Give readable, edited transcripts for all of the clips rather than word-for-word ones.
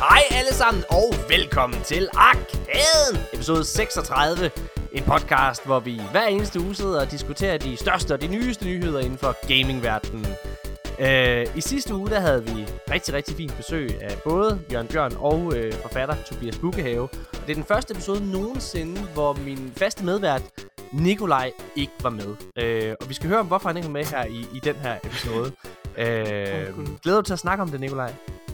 Hej alle sammen, og velkommen til Arkaden, episode 36. En podcast, hvor vi hver eneste uge sidder og diskuterer de største og de nyeste nyheder inden for gamingverdenen. I sidste uge, der havde vi rigtig fint besøg af både Jørgen Bjørn og forfatter Tobias Bukkehave. Og det er den første episode nogensinde, hvor min faste medvært Nikolaj ikke var med. Og vi skal høre om, hvorfor han ikke var med her i den her episode. Glæder du til at snakke om det, Nikolaj?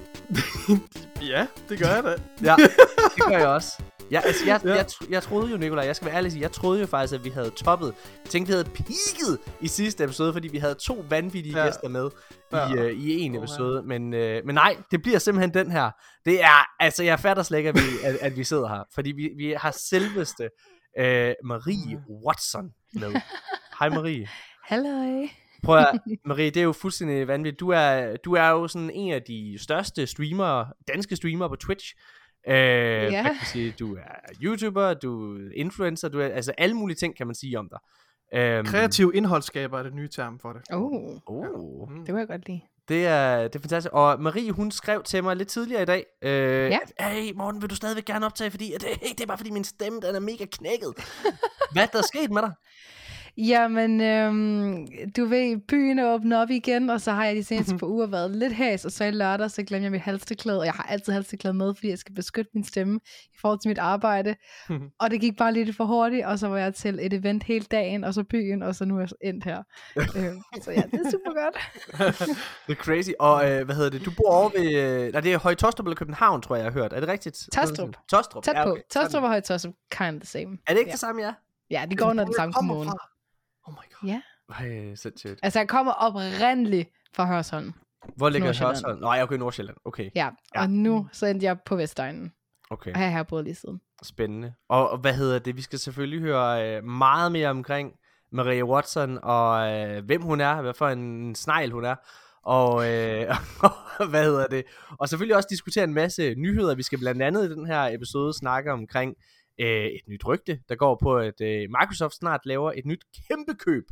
Ja, det gør jeg da. Ja, det gør jeg også. Jeg troede jo, Nikolaj, jeg skal være ærlig og sige, jeg troede jo faktisk, at vi havde toppet. Jeg tænkte, vi havde peaked i sidste episode, fordi vi havde 2 vanvittige gæster med i en episode. Men nej, det bliver simpelthen den her. Det er, altså jeg fatter slet ikke, at vi sidder her. Fordi vi har selveste Marie Watson med. Hej Marie. Halløj. Prøv at, Marie, det er jo fuldstændig vanvittigt. Du er jo sådan en af de største danske streamere på Twitch. Man kan sige, du er YouTuber, du er influencer, du er altså alle mulige ting, kan man sige om dig. Kreativ indholdsskaber er det nye term for det. Det kunne jeg godt lide. Det er fantastisk. Og Marie, hun skrev til mig lidt tidligere i dag. Hey Morten, vil du stadigvæk gerne optage? Fordi det er bare fordi min stemme, den er mega knækket. Hvad er der sket med dig? Jamen, du ved, byen er åbnet op igen, og så har jeg de seneste par uger været lidt hæs, og så i lørdag, så glemte jeg mit halstørklæde, og jeg har altid halstørklæde med, fordi jeg skal beskytte min stemme i forhold til mit arbejde, og det gik bare lidt for hurtigt, og så var jeg til et event hele dagen, og så byen, og så nu er jeg endt her. Så ja, det er super godt. Det er crazy, og hvad hedder det, du bor over ved, det er Høje Taastrup eller København, tror jeg har hørt, er det rigtigt? Taastrup. Tæt på, Taastrup og Høje Taastrup, kind of the same. Er det ikke det samme, ja? Ja, de går under den samme kommune. Oh my god. Ja. Ej, sindssygt. Altså, jeg kommer oprindeligt fra Hørsholm. Hvor ligger Hørsholm? Nå, jeg er jo i Nordsjælland. Okay. Ja, og nu så endte jeg på Vestegnen. Okay. Og her har jeg boet lige siden. Spændende. Og hvad hedder det? Vi skal selvfølgelig høre meget mere omkring Marie Watson, og hvem hun er, hvad for en snegl hun er. Og hvad hedder det? Og selvfølgelig også diskutere en masse nyheder. Vi skal blandt andet i den her episode snakke omkring et nyt rygte, der går på, at Microsoft snart laver et nyt kæmpe køb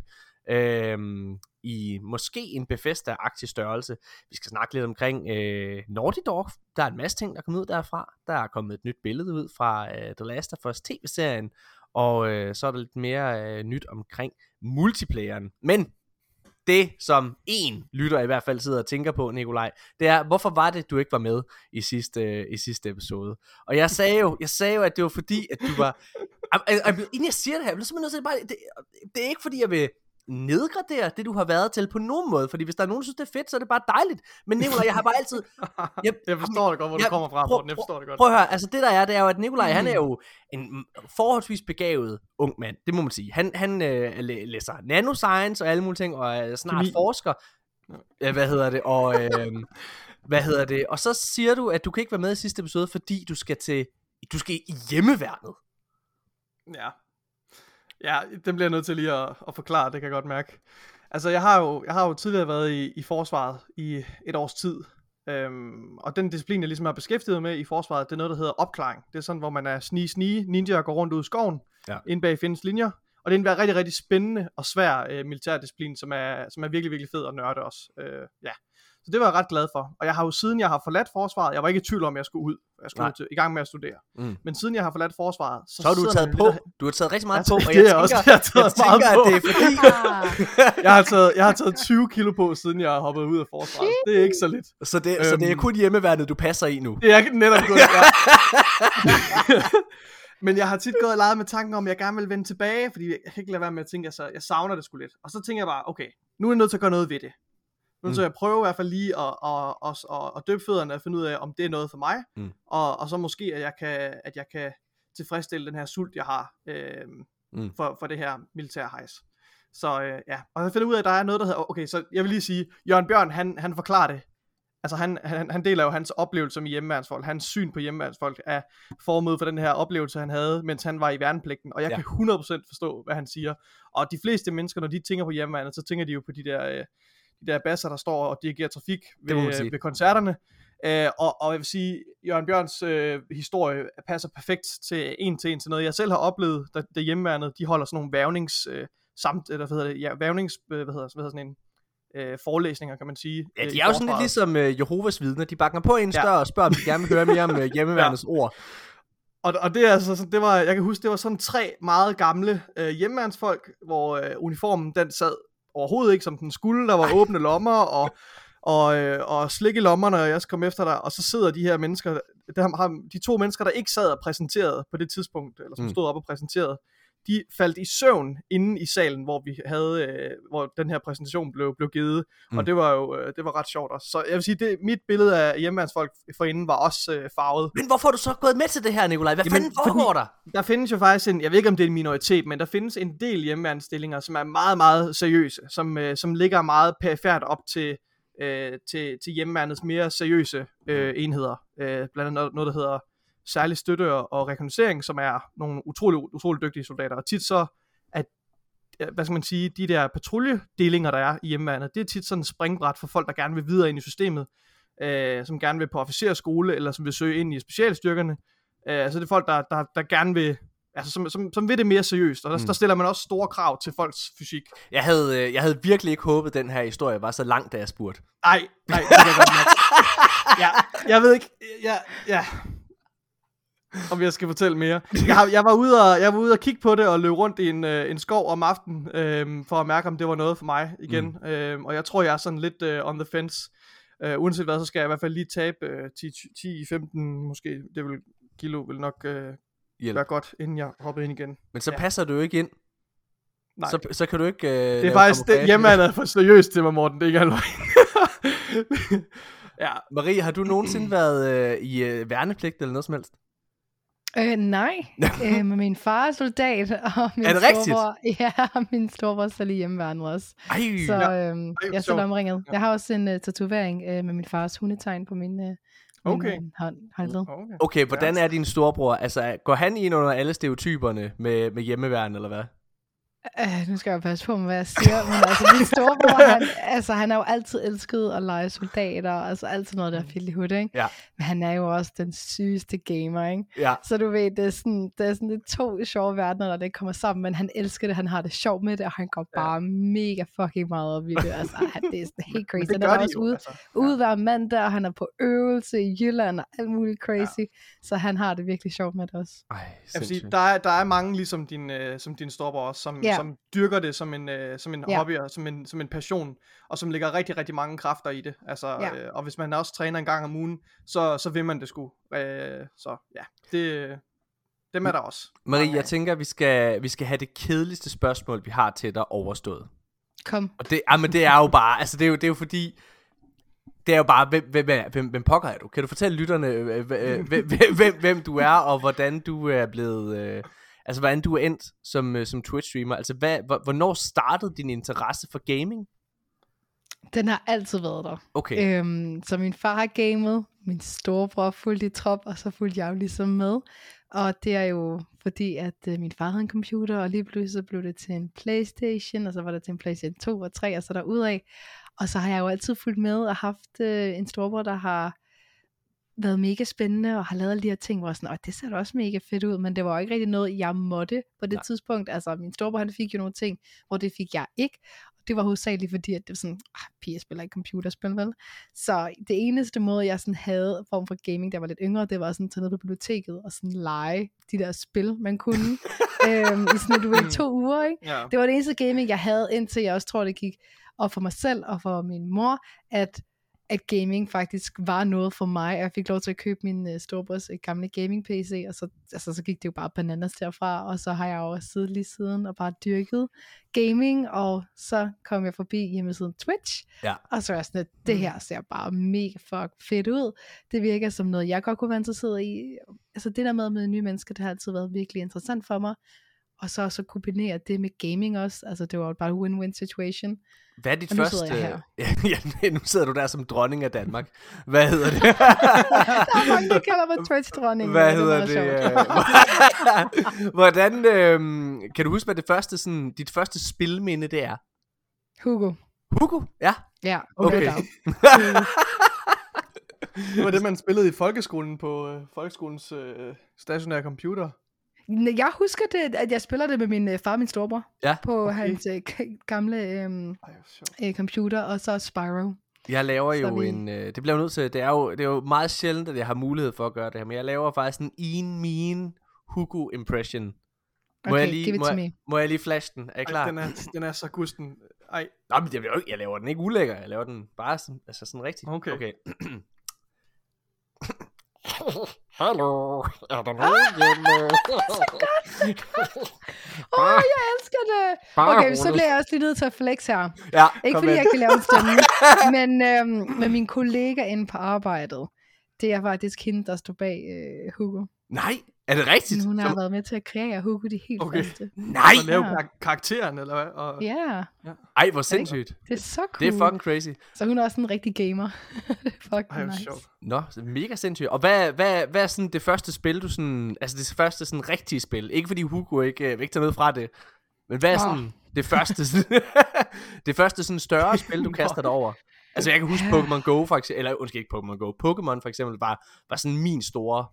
i måske en Bethesda-agtig størrelse. Vi skal snakke lidt omkring Naughty Dog. Der er en masse ting, der kommer ud derfra. Der er kommet et nyt billede ud fra The Last of Us TV-serien, og så er der lidt mere nyt omkring multiplayeren. Men det, som en lytter i hvert fald sidder og tænker på, Nikolaj, det er, hvorfor var det, du ikke var med i sidste episode? Og jeg sagde jo, at det var fordi, at du var... Inden jeg siger det her, jeg bliver simpelthen nødt til bare... Det er ikke fordi, jeg vil nedgradere det, du har været til på nogen måde, fordi hvis der er nogen, der synes, det er fedt, så er det bare dejligt. Men Nikolaj, jeg har bare altid... Jeg forstår det godt, hvor du kommer fra, Morten. Jeg forstår det godt. Prøv at høre, altså det der er, det er jo, at Nikolaj, han er jo en forholdsvis begavet ung mand, det må man sige. Han læser nanoscience og alle mulige ting, og er snart forsker. Hvad hedder det? Og så siger du, at du kan ikke være med i sidste episode, fordi du skal i hjemmeværnet. Ja, den bliver jeg nødt til lige at forklare, det kan jeg godt mærke. Altså, jeg har jo tidligere været i forsvaret i et års tid, og den disciplin, jeg ligesom har beskæftiget med i forsvaret, det er noget, der hedder opklaring. Det er sådan, hvor man er snige ninja og går rundt ud i skoven, inde bag fjendens linjer, og det er en rigtig, rigtig spændende og svær militærdisciplin, som er virkelig, virkelig fed at nørde også. Så det var jeg ret glad for. Og jeg har jo siden jeg har forladt forsvaret, jeg var ikke i tvivl om, at jeg skulle ud. Jeg skulle i gang med at studere. Men siden jeg har forladt forsvaret, så har du taget på. Du har taget rigtig meget på, og jeg tænker, at det er fordi jeg har taget 20 kilo på, siden jeg har hoppet ud af forsvaret. Det er ikke så lidt. Så det er kun hjemmeværnet, du passer i nu. Det er netop godt. Men jeg har tit gået og leget med tanken om, at jeg gerne vil vende tilbage, fordi jeg kan ikke lade være med at tænke, at jeg savner det sgu lidt. Og så tænker jeg bare, okay, nu er jeg nødt til at gøre noget ved det. Så jeg prøver i hvert fald lige at døbe fødderne og finde ud af, om det er noget for mig, og så måske, at jeg kan tilfredsstille den her sult, jeg har for det her militærhejs. Så og jeg finder ud af, at der er noget, der hedder, okay, så jeg vil lige sige, Jørgen Bjørn, han forklarer det. Altså han deler jo hans oplevelse med hjemmeværnsfolk, hans syn på hjemmeværnsfolk er formet for den her oplevelse, han havde, mens han var i værnepligten, og jeg kan 100% forstå, hvad han siger. Og de fleste mennesker, når de tænker på hjemmeværnet, så tænker de jo på de der basser, der står og dirigerer trafik ved koncerterne. Og jeg vil sige, Jørgen Bjørns historie passer perfekt til noget, jeg selv har oplevet, da hjemmeværnet, de holder sådan nogle vævnings forelæsninger, kan man sige. Ja, de er jo sådan lidt ligesom Jehovas vidner. De banker på en dør og spørger, om de gerne vil høre mere om hjemmeværnets ord. Og det er altså, det var, jeg kan huske, det var sådan 3 meget gamle hjemmeværnsfolk, hvor uniformen, den sad overhovedet ikke, som den skulle. Der var åbne lommer, og slik i lommerne, og jeg kom efter dig, og så sidder de her mennesker, de 2 mennesker, der ikke sad og præsenterede på det tidspunkt, eller som stod op og præsenterede, de faldt i søvn inde i salen, hvor vi havde, hvor den her præsentation blev givet, og det var ret sjovt også. Så jeg vil sige, mit billede af hjemmeværnsfolk forinden var også farvet. Men hvorfor er du så gået med til det her, Nikolaj? Hvad fanden foregår der? Der findes jo faktisk jeg ved ikke om det er en minoritet, men der findes en del hjemmeværnsstillinger, som er meget, meget seriøse, som ligger meget perifært op til hjemmeværnets mere seriøse enheder. Blandt andet noget, der hedder særlig støtte og rekognoscering, som er nogle utrolig dygtige soldater. Og tit så, at, hvad skal man sige, de der patruljedelinger, der er i hjemmeværnet, det er tit sådan en springbræt for folk, der gerne vil videre ind i systemet, som gerne vil på officerskole, eller som vil søge ind i specialstyrkerne. Så det er folk, der gerne vil, altså som vil det mere seriøst, og der stiller man også store krav til folks fysik. Jeg havde virkelig ikke håbet, den her historie var så lang, da jeg spurgte. Nej, det kan jeg godt nok. Ja, jeg ved ikke, ja. Om jeg skal fortælle mere. Jeg var ude og kigge på det og løb rundt i en skov om aftenen, for at mærke, om det var noget for mig igen. Og jeg tror, jeg er sådan lidt on the fence. Uanset hvad, så skal jeg i hvert fald lige tabe 10-15 måske. Det vil kilo vil nok være godt, inden jeg hopper ind igen. Men så passer du jo ikke ind. Nej. Så kan du ikke det er faktisk det, hjemmeværnet er for seriøst til mig, Morten. Det er ikke alvor. Ja. Marie, har du nogensinde været i værnepligt eller noget som helst? Nej, men min far er soldat, og min storebror, min storebror er lige hjemmeværnet også. Så jeg er selv omringet. Jeg har også en tatovering med min fars hundetegn på min håndled. Okay, hvordan er din storebror? Altså, går han ind under alle stereotyperne med hjemmeværn, eller hvad? Nu skal jeg passe på med, hvad jeg siger, men altså min storebror, han har jo altid elsket at lege soldater, altså altid noget, der er fyldt ikke? Ja. Men han er jo også den sygeste gamer, ikke? Ja. Så du ved, det er sådan lidt 2 sjove verdener, når det kommer sammen, men han elsker det, han har det sjovt med det, og han går bare mega fucking meget op i det, altså det er sådan helt crazy. Han er også ude hver mandag, og han er på øvelse i Jylland, og alt muligt crazy, så han har det virkelig sjovt med det også. Jeg vil sige, der er mange ligesom din storebror også, som dyrker det som en hobby og som en passion, og som lægger rigtig, rigtig mange kræfter i det. Altså, og hvis man også træner en gang om ugen, så vil man det sgu. Så ja, dem er der også. Marie, jeg tænker, vi skal have det kedeligste spørgsmål, vi har til dig overstået. Kom. Og det er jo bare, altså det er jo fordi, det er jo bare, hvem pokker er du? Kan du fortælle lytterne, hvem du er, og hvordan du er blevet... Altså, hvordan du er endt som Twitch-streamer. Altså, hvornår startede din interesse for gaming? Den har altid været der. Okay. Så min far har gamet, min storebror fulgte i trop, og så fulgte jeg jo ligesom med. Og det er jo fordi, at min far havde en computer, og lige pludselig så blev det til en PlayStation, og så var det til en PlayStation 2 og 3, og så derudad. Og så har jeg jo altid fulgt med og haft en storebror, der har været mega spændende, og har lavet alle de her ting, hvor sådan, det ser da også mega fedt ud, men det var jo ikke rigtig noget, jeg måtte på det tidspunkt. Altså, min storebror, han fik jo nogle ting, hvor det fik jeg ikke, og det var hovedsageligt fordi, at det var sådan, piger spiller ikke computerspil, vel? Så det eneste måde, jeg sådan havde form for gaming, der var lidt yngre, det var sådan at tage ned på biblioteket, og sådan lege de der spil, man kunne, i sådan 2 uger, ikke? Ja. Det var det eneste gaming, jeg havde, indtil jeg også tror, det gik op for mig selv, og for min mor, at gaming faktisk var noget for mig. Jeg fik lov til at købe min storebrors gamle gaming PC, og så gik det jo bare bananas derfra, og så har jeg jo siddet lige siden og bare dyrket gaming, og så kom jeg forbi hjemmesiden Twitch, og så er jeg sådan, at det her ser bare mega fedt ud. Det virker som noget, jeg godt kunne være interesseret i. Altså det der med nye mennesker, det har altid været virkelig interessant for mig, og så kombinere det med gaming også. Altså det var bare en win-win situation. Hvad er dit første... Nu sidder du der som dronning af Danmark. Hvad hedder det? Der er mange, der kalder mig Twitch-dronning. Hvad hedder det? Hvordan... kan du huske, hvad dit første spilminde det er? Hugo? Ja? Ja, okay. Det var det, man spillede i folkeskolen på folkeskolens stationære computer. Jeg husker det, at jeg spiller det med min far og min storebror. Ja. På Okay. hans gamle Ej, hvor sjovt. computer, og så Spyro. Jeg laver Så jo vi- det bliver jeg nødt til, det er jo meget sjældent, at jeg har mulighed for at gøre det her, men jeg laver faktisk en mean Hugo impression. Okay, give it to me. Må jeg lige flash den? Er I klar? Ej, den er så gusten. Ej, Nå, men jeg laver den ikke ulækker, jeg laver den bare sådan, altså sådan rigtig. Okay. Hallo, er der nogen hjemme? Jeg elsker det! Bare Okay, så rolig. bliver jeg også lige nødt til at flex her. Ja, Ikke kom fordi med. jeg kan lave en stemme, men med min kollega inde på arbejdet, det er faktisk hende, der står bag Hugo. Nej, er det rigtigt? Hun har været med til at kreere Hugo de helt Okay. første. Nej! så lave Ja. karakteren, eller hvad? Og, Ja, Ej, hvor sindssygt. det er så cool. Det er fucking crazy. Så hun er også en rigtig gamer. Det er fucking Ej, hvor nice. sjovt. Nå, så mega sindssygt. Og hvad er sådan det første spil, du sådan, altså det første sådan rigtige spil? Ikke fordi Hugo ikke tager noget fra det, men hvad er sådan det første, det første sådan større spil, du kaster dig over? Altså jeg kan huske Pokémon Go for eksempel, eller undskyld ikke Pokémon Go, Pokémon for eksempel var sådan min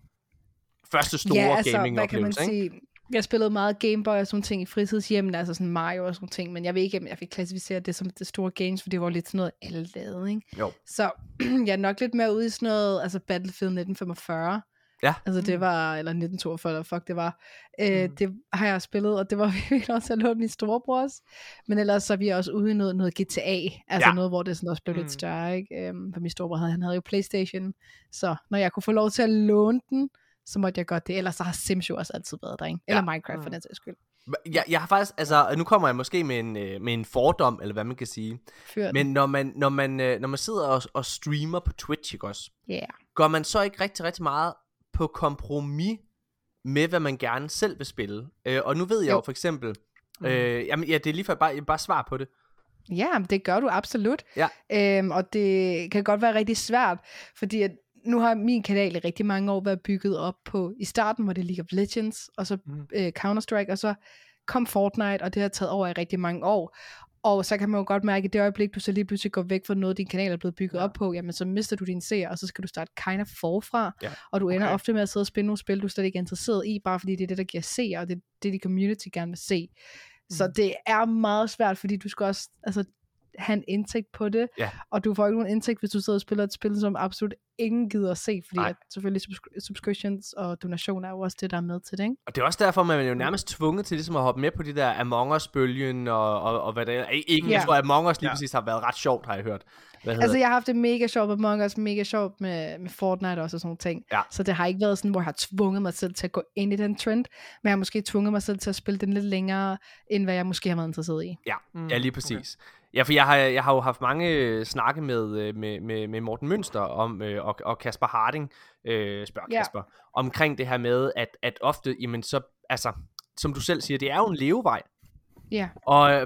første store Ja, altså, gaming hvad kan man oplevelse, ikke? sige? Jeg spillede meget Game Boy og sådan ting i fritidshjemmen, altså sådan Mario og sådan ting, men jeg ved ikke, om jeg fik klassificeret det som det store games, for det var lidt sådan noget, alle lavede, ikke? Jo. Så jeg er nok lidt mere ude i sådan noget, altså Battlefield 1945. Ja. Altså det var, eller 1942, eller fuck det var. Det har jeg spillet, og det var virkelig også at låne min storebrors. Men ellers så er vi også ude i noget GTA, altså noget, hvor det sådan også blev lidt større, ikke? For min storebror han havde jo PlayStation, så når jeg kunne få lov til at låne den, så måtte jeg godt det. Ellers så har Sims jo også altid været der, ikke? Eller Minecraft for den sags skyld. Jeg har faktisk, altså nu kommer jeg måske med en fordom, eller hvad man kan sige. Men når man sidder og streamer på Twitch, ikke også? Yeah. Går man så ikke rigtig, rigtig meget på kompromis med, hvad man gerne selv vil spille? Og nu ved jeg jo for eksempel, jamen, ja, det er lige for bare svar på det. Ja, det gør du absolut. Ja. Og det kan godt være rigtig svært, fordi at nu har min kanal i rigtig mange år været bygget op på, i starten var det League of Legends, og så Counter-Strike, og så kom Fortnite, og det har taget over i rigtig mange år. Og så kan man jo godt mærke, at det øjeblik, du så lige pludselig går væk fra noget, din kanal er blevet bygget op på, jamen så mister du dine seere, og så skal du starte kind of forfra, og du ender ofte med at sidde og spille nogle spil, du slet ikke er interesseret i, bare fordi det er det, der giver seere, og det er det, de community gerne vil se. Så det er meget svært, fordi du skal også have en indtægt på det, og du får ikke nogen indtægt, hvis du sidder og spiller et spil, som absolut ingen gider at se, fordi at selvfølgelig subscriptions og donationer er jo også det, der er med til det, ikke? Og det er også derfor, man er jo nærmest tvunget til ligesom at hoppe med på de der Among Us-bølgen, og hvad det er. Ikke, jeg tror, at Among Us lige præcis har været ret sjovt, har jeg hørt. Altså, jeg har haft det mega sjovt med Among Us, mega sjovt med Fortnite også og sådan nogle ting. Så det har ikke været sådan, hvor jeg har tvunget mig selv til at gå ind i den trend, men jeg har måske tvunget mig selv til at spille den lidt længere, end hvad jeg måske har været interesseret i. Ja, lige præcis. Okay. Ja, for jeg har jo haft mange snakke med Morten Mønster om, og Kasper Harding, Kasper, omkring det her med, at ofte, jamen så, altså, som du selv siger, det er jo en levevej. Ja. Og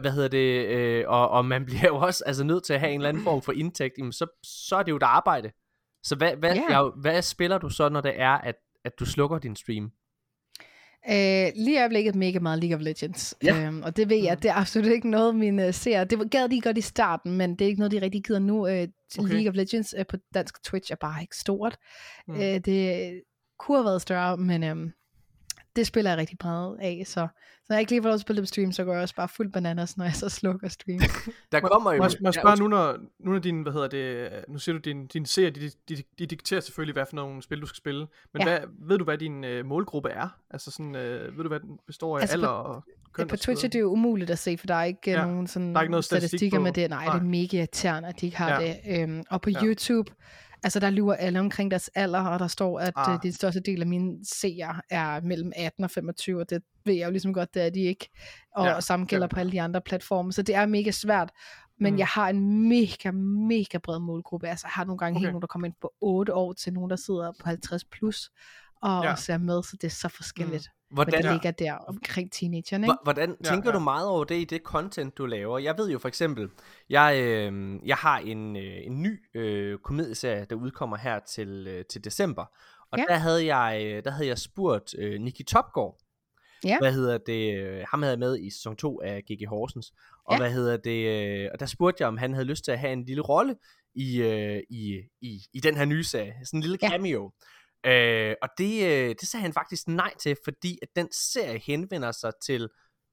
og man bliver jo også nødt til at have en eller anden form for indtægt, jamen så er det jo et arbejde. Så hvad spiller du så, når det er, at du slukker din stream? Lige i øjeblikket mega meget League of Legends, og det ved jeg, det er absolut ikke noget mine seere, det gad de godt i starten, men det er ikke noget de rigtig gider nu. League of Legends på dansk Twitch er bare ikke stort. Det kunne have været større, men det spiller jeg rigtig meget af, så når jeg ikke lige får lov til at spille det på stream, så går jeg også bare fuld bananas, når jeg så slukker stream. Der kommer jo... Må jeg spørge nu, når din, nu siger du, din serie, de dikterer selvfølgelig, hvad for nogle spil, du skal spille, men ved du, hvad din målgruppe er? Altså sådan, ved du, hvad den består af, alder og køn? På Twitch er det jo umuligt at se, for der er ikke nogen sådan ikke statistikker med det. Nej, det er mega irriterende, at de ikke har det. Og på YouTube, altså der lyver alle omkring deres alder, og der står, at den største del af mine seere er mellem 18 og 25, og det ved jeg jo ligesom godt, det er de ikke. Og samme gælder på alle de andre platformer, så det er mega svært. Men jeg har en mega bred målgruppe. Altså jeg har nogle gange helt nogen, der kommer ind på 8 år, til nogen, der sidder på 50 plus, og ser med, så det er så forskelligt. Hvordan det ligger der omkring teenagerne, ikke? Hvordan tænker du meget over det i det content, du laver? Jeg ved jo for eksempel, jeg har en ny komedieserie, der udkommer her til december. Og der havde jeg spurgt Nicky Topgaard. Ham havde jeg med i sæson 2 af GG Horsens. Og og der spurgte jeg, om han havde lyst til at have en lille rolle i den her nye serie. Sådan en lille cameo. Og det sagde han faktisk nej til, fordi at den serie henvender sig til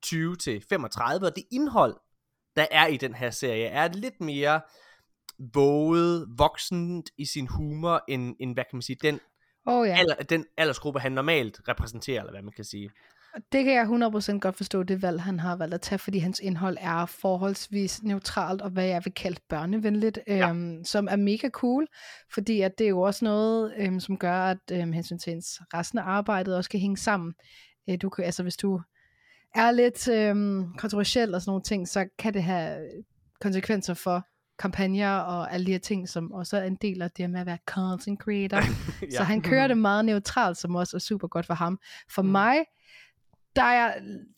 20-35, og det indhold, der er i den her serie, er lidt mere våget, voksent i sin humor, end hvad kan man sige, den aldersgruppe, han normalt repræsenterer, eller hvad man kan sige. Det kan jeg 100% godt forstå, det valg, han har valgt at tage, fordi hans indhold er forholdsvis neutralt, og hvad jeg vil kalde børnevenligt, som er mega cool, fordi at det er jo også noget, som gør, at hensyn til ens resten af arbejdet også kan hænge sammen. Du kan, altså hvis du er lidt kontroversiel og sådan nogle ting, så kan det have konsekvenser for kampagner og alle de her ting, som også er en del af det med at være content creator. Så han kører det meget neutralt, som også er super godt for ham. For mig, der er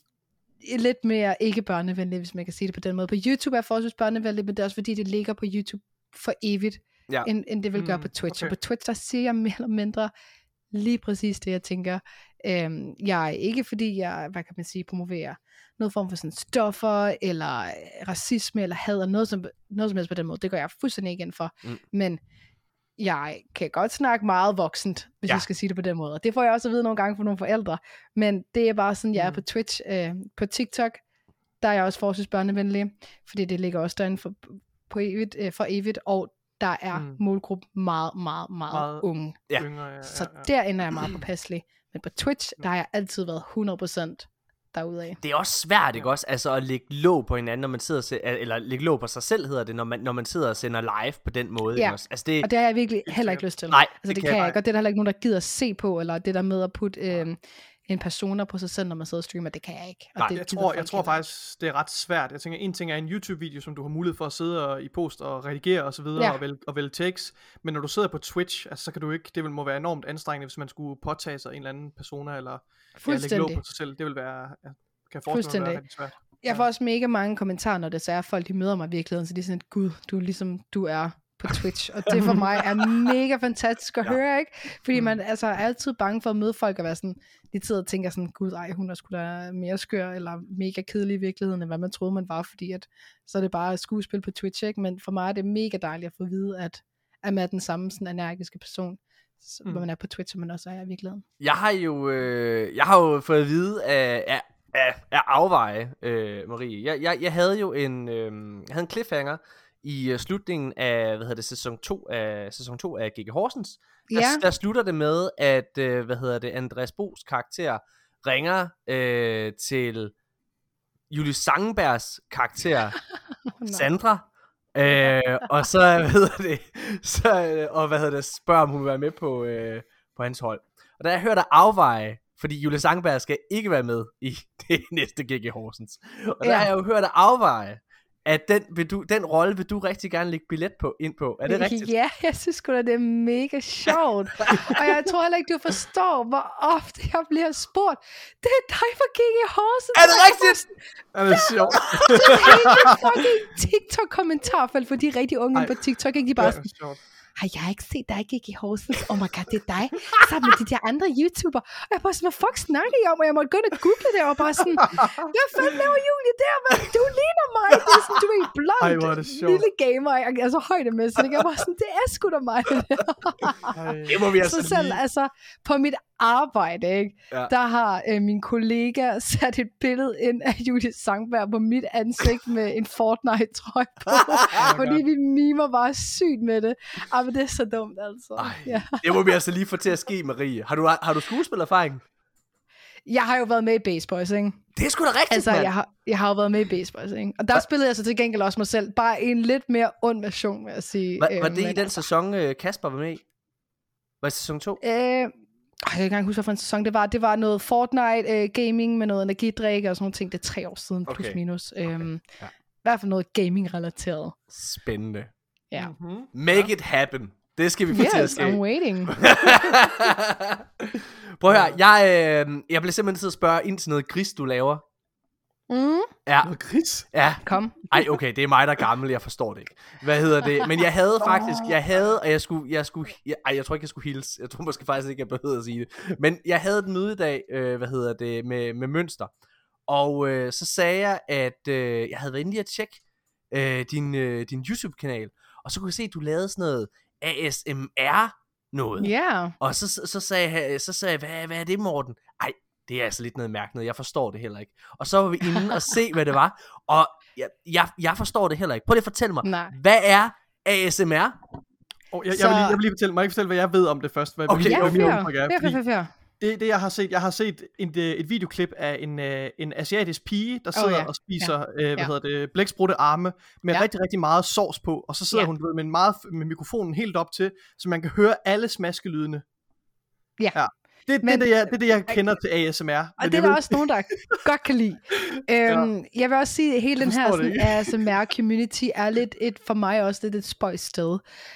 lidt mere ikke børnevenlig, hvis man kan sige det på den måde. På YouTube er forholdsvis børnevenlig, men det er også fordi, det ligger på YouTube for evigt, end det vil gøre på Twitch. Okay. Og på Twitch, der siger jeg mere eller mindre lige præcis det, jeg tænker. Jeg er ikke fordi jeg, hvad kan man sige, promoverer noget form for sådan stoffer, eller racisme, eller had, noget som helst på den måde. Det gør jeg fuldstændig ikke ind for. Men jeg kan godt snakke meget voksent, hvis jeg skal sige det på den måde. Og det får jeg også at vide nogle gange fra nogle forældre. Men det er bare sådan, jeg er på Twitch. På TikTok, der er jeg også forholdsvis børnevenlig, fordi det ligger også derinde for evigt, og der er målgruppen meget unge. Ja. Yngre, så derinde er jeg meget påpasselig. Men på Twitch, der har jeg altid været 100% derudaf. Det er også svært, ikke også? Altså at lægge låg på hinanden, når man sidder eller lægge låg på sig selv, hedder det, når man sidder og sender live på den måde. Ja, også? Altså, det, og det har jeg virkelig heller ikke lyst til. Nej, altså, det kan jeg ikke, og det er der heller ikke nogen, der gider se på, eller det der med at putte en persona på sig selv, når man sidder og streamer, det kan jeg ikke. Og Nej, det jeg tror faktisk, det er ret svært. Jeg tænker, en ting er en YouTube-video, som du har mulighed for at sidde og i post og redigere og så videre, og vælge tekst. Men når du sidder på Twitch, altså, så kan du ikke, det må være enormt anstrengende, hvis man skulle påtage sig en eller anden persona, eller lægge låg på sig selv. Det vil være, kan jeg forestille mig, være rigtig svært. Jeg får også mega mange kommentarer, når det så er folk, de møder mig i virkeligheden, så de er sådan, gud, du er ligesom du er på Twitch, og det for mig er mega fantastisk at høre, ikke? Fordi man altså er altid bange for at møde folk og være sådan, de sidder og tænker sådan, gud, hun er sgu da mere skør, eller mega kedelig i virkeligheden, end hvad man troede, man var, fordi at, så er det bare skuespil på Twitch, ikke? Men for mig er det mega dejligt at få at vide, at man er den samme sådan energiske person, hvor man er på Twitch, som man også er i virkeligheden. Jeg har jo fået at vide af afveje, Marie. Jeg havde jo en cliffhanger i slutningen af sæson 2 af G.G. Horsens. Der slutter det med, at Andreas Bo's karakter ringer til Julie Sangenbergs karakter Sandra. Og så spørger om hun vil være med på hans hold. Og da jeg hørte afveje, fordi Julie Sangenberg skal ikke være med i det næste G.G. Horsens. Og der har jeg jo hørt afveje, at den rolle vil du rigtig gerne lægge billet ind på. Er det rigtigt? Ja, jeg synes sgu da, det er mega sjovt. Og jeg tror heller ikke, du forstår, hvor ofte jeg bliver spurgt, det er dig fra G.G. Horsens. Er det rigtigt? Er det sjovt? Det er helt fucking TikTok-kommentarfelt for de rigtig unge på TikTok. Ikke? De bare sådan, har jeg ikke set dig ikke i Horsens? Oh my god, det er dig. Sammen med de der andre YouTuber. Og jeg bare sådan, hvad fuck snakker I om? Og jeg måtte gå ind og google det, og bare sådan, hvad fanden laver Julie der? Du ligner mig. Det er sådan, du er en blond, lille gamer. Altså højdemæssigt. Jeg var sådan, det er sgu da mig. Det må vi altså så selv, altså, på mit arbejde, ikke? Ja. Der har min kollega sat et billede ind af Julie Sangberg på mit ansigt med en Fortnite-trøje på. Fordi vi mimer bare sygt med det. Men det er så dumt, altså. Ja. Det må vi altså lige få til at ske, Marie. Har du skuespillerfaring? Jeg har jo været med i Base Boys, ikke? Det er sgu da rigtigt, altså, jeg har jo været med i Base Boys, ikke? Og der spillede jeg så til gengæld også mig selv. Bare en lidt mere ond version, vil jeg sige. Var det i den sæson, Kasper var med i? Var det sæson 2? Jeg kan ikke engang huske, hvad for en sæson det var. Det var noget Fortnite gaming med noget energidrik og sådan nogle ting. Det er 3 år siden, plus minus. I hvert fald noget gaming-relateret. Spændende. Ja. Make it happen. Det skal vi få til at ske. Yes, I'm waiting. Prøv at høre, jeg bliver simpelthen til at spørge ind til noget gris, du laver. Ja. Noget gris? Ja. Kom. Ej, okay, det er mig, der er gammel, jeg forstår det ikke. Hvad hedder det? Men jeg havde faktisk, og jeg tror ikke, jeg skulle hilse. Jeg tror måske faktisk ikke, jeg behøvede at sige det. Men jeg havde et møde i dag, med Mønster. Og så sagde jeg, at jeg havde været inde lige at tjekke din YouTube-kanal. Og så kunne jeg se, at du lavede sådan noget ASMR noget. Ja. Og så sagde jeg, hvad er det, Morten? Ej, det er altså lidt noget mærkeligt, jeg forstår det heller ikke. Og så var vi inde og se, hvad det var, og jeg forstår det heller ikke. Prøv lige at fortælle mig, Nej. hvad er ASMR? Jeg vil lige fortælle, må jeg ikke fortælle, hvad jeg ved om det først? Hvad Okay, hvad mit fair. indtryk er, fordi Fair. det jeg har set et videoklip af en asiatisk pige, der sidder og spiser blæksprutte arme med rigtig, rigtig meget sovs på, og så sidder hun med mikrofonen helt op til, så man kan høre alle smaskelydene. Ja. Det er det, jeg kender til ASMR. Og det er der også nogen, der godt kan lide. Jeg vil også sige, at hele den her ASMR-community er lidt for mig også lidt et spøjs sted.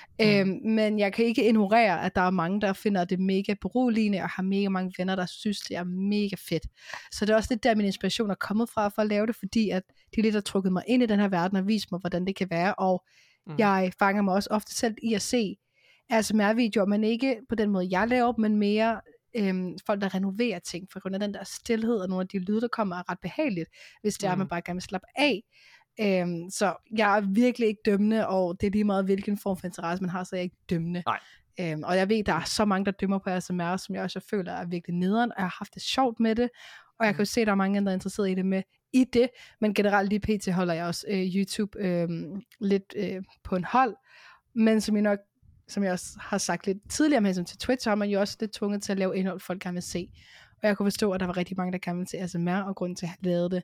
Men jeg kan ikke ignorere, at der er mange, der finder det mega beroligende, og har mega mange venner, der synes, det er mega fedt. Så det er også lidt der, min inspiration er kommet fra for at lave det, fordi at de lidt har trukket mig ind i den her verden og vist mig, hvordan det kan være. Og jeg fanger mig også ofte selv i at se ASMR-videoer, men ikke på den måde, jeg laver, men mere folk, der renoverer ting, for grund af den der stilhed, og nogle af de lyde, der kommer, er ret behageligt, hvis det er, at man bare gerne vil slappe af. Så jeg er virkelig ikke dømmende, og det er lige meget, hvilken form for interesse man har, så jeg er ikke dømmende. Og jeg ved, der er så mange, der dømmer på ASMR, som jeg også føler er virkelig nederen, og jeg har haft det sjovt med det, og jeg kan jo se, at der er mange, der er interesseret i det, men generelt lige pt. Holder jeg også YouTube lidt på en hold, men som jeg også har sagt lidt tidligere med hensyn til Twitch, så har man jo også lidt tvunget til at lave indhold, folk gerne vil se. Og jeg kunne forstå, at der var rigtig mange, der gerne ville se ASMR, og grunden til at have lavet det.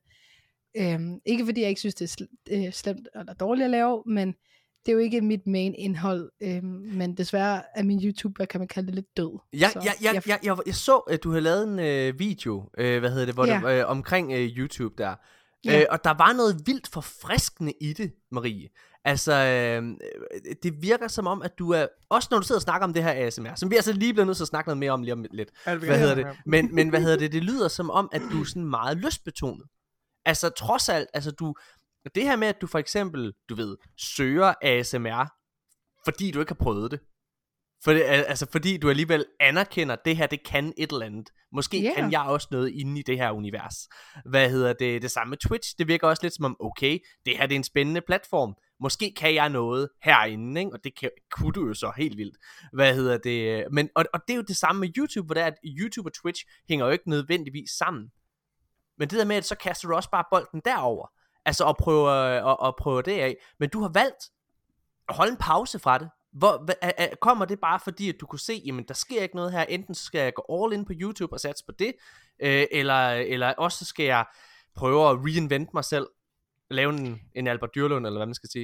Ikke fordi jeg ikke synes, det er slemt eller dårligt at lave, men det er jo ikke mit main indhold. Men desværre er min YouTube, hvad kan man kalde det, lidt død. Jeg så, at du havde lavet en video, det, omkring YouTube der. Og der var noget vildt forfriskende i det, Marie. Altså, det virker som om, at du er, også når du sidder og snakker om det her ASMR, som vi altså lige bliver nødt til at snakke noget mere om lige om lidt. Men det lyder som om, at du er sådan meget lystbetonet. Altså, trods alt, det her med, at du for eksempel, søger ASMR, fordi du ikke har prøvet det. Fordi du alligevel anerkender, det her, det kan et eller andet. Måske kan jeg også noget inde i det her univers. Det samme med Twitch, det virker også lidt som om, okay, det her det er en spændende platform. Måske kan jeg noget herinde, ikke? Og det kunne du jo så helt vildt. Men, og det er jo det samme med YouTube, hvor det er, at YouTube og Twitch hænger jo ikke nødvendigvis sammen. Men det der med, at så kaster du også bare bolden derover. Altså at prøve det af. Men du har valgt at holde en pause fra det. Kommer det bare fordi, at du kunne se, jamen der sker ikke noget her, enten så skal jeg gå all in på YouTube og satse på det, eller også så skal jeg prøve at reinvente mig selv, lave en Albert Dyrlund, eller hvad man skal sige.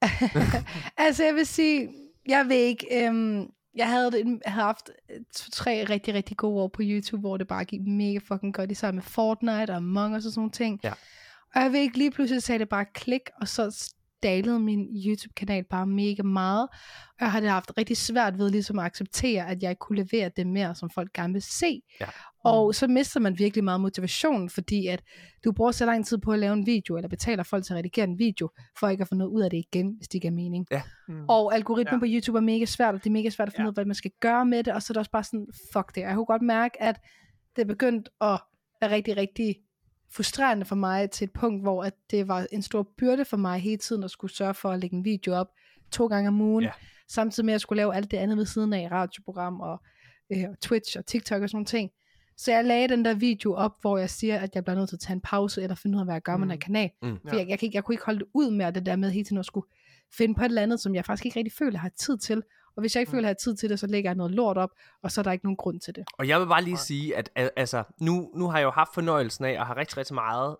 Altså jeg vil sige, jeg ved ikke, jeg havde haft 3 rigtig, rigtig gode år på YouTube, hvor det bare gik mega fucking godt, især med Fortnite og Among Us og sådan nogle ting. Ja. Og jeg ved ikke, lige pludselig sagde det bare klik, og så dalede min YouTube-kanal bare mega meget, og jeg har det haft rigtig svært ved ligesom at acceptere, at jeg ikke kunne levere det mere, som folk gerne vil se. Ja. Og så mister man virkelig meget motivation, fordi at du bruger så lang tid på at lave en video, eller betaler folk til at redigere en video, for ikke at få noget ud af det igen, hvis det giver mening. Ja. Og algoritmen på YouTube er mega svært, og det er mega svært at finde ud af, hvad man skal gøre med det, og så er det også bare sådan, fuck det. Jeg kunne godt mærke, at det er begyndt at være rigtig, rigtig frustrerende for mig til et punkt, hvor at det var en stor byrde for mig hele tiden at skulle sørge for at lægge en video op 2 gange om ugen, samtidig med at jeg skulle lave alt det andet ved siden af, radioprogram og Twitch og TikTok og sådan nogle ting. Så jeg lagde den der video op, hvor jeg siger, at jeg bliver nødt til at tage en pause, eller finde ud af, hvad jeg gør med den her kanal. For jeg kunne ikke holde det ud med det der med hele tiden at skulle finde på et eller andet, som jeg faktisk ikke rigtig føler, jeg har tid til. Og hvis jeg ikke føler, at jeg har tid til det, så lægger jeg noget lort op, og så er der ikke nogen grund til det. Og jeg vil bare lige sige, at altså, nu har jeg jo haft fornøjelsen af, at have rigtig, rigtig meget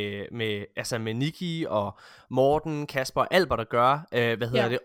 med Nikki og Morten, Kasper og Albert at gøre. Det?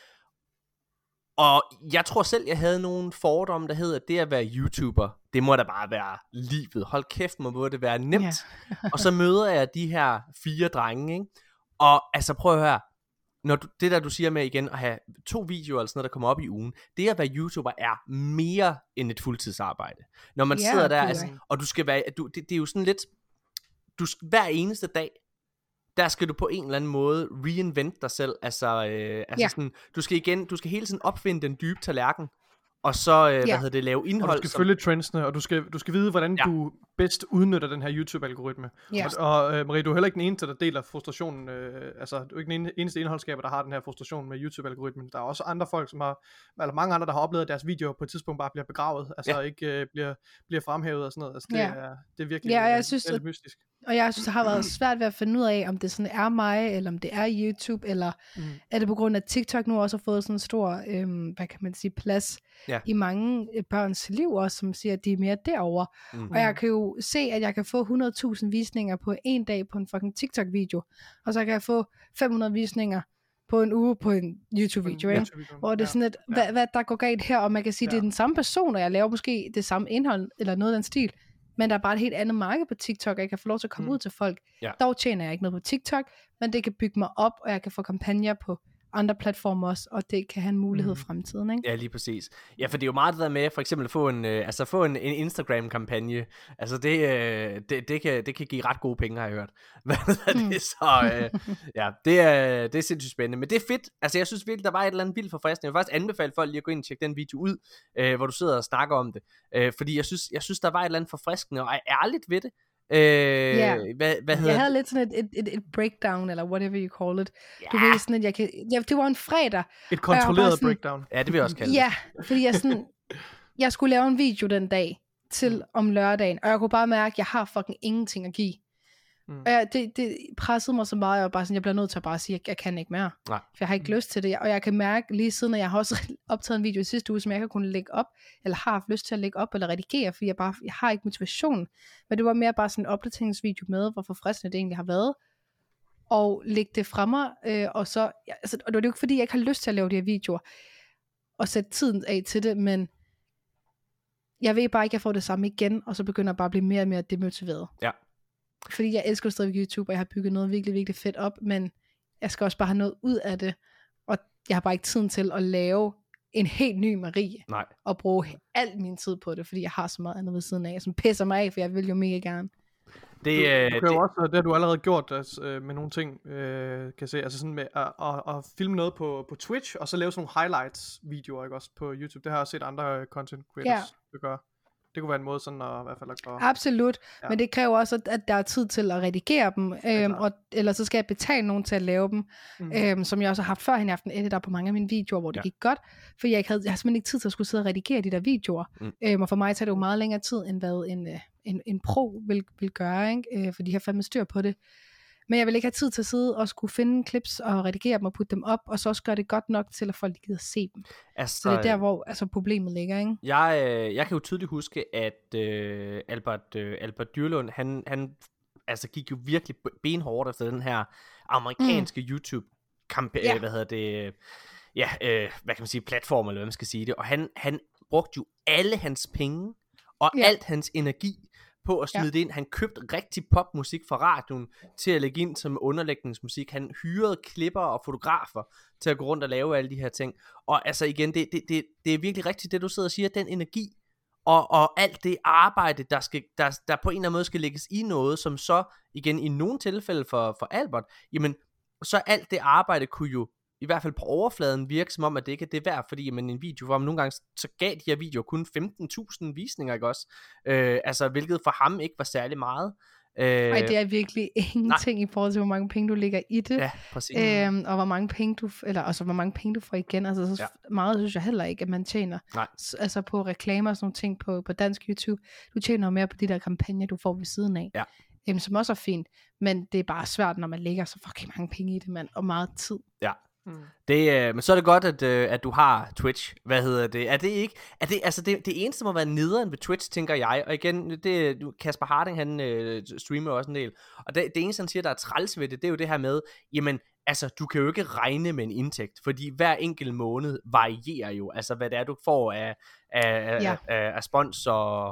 Og jeg tror selv, jeg havde nogle fordomme, der hedder, at det at være YouTuber, det må da bare være livet. Hold kæft, må det være nemt. Og så møder jeg de her 4 drenge, ikke? Og altså prøv at høre, når det der du siger med igen at have 2 videoer eller sådan noget, der kommer op i ugen, det at være YouTuber er mere end et fuldtidsarbejde. Når man sidder der, altså, og du skal være, det er jo sådan lidt, hver eneste dag, der skal du på en eller anden måde reinvente dig selv, sådan, du skal hele tiden opfinde den dybe tallerken, og så lave indhold. Og du skal følge trendsene, og du skal vide, hvordan du bedst udnytter den her YouTube-algoritme. Ja. Og Marie, du er heller ikke den eneste, der deler frustrationen. Altså, du er ikke den eneste indholdsskaber, der har den her frustration med YouTube-algoritmen. Der er også andre folk, eller mange andre, der har oplevet, at deres videoer på et tidspunkt bare bliver begravet. Altså ikke bliver fremhævet og sådan noget. Altså, det er virkelig jeg synes, lidt mystisk. Og jeg synes, det har været svært ved at finde ud af, om det sådan er mig, eller om det er YouTube, eller er det på grund af TikTok nu også har fået sådan en stor, hvad kan man sige, plads i mange børns liv også, som siger, at de er mere derovre. Og jeg kan jo se, at jeg kan få 100.000 visninger på en dag på en fucking TikTok-video, og så kan jeg få 500 visninger på en uge på en YouTube-video, ikke? Hvor det er sådan et, hvad der går galt her, og man kan sige, det er den samme person, og jeg laver måske det samme indhold, eller noget af den stil, men der er bare et helt andet marked på TikTok, og jeg kan få lov til at komme ud til folk. Dog tjener jeg ikke noget på TikTok, men det kan bygge mig op, og jeg kan få kampagner på andre platformer også, og det kan have en mulighed i fremtiden, ikke? Ja, lige præcis. Ja, for det er jo meget det der med, for eksempel at få en Instagram-kampagne, altså det kan give ret gode penge, har jeg hørt. Det er sindssygt spændende, men det er fedt. Altså jeg synes virkelig, der var et eller andet vildt forfriskende. Jeg vil faktisk anbefale folk lige at gå ind og tjekke den video ud, hvor du sidder og snakker om det, fordi jeg synes, der var et eller andet forfriskende, og er ærligt ved det. Hvad hedder jeg havde lidt sådan et breakdown, eller whatever you call it. Du ved sådan, at det var en fredag. Et kontrolleret breakdown. Ja, det vil jeg også kalde det. Ja, fordi jeg skulle lave en video den dag til om lørdagen, og jeg kunne bare mærke, at jeg har fucking ingenting at give. Og det pressede mig så meget, og bare sådan, jeg bliver nødt til at bare sige, at jeg kan ikke mere. Nej. For jeg har ikke lyst til det. Og jeg kan mærke lige siden, at jeg har også optaget en video i sidste uge, som jeg ikke har kunnet lægge op, eller har haft lyst til at lægge op eller redigere, fordi jeg har ikke motivation. Men det var mere bare sådan en opdateringsvideo med, hvor forfriskende det egentlig har været, og lægge det fra mig. Og så, og det var jo ikke fordi, jeg ikke har lyst til at lave de her videoer, og sætte tiden af til det, men jeg ved bare ikke, at jeg får det samme igen, og så begynder jeg bare at blive mere og mere demotiveret. Ja. Fordi jeg elsker stadig YouTube, og jeg har bygget noget virkelig, virkelig fedt op, men jeg skal også bare have noget ud af det, og jeg har bare ikke tiden til at lave en helt ny Marie, og bruge al min tid på det, fordi jeg har så meget andet ved siden af, som pisser mig af, for jeg vil jo mega gerne. Du kan jo også, det har du allerede gjort med nogle ting, kan jeg se, altså sådan med at filme noget på Twitch, og så lave sådan nogle highlights-videoer, ikke også, på YouTube. Det har jeg set andre content creators gøre. Det kunne være en måde sådan at i hvert fald at gøre. Absolut, men det kræver også, at der er tid til at redigere dem, eller så skal jeg betale nogen til at lave dem, som jeg også har haft førhen i aften, editor på mange af mine videoer, hvor det gik godt, for jeg har simpelthen ikke tid til at skulle sidde og redigere de der videoer, og for mig tager det jo meget længere tid, end hvad en pro vil gøre, ikke? For de har fandme styr på det. Men jeg vil ikke have tid til at sidde og skulle finde clips og redigere dem og putte dem op, og så også gøre det godt nok til, at folk gider se dem. Altså, så det er der, hvor problemet ligger, ikke? Jeg kan jo tydeligt huske, at Albert Dyrlund, han altså gik jo virkelig benhårdt efter den her amerikanske YouTube-kampagne, hvad kan man sige, platform, eller hvad man skal sige det, og han brugte jo alle hans penge, og alt hans energi, på at smide det ind. Han købte rigtig popmusik fra radioen til at lægge ind som underlægningsmusik. Han hyrede klipper og fotografer til at gå rundt og lave alle de her ting. Og altså igen, det er virkelig rigtigt det du sidder og siger, den energi og alt det arbejde, der på en eller anden måde skal lægges i noget, som så igen i nogle tilfælde for Albert, jamen så alt det arbejde kunne jo i hvert fald på overfladen virke som om, at det ikke er det værd, fordi men en video, hvor man nogle gange så gav de her videoer kun 15.000 visninger, ikke også? Altså, hvilket for ham ikke var særlig meget. Nej, det er virkelig ingenting i forhold til, hvor mange penge du lægger i det. Ja, præcis. Og hvor mange penge hvor mange penge du får igen. Altså, så meget synes jeg heller ikke, at man tjener. Altså på reklamer og sådan nogle ting på dansk YouTube. Du tjener jo mere på de der kampagner, du får ved siden af. Ja. Som også er fint. Men det er bare svært, når man lægger så fucking mange penge i det, mand. Og meget tid. Ja. Men så er det godt, at du har Twitch. Hvad hedder det? Er det ikke? Altså det eneste må være nederen ved Twitch, tænker jeg. Og igen, Kasper Harding, han streamer også en del. Og det eneste, han siger, der er træls ved det, det er jo det her med, jamen, altså, du kan jo ikke regne med en indtægt, fordi hver enkelt måned varierer jo, altså, hvad det er, du får af spons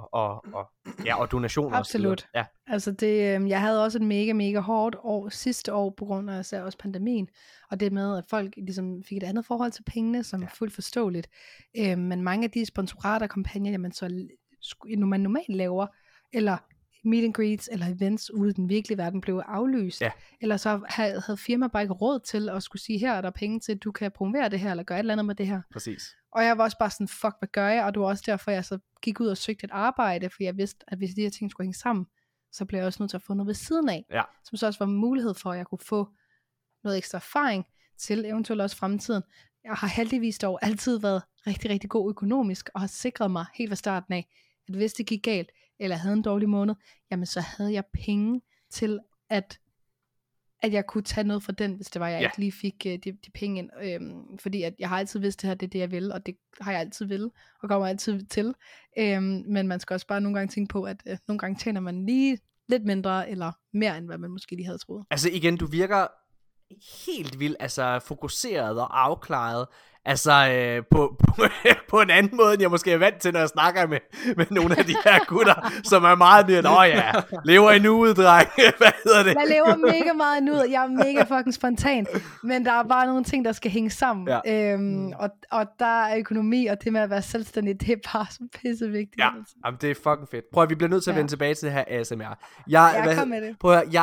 og donationer. Absolut. Ja. Altså, jeg havde også et mega, mega hårdt år sidste år, på grund af også pandemien, og det med, at folk ligesom fik et andet forhold til pengene, som er fuldt forståeligt. Men mange af de sponsorater og kampagner, man normalt laver, eller meet and greets eller events ude i den virkelige verden blev aflyst. Ja. Eller så havde firma bare ikke råd til at skulle sige, her er der penge til, at du kan promovere det her, eller gøre et eller andet med det her. Præcis. Og jeg var også bare sådan, fuck, hvad gør jeg? Og det var også derfor, jeg så gik ud og søgte et arbejde, for jeg vidste, at hvis de her ting skulle hænge sammen, så blev jeg også nødt til at få noget ved siden af. Ja. Som så også var mulighed for, at jeg kunne få noget ekstra erfaring til eventuelt også fremtiden. Jeg har heldigvis dog altid været rigtig, rigtig god økonomisk, og har sikret mig helt fra starten af, at hvis det gik galt, eller jeg havde en dårlig måned, jamen så havde jeg penge til, at jeg kunne tage noget fra den, hvis det var, jeg ikke lige fik de penge ind. Fordi at jeg har altid vidst, det er det, jeg vil, og det har jeg altid vil, og kommer altid til. Men man skal også bare nogle gange tænke på, at nogle gange tjener man lige lidt mindre, eller mere, end hvad man måske lige havde troet. Altså igen, du virker helt vildt fokuseret og afklaret. Altså på en anden måde, end jeg måske er vant til, når jeg snakker med nogle af de her gutter, som er meget mere, lever i nuet, dreng. Hvad hedder det? Jeg lever mega meget i nuet. Jeg er mega fucking spontan. Men der er bare nogle ting, der skal hænge sammen. Ja. Og der er økonomi, og det med at være selvstændig, det er bare så pissevigtigt. Ja, altså. Jamen, det er fucking fedt. Prøv at vi bliver nødt til at vende tilbage til det her ASMR. Jeg kom med det. Prøv at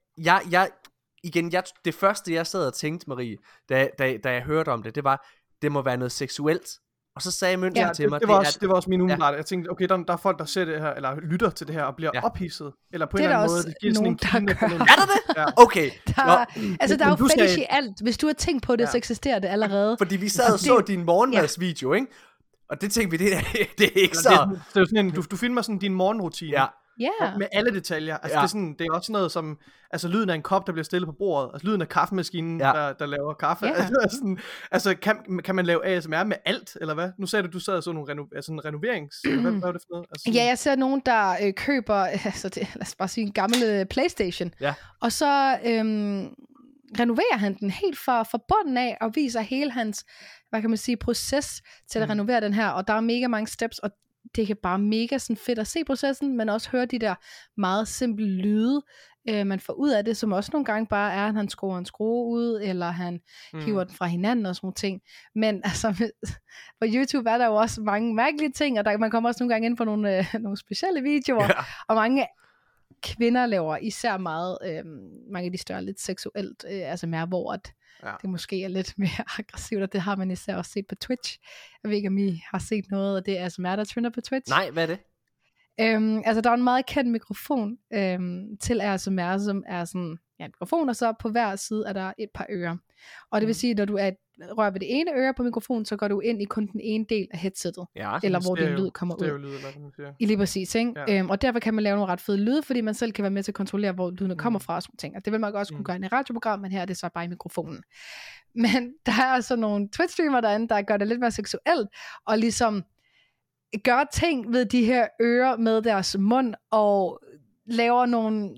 det første, jeg sad og tænkte, Marie, da jeg hørte om det, det var, det må være noget seksuelt. Og så sagde Mønster til mig... Det var også min umiddelbart. Jeg tænkte, okay, der er folk, der ser det her, eller lytter til det her, og bliver ophidset. Eller på en eller anden måde, det giver sådan en kilde. Er der det? Ja. Okay. Der er jo fetish i alt. Hvis du har tænkt på det, så eksisterer det allerede. Fordi vi sad og så din morgenmadsvideo, ikke? Og det tænkte vi, det er ikke så... Det er jo sådan en, du filmer sådan din morgenrutine. Ja. Yeah. Med alle detaljer. Altså det er også noget som, altså lyden af en kop, der bliver stillet på bordet, altså lyden af kaffemaskinen, der laver kaffe. Yeah. Altså kan man lave ASMR med alt, eller hvad? Nu sagde du sad og så nogle renoverings... Hvad var det for noget? Altså, ja, jeg ser nogen, der køber, lad os bare sige, en gammel PlayStation, og så renoverer han den helt fra bunden af, og viser hele hans, hvad kan man sige, proces til at renovere den her, og der er mega mange steps, og det kan bare mega sådan fedt at se processen, men også høre de der meget simple lyde, man får ud af det, som også nogle gange bare er, at han skruer en skrue ud, eller han hiver den fra hinanden og sådan nogle ting. Men altså, på YouTube er der jo også mange mærkelige ting, og man kommer også nogle gange ind på nogle specielle videoer, og mange kvinder laver især meget, mange af de større lidt seksuelt, altså mere, hvor at det måske er lidt mere aggressivt, og det har man især også set på Twitch. Jeg ved ikke, om I har set noget af det ASMR, der trender på Twitch. Nej, hvad er det? Altså, der er en meget kendt mikrofon til ASMR, som er sådan en mikrofon, og så på hver side er der et par ører. Og det vil sige, når du rører ved det ene øre på mikrofonen, så går du ind i kun den ene del af headsettet, eller hvor din lyd kommer ud. I lige præcis, ikke? Ja. Og derfor kan man lave nogle ret fede lyde, fordi man selv kan være med til at kontrollere, hvor lydene kommer fra og sådan ting. Og det vil man også kunne gøre i et radioprogram, men her er det så bare i mikrofonen. Men der er altså nogle Twitch-streamer derinde, der gør det lidt mere seksuelt, og ligesom gør ting ved de her ører med deres mund, og laver nogle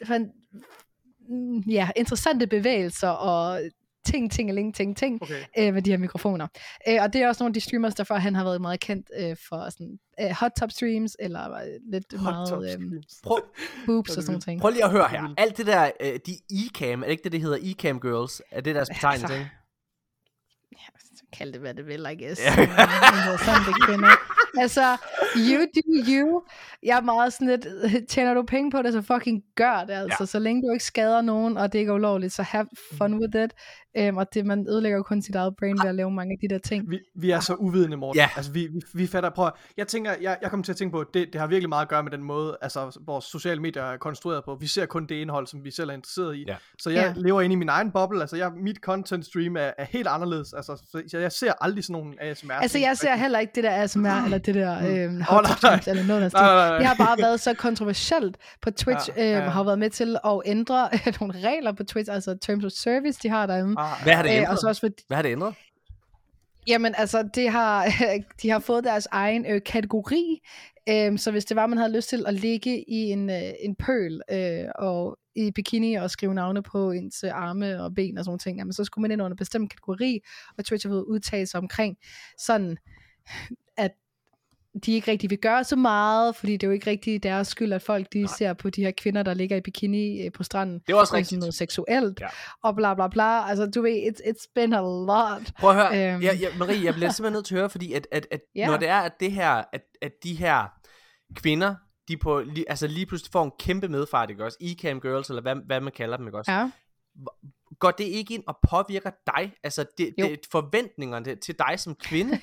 interessante bevægelser, og ting med de her mikrofoner. Og det er også nogle af de streamers, der han har været meget kendt for sådan hot top streams, eller lidt meget boobs og sådan ting. Prøv lige at høre her. Alt det der, de e-cam, er det ikke det hedder e-cam girls? Er det deres betegnelse, ikke? Kald det, hvad det vil, I guess. Sådan det kender. Altså, you do you. Jeg er meget sådan lidt, tjener du penge på det, så fucking gør det, altså. Så længe du ikke skader nogen, og det ikke er ulovligt, så have fun with it. Og det, man ødelægger jo kun sit eget brain ved at lave mange af de der ting. Vi er så uvidende, Morten. Altså, vi fatter, prøv. Jeg tænker, jeg kommer til at tænke på, at det har virkelig meget at gøre med den måde, altså, vores sociale medier er konstrueret på. Vi ser kun det indhold, som vi selv er interesseret i. Så jeg lever inde i min egen boble, altså, mit content stream er helt anderledes, altså, så jeg ser aldrig sådan nogle ASMR. Altså, jeg ser heller ikke det der ASMR, eller det der hot streams, eller noget af stil. Det har bare været så kontroversielt på Twitch, har været med til at ændre nogle regler på Twitch, altså terms of service, de har derinde. Hvad har det ændret? Hvad har det ændret? Jamen altså, de har fået deres egen kategori, så hvis det var, man havde lyst til at ligge i en pøl og i bikini og skrive navne på ens arme og ben og sådan ting, jamen, så skulle man ind under en bestemt kategori, og Twitch har fået udtalt sig omkring sådan, at de ikke rigtig vil gøre så meget, fordi det er jo ikke rigtig deres skyld, at folk de ser på de her kvinder, der ligger i bikini på stranden. Det er også rigtigt. Noget seksuelt, og bla bla bla. Altså, du ved, it's been a lot. Prøv at høre, Marie, jeg bliver simpelthen nødt til at høre, fordi at når det er, at det her, at de her kvinder, de på, altså lige pludselig får en kæmpe medfart, ikke også? E-cam girls, eller hvad man kalder dem, ikke også? Ja. Går det ikke ind og påvirker dig? Altså det forventningerne til dig som kvinde?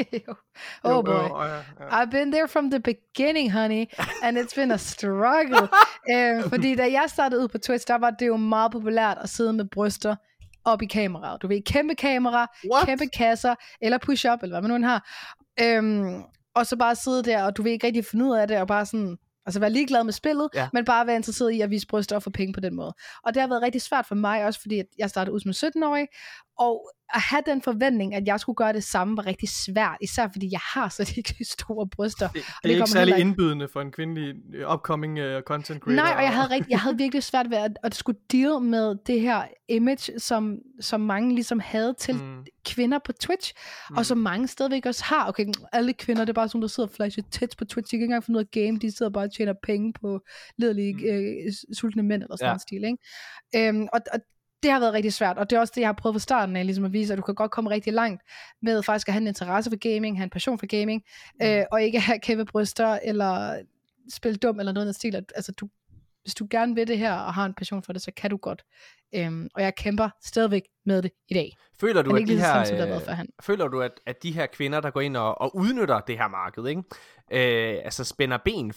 Oh boy. I've been there from the beginning, honey, and it's been a struggle. Fordi da jeg startede ud på Twitch, der var det jo meget populært at sidde med bryster op i kameraet. Du ved, kæmpe kamera, kæmpe kasser, eller push-up, eller hvad man nu end har. Og så bare sidde der, og du vil ikke rigtig finde ud af det, og bare sådan, altså være ligeglad med spillet, men bare være interesseret i at vise bryster og få penge på den måde. Og det har været rigtig svært for mig også, fordi jeg startede ud som 17-årig, og at have den forventning, at jeg skulle gøre det samme, var rigtig svært, især fordi jeg har så ikke store bryster. Det er ikke særlig indbydende for en kvindelig upcoming content creator. Nej, og jeg havde virkelig svært ved at skulle deal med det her image, som mange ligesom havde til kvinder på Twitch, og som mange stadigvæk også har. Okay, alle kvinder, det er bare sådan, der sidder og flasher tits på Twitch, de kan ikke engang finde ud af game, de sidder bare og tjener penge på liderlige sultne mænd, eller sådan en stil, ikke? Og det har været rigtig svært, og det er også det, jeg har prøvet fra starten af, ligesom at vise, at du kan godt komme rigtig langt med faktisk at have en interesse for gaming, have en passion for gaming, og ikke have kæmpe bryster, eller spille dum, eller noget af den stil. Altså, hvis du gerne vil det her, og har en passion for det, så kan du godt. Og jeg kæmper stadigvæk med det i dag. Føler du, føler du at de her kvinder, der går ind og udnytter det her marked, ikke? Altså spænder ben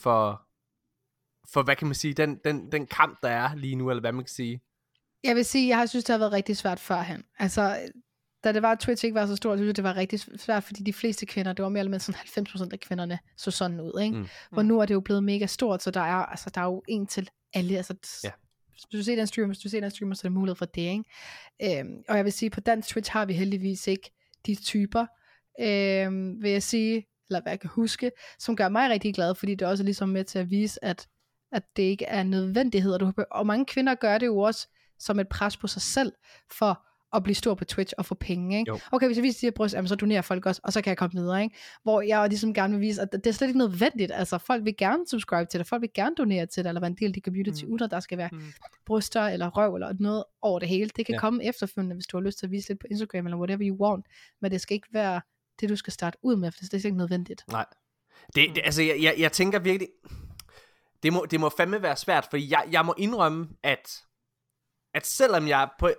for, hvad kan man sige, den kamp, der er lige nu, eller hvad man kan sige? Jeg vil sige, jeg synes, det har været rigtig svært førhen. Altså, da det var, at Twitch ikke var så stort, synes jeg, det var rigtig svært, fordi de fleste kvinder, det var mere eller mindre sådan 90% af kvinderne, så sådan ud, ikke? Hvor nu er det jo blevet mega stort, så der er jo en til alle, altså, hvis du ser den streamer, så er der mulighed for det, ikke? Og jeg vil sige, på dansk Twitch har vi heldigvis ikke de typer, vil jeg sige, eller hvad jeg kan huske, som gør mig rigtig glad, fordi det også er ligesom med til at vise, at det ikke er nødvendighed, og mange kvinder gør det jo også som et pres på sig selv, for at blive stor på Twitch og få penge, ikke? Okay, hvis jeg viser de her bryst, så donerer folk også, og så kan jeg komme videre, ikke? Hvor jeg ligesom gerne vil vise, at det er slet ikke nødvendigt, altså folk vil gerne subscribe til det, folk vil gerne donere til det, eller være en del af de community, uden der skal være bryster, eller røv, eller noget over det hele. Det kan komme efterfølgende, hvis du har lyst til at vise lidt på Instagram, eller whatever you want, men det skal ikke være det, du skal starte ud med, for det er slet ikke nødvendigt. Nej. Altså, jeg tænker virkelig, det må fandme være svært, for jeg må indrømme, at selvom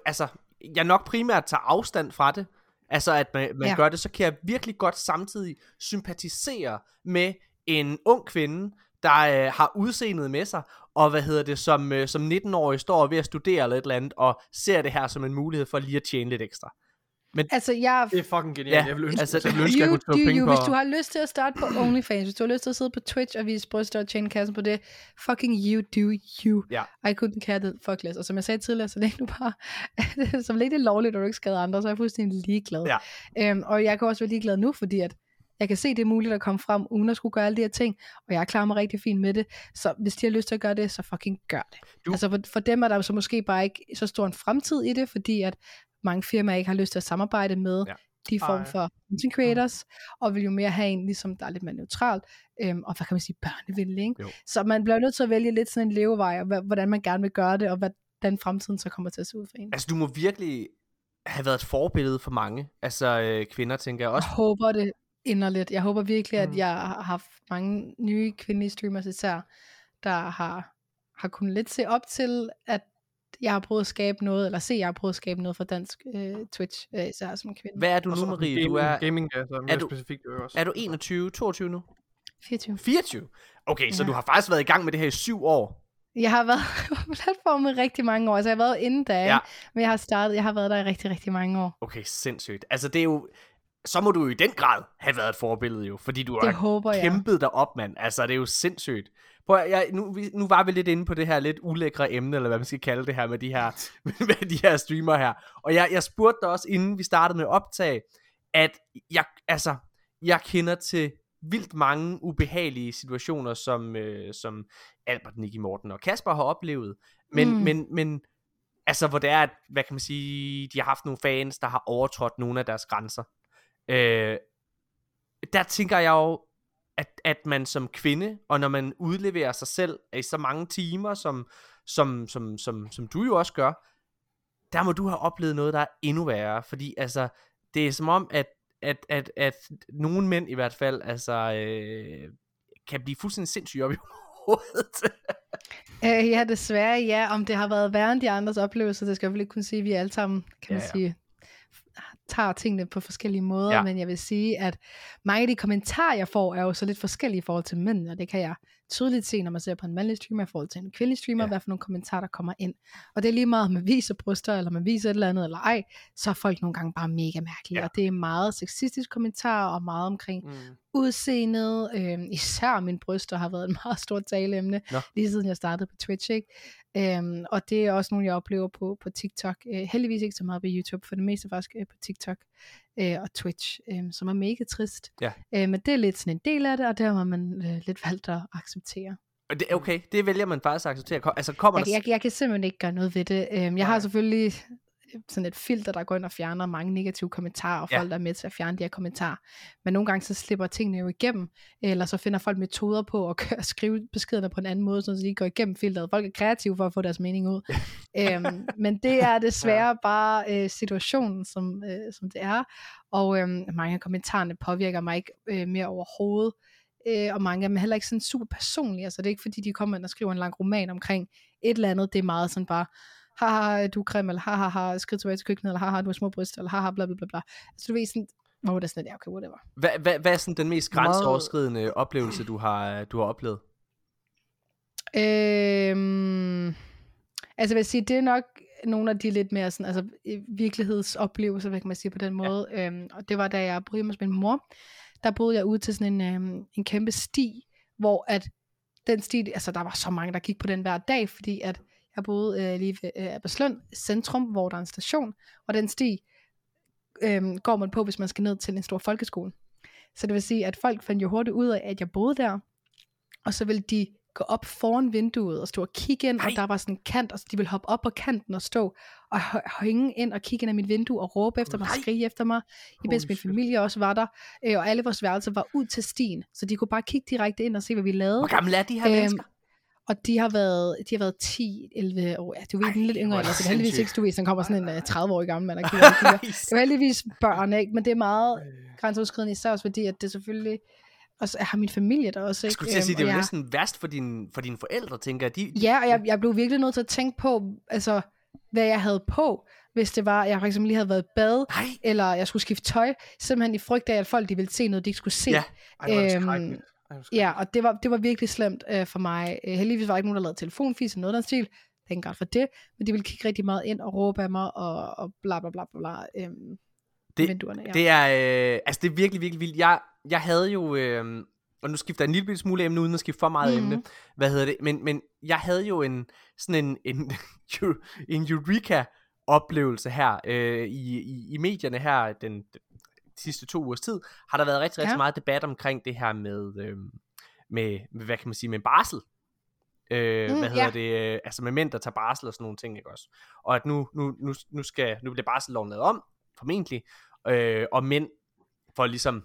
jeg nok primært tager afstand fra det, altså at man gør det, så kan jeg virkelig godt samtidig sympatisere med en ung kvinde, der har udseendet med sig, og som 19-årig står ved at studere eller et eller andet, og ser det her som en mulighed for lige at tjene lidt ekstra. Men altså, det er fucking genialt. Jeg vil ønske, jeg kunne tage penge på. Hvis du har lyst til at starte på OnlyFans, hvis du har lyst til at sidde på Twitch og vise bryster og tjene kassen på det, fucking you do you. I couldn't care the fuck less. Og som jeg sagde tidligere, så længe du bare, så længe det er lovligt, og du ikke skader andre, så er jeg fuldstændig ligeglad. Og jeg kan også være ligeglad nu, fordi at jeg kan se, det er muligt at komme frem, uden at skulle gøre alle de her ting, og jeg klarer mig rigtig fint med det. Så hvis de har lyst til at gøre det, så fucking gør det. Altså for dem er der så måske bare ikke så stor en fremtid i det, fordi at mange firmaer ikke har lyst til at samarbejde med de form for content creators, og vil jo mere have en, ligesom der er lidt mere neutral, og hvad kan man sige, børnevenlig, ikke? Så man bliver nødt til at vælge lidt sådan en levevej, og hvordan man gerne vil gøre det, og hvordan fremtiden så kommer til at se ud for en. Altså du må virkelig have været et forbillede for mange, altså kvinder, tænker jeg også. Jeg håber det inderligt. Jeg håber virkelig, at jeg har haft mange nye kvindelige streamers især, der har kunnet lidt se op til, at jeg har prøvet at skabe noget, eller jeg har prøvet at skabe noget for dansk Twitch, især som kvinde. Hvad er du nu, Marie? Du er gaming, altså mere specifikt også. Er du 21, 22 nu? 24. 24? Okay, så du har faktisk været i gang med det her i 7 år. Jeg har været på platformen rigtig mange år, altså jeg har været inden da, men jeg har været der i rigtig, rigtig mange år. Okay, sindssygt. Altså det er jo, så må du jo i den grad have været et forbillede jo, fordi du har kæmpet dig op, mand. Altså det er jo sindssygt. Nu var vi lidt inde på det her lidt ulækre emne, eller hvad man skal kalde det her, med de her streamer her. Og jeg spurgte dig også, inden vi startede med optag, at jeg kender til vildt mange ubehagelige situationer, som Albert, Nicky, Morten og Kasper har oplevet. Men altså, hvor det er, at, hvad kan man sige, de har haft nogle fans, der har overtrådt nogle af deres grænser. Der tænker jeg jo, at man som kvinde, og når man udleverer sig selv i så mange timer, som du jo også gør, der må du have oplevet noget, der er endnu værre. Fordi altså, det er som om, at nogle mænd i hvert fald, altså, kan blive fuldstændig sindssyge op i overhovedet? Ja, desværre ja. Om det har været værre end de andres oplevelser, det skal jeg vel ikke kunne sige. Vi alle sammen, kan man sige, tager tingene på forskellige måder, Ja. men jeg vil sige, at mange af de kommentarer, jeg får, er jo så lidt forskellige i forhold til mænd, og det kan jeg tydeligt se, når man ser på en mandlig streamer i forhold til en kvindelig streamer, hvad for nogle kommentarer, der kommer ind. Og det er lige meget, om man viser bryster, eller man viser et eller andet, eller ej, så er folk nogle gange bare mega mærkelige, og det er meget sexistiske kommentarer, og meget omkring udseendet, især mine bryster har været en meget stort taleemne, lige siden jeg startede på Twitch, ikke? Og det er også nogle, jeg oplever på TikTok. Heldigvis ikke så meget på YouTube, for det meste faktisk på TikTok og Twitch, som er mega trist. Men det er lidt sådan en del af det, og der har man lidt valgt at acceptere. Okay, det vælger man faktisk at acceptere. Altså, kommer jeg kan simpelthen ikke gøre noget ved det. Jeg har selvfølgelig sådan et filter, der går ind og fjerner mange negative kommentarer, og folk der er med til at fjerne de her kommentarer. Men nogle gange så slipper tingene jo igennem, eller så finder folk metoder på at skrive beskederne på en anden måde, så de går igennem filteret. Folk er kreative for at få deres mening ud. Men det er desværre bare situationen, som det er. Og mange af kommentarerne påvirker mig ikke mere overhovedet. Og mange af dem er heller ikke sådan super personlige. Altså det er ikke fordi, de kommer ind og skriver en lang roman omkring et eller andet. Det er meget sådan bare, haha, du er grim, eller haha, skridt tilbage til køkkenet, eller haha, du har små bryster, eller haha, bla bla bla bla. Altså du ved sådan, hvor det er sådan, ja, okay, whatever. Hvad er sådan den mest grænseoverskridende oplevelse, du har oplevet? Altså jeg vil sige, det er nok nogle af de lidt mere sådan, altså virkelighedsoplevelser, hvad kan man sige på den måde. Og det var, da jeg boede hos min mor, der boede jeg ude til sådan en kæmpe sti, hvor at den sti, altså der var så mange, der gik på den hver dag, fordi at jeg boede lige ved Albertslund centrum, hvor der er en station, og den sti går man på, hvis man skal ned til en stor folkeskole. Så det vil sige, at folk fandt jo hurtigt ud af, at jeg boede der, og så ville de gå op foran vinduet og stå og kigge ind, og der var sådan en kant, og så de ville hoppe op på kanten og stå og hænge ind og kigge ind af mit vindue og råbe efter mig, skrige efter mig, imens min familie også var der, og alle vores værelser var ud til stien, så de kunne bare kigge direkte ind og se, hvad vi lavede. Hvor gamle er de her mennesker? Og de har været 10-11 år. Ja, du ved, den lidt yngre, så det er heldigvis ikke, du ved, så kommer sådan en 30-årig gammel mand og kigger. Det er heldigvis børn, ikke? Men det er meget grænseoverskridende, især også fordi, at det selvfølgelig også har min familie der også, ikke? Jeg skulle til at sige, det er jo næsten værst for dine forældre, tænker jeg. Ja, og jeg blev virkelig nødt til at tænke på, altså, hvad jeg havde på, hvis det var, jeg for eksempel lige havde været i bad, eller jeg skulle skifte tøj, simpelthen i frygt af, at folk de ville se noget, de ikke skulle se. Ja, og det var virkelig slemt for mig. Heldigvis var der ikke nogen, der lavede telefonfis eller noget af den stil. Thank God for det. Men de ville kigge rigtig meget ind og råbe af mig og bla bla bla bla. Vinduerne, ja. Det er altså det er virkelig virkelig vildt. Jeg havde jo og nu skifter jeg en lille smule emne uden at skifte for meget emne. Hvad hedder det? Men jeg havde jo en eureka oplevelse her i medierne her den sidste 2 ugers tid, har der været rigtig meget debat omkring det her med hvad kan man sige, med barsel. Hvad hedder det? Altså med mænd, der tager barsel og sådan nogle ting, ikke også? Og at nu bliver barselloven lavet om, formentlig, og mænd får ligesom,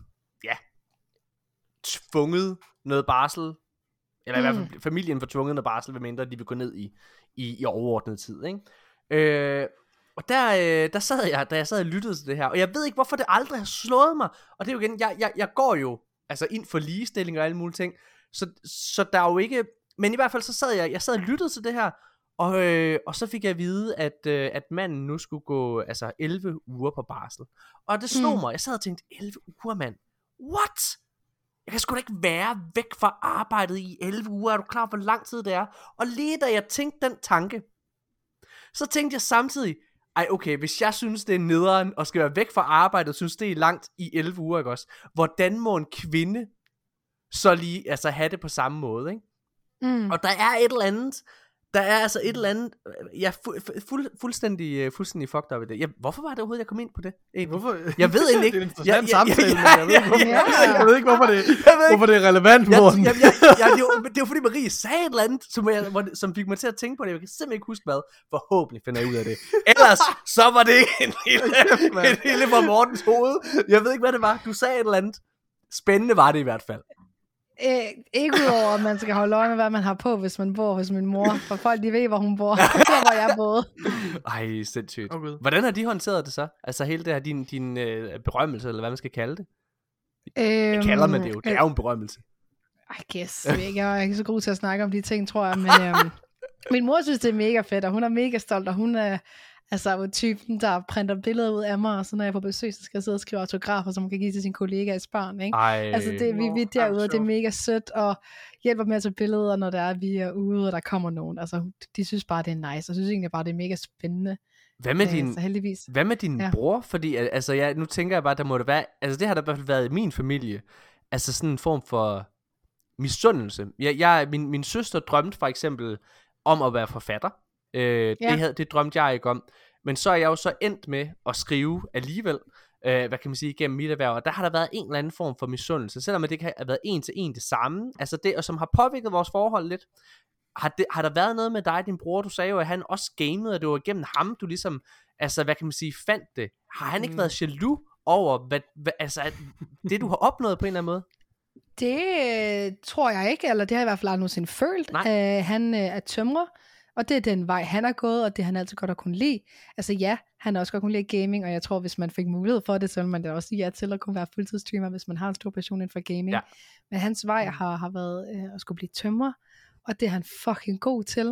tvunget noget barsel, eller i hvert fald familien får tvunget noget barsel, medmindre de vil gå ned i overordnet tid, ikke? Og der sad jeg, da jeg sad og lyttede til det her, og jeg ved ikke, hvorfor det aldrig har slået mig, og det er jo igen, jeg går jo altså ind for ligestilling og alle mulige ting, så der er jo ikke, men i hvert fald så sad jeg sad og lyttede til det her, og så fik jeg at vide, at manden nu skulle gå altså 11 uger på barsel, og det slog mig, jeg sad og tænkte, 11 uger, mand, what? Jeg kan sgu da ikke være væk fra arbejdet i 11 uger, er du klar, hvor lang tid det er? Og lige da jeg tænkte den tanke, så tænkte jeg samtidig, okay, hvis jeg synes, det er nederen og skal være væk fra arbejdet, og synes, det er langt i 11 uger, ikke også? Hvordan må en kvinde så lige altså have det på samme måde, ikke? Og der er et eller andet, jeg fuldstændig fucked up i det. Hvorfor var det overhovedet, jeg kom ind på det? Hvorfor? Jeg ved egentlig ikke. Det er en interessant samtale, jeg ved ikke, hvorfor det er relevant, Morten. Det var fordi Marie sagde et eller andet, som fik mig til at tænke på det. Jeg kan simpelthen ikke huske hvad. Forhåbentlig finder jeg ud af det. Ellers, så var det en lille fra Mortens hoved. Jeg ved ikke, hvad det var. Du sagde et eller andet. Spændende var det i hvert fald. Ikke udover, at man skal holde øje med, hvad man har på, hvis man bor hos min mor. For folk, de ved, hvor hun bor. Der, hvor jeg boede. Ej, sindssygt. Okay. Hvordan har de håndteret det så? Altså hele det her, din berømmelse, eller hvad man skal kalde det? Det kalder man det jo. Det er jo en berømmelse. I guess. Jeg er ikke så god til at snakke om de ting, tror jeg, men min mor synes, det er mega fedt, og hun er mega stolt, og hun er altså typen, der printer billeder ud af mig, og så når jeg er på besøg, så skal jeg sidde og skrive autografer, som man kan give til sine kollegaers børn, ikke? Altså vi er derude, og det er mega sødt, og hjælper med at tage billeder, når der er, vi er ude, og der kommer nogen. Altså, de synes bare, det er nice, og synes egentlig bare, det er mega spændende. Hvad med din bror? Fordi altså, nu tænker jeg bare, der må det være, altså det har der i hvert fald været i min familie, altså sådan en form for misundelse. Min søster drømte for eksempel om at være forfatter. Det drømte jeg ikke om. Men så er jeg jo så endt med at skrive alligevel, hvad kan man sige, gennem mit erhverv. Og der har der været en eller anden form for misundelse, selvom det ikke har været en til en det samme. Altså det, og som har påvirket vores forhold lidt. Har der været noget med dig, din bror? Du sagde jo, at han også gamede, og det var gennem ham, du ligesom, altså hvad kan man sige, fandt det. Har han ikke været jaloux over, altså, det du har opnået på en eller anden måde? Det tror jeg ikke, eller det har jeg i hvert fald aldrig nogensinde følt. Han er tømrer, og det er den vej, han er gået, og det han altid godt har kunne lide. Altså ja, han har også godt kunne lide gaming, og jeg tror, hvis man fik mulighed for det, så ville man da også sige ja til at kunne være fuldtidsstreamer, hvis man har en stor passion inden for gaming. Ja. Men hans vej har været at skulle blive tømrer, og det er han fucking god til.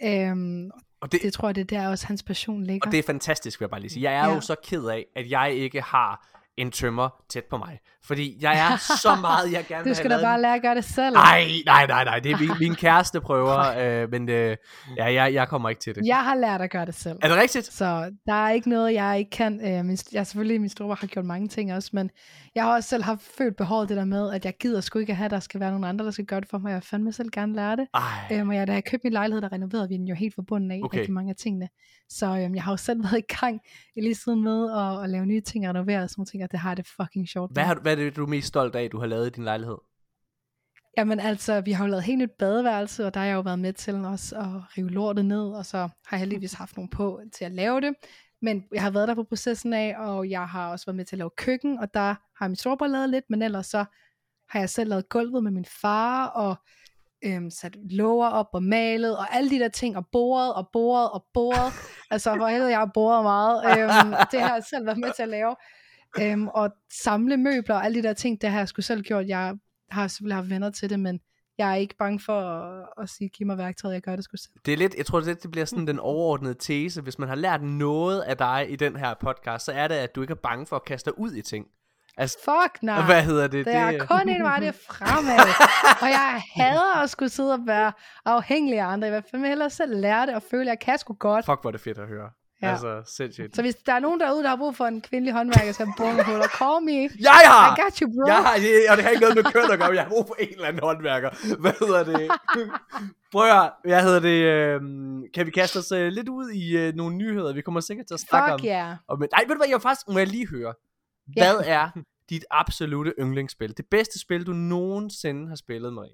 Og det tror jeg, det der også hans passion ligger. Og det er fantastisk, vil jeg bare lige sige. Jeg er jo så ked af, at jeg ikke har en tømmer tæt på mig. Fordi jeg er så meget, jeg gerne vil have. Du skal da bare lære at gøre det selv. Nej. Det er min kæreste prøver, men jeg kommer ikke til det. Jeg har lært at gøre det selv. Er det rigtigt? Så der er ikke noget, jeg ikke kan. Jeg selvfølgelig, min storebror har gjort mange ting også, men jeg har også selv haft følt behovet det der med, at jeg gider sgu ikke have, der skal være nogen andre, der skal gøre det for mig. Jeg fandme selv gerne lære det. Og da jeg købte min lejlighed, der renoverede vi den jo helt forbundet af rigtig mange af tingene. Så jeg har jo selv været i gang lige siden med at lave nye ting og renovere, så jeg tænker, at det har det fucking sjovt. Hvad er det, du er mest stolt af, du har lavet i din lejlighed? Jamen altså, vi har jo lavet helt nyt badeværelse, og der har jeg jo været med til også at rive lortet ned, og så har jeg heldigvis haft nogen på til at lave det. Men jeg har været der på processen af, og jeg har også været med til at lave køkken, og der har min storebror lavet lidt, men ellers så har jeg selv lavet gulvet med min far, og sat låger op og malet, og alle de der ting, og boret. Altså, for helvede, jeg har boret meget. Det har jeg selv været med til at lave. Og samle møbler og alle de der ting, det har jeg sgu selv gjort. Jeg har selvfølgelig haft venner til det, men jeg er ikke bange for at sige, giv mig værktøjet, jeg gør det sgu selv. Det er lidt, jeg tror det bliver sådan den overordnede tese. Hvis man har lært noget af dig i den her podcast, så er det, at du ikke er bange for at kaste dig ud i ting. Altså, fuck nej. Hvad hedder det? Det er kun en vej, det er fremad. Og jeg hader at skulle sidde og være afhængig af andre. Jeg vil hellere selv lære det og føle, at jeg kan sgu godt. Fuck, hvor er det fedt at høre. Ja. Altså, sindssygt. Så hvis der er nogen derude, der har brug for en kvindelig håndværker, så huller, call me. Jeg har! I got you, bro. Jeg har, og det har ikke noget med køn at gøre, jeg har brug for en eller anden håndværker. Hvad hedder det? Prøv at høre, kan vi kaste os lidt ud i nogle nyheder? Vi kommer sikkert til at snakke om. Nej, ved du hvad, må jeg lige høre. Hvad er dit absolute yndlingsspil? Det bedste spil, du nogensinde har spillet, Marie?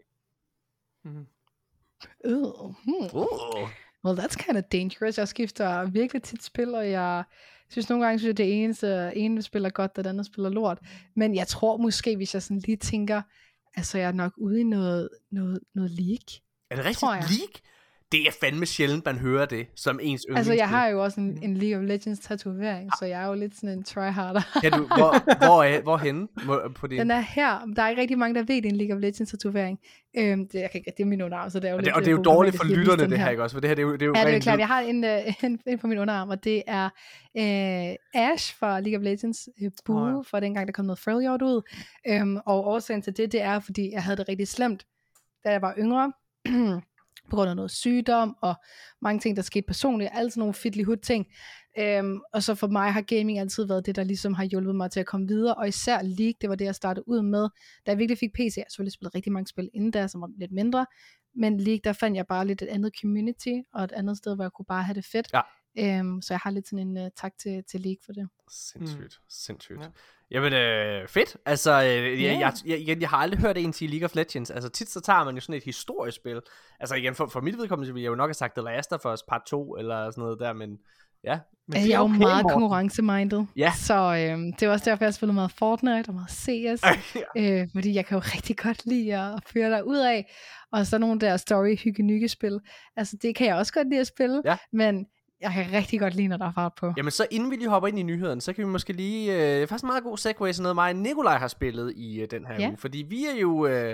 Well, that's kind of dangerous. Jeg skifter virkelig tit spil, og jeg synes nogle gange, at det ene spiller godt, og det andet spiller lort. Men jeg tror måske, hvis jeg sådan lige tænker, altså jeg er nok ude i noget League. Er det rigtigt? League? Det er fandme sjældent, man hører det som ens yndlingsspil. Altså jeg har jo også en League of Legends tatovering, så jeg er jo lidt sådan en tryharder. Kan du, hvorhenne på din? Den er her. Der er ikke rigtig mange, der ved, det er en League of Legends tatovering. Det er min underarm, så det er jo lidt... Og det er jo dårligt for lytterne, det her, ikke også? For det her, det er jo ja, det er klart. Jeg har en på min underarm, og det er Ash fra League of Legends bue, for dengang der kom noget Freljord ud. Og årsagen til det er, fordi jeg havde det rigtig slemt, da jeg var yngre. På grund af noget sygdom og mange ting, der skete personligt, altid nogle fiddly-hood ting. Og så for mig har gaming altid været det, der ligesom har hjulpet mig til at komme videre, og især League, det var det, jeg startede ud med. Da jeg virkelig fik PC, jeg selvfølgelig spillet rigtig mange spil inden der, som var lidt mindre, men League, der fandt jeg bare lidt et andet community, og et andet sted, hvor jeg kunne bare have det fedt. Ja. Så jeg har lidt sådan en tak til League for det. Sindssygt. Ja. Jamen, fedt. Altså, jeg har aldrig hørt en sige League of Legends. Altså, tit så tager man jo sådan et historisk spil. Altså, igen, for mit vedkommende, ville jeg jo nok have sagt The Last of Us Part 2, eller sådan noget der, men ja. Men jeg er jo meget konkurrence-minded, så det var også derfor, jeg spillede meget Fortnite og meget CS, fordi jeg kan jo rigtig godt lide at føre dig ud af, og så nogle der story-hygge-nygge-spil. Altså, det kan jeg også godt lide at spille, men jeg kan rigtig godt lide, når der er fart på. Jamen så inden vi lige hopper ind i nyhederne, så kan vi måske lige, faktisk en meget god segue, sådan noget mig og Nikolaj har spillet i den her uge. Fordi vi er jo,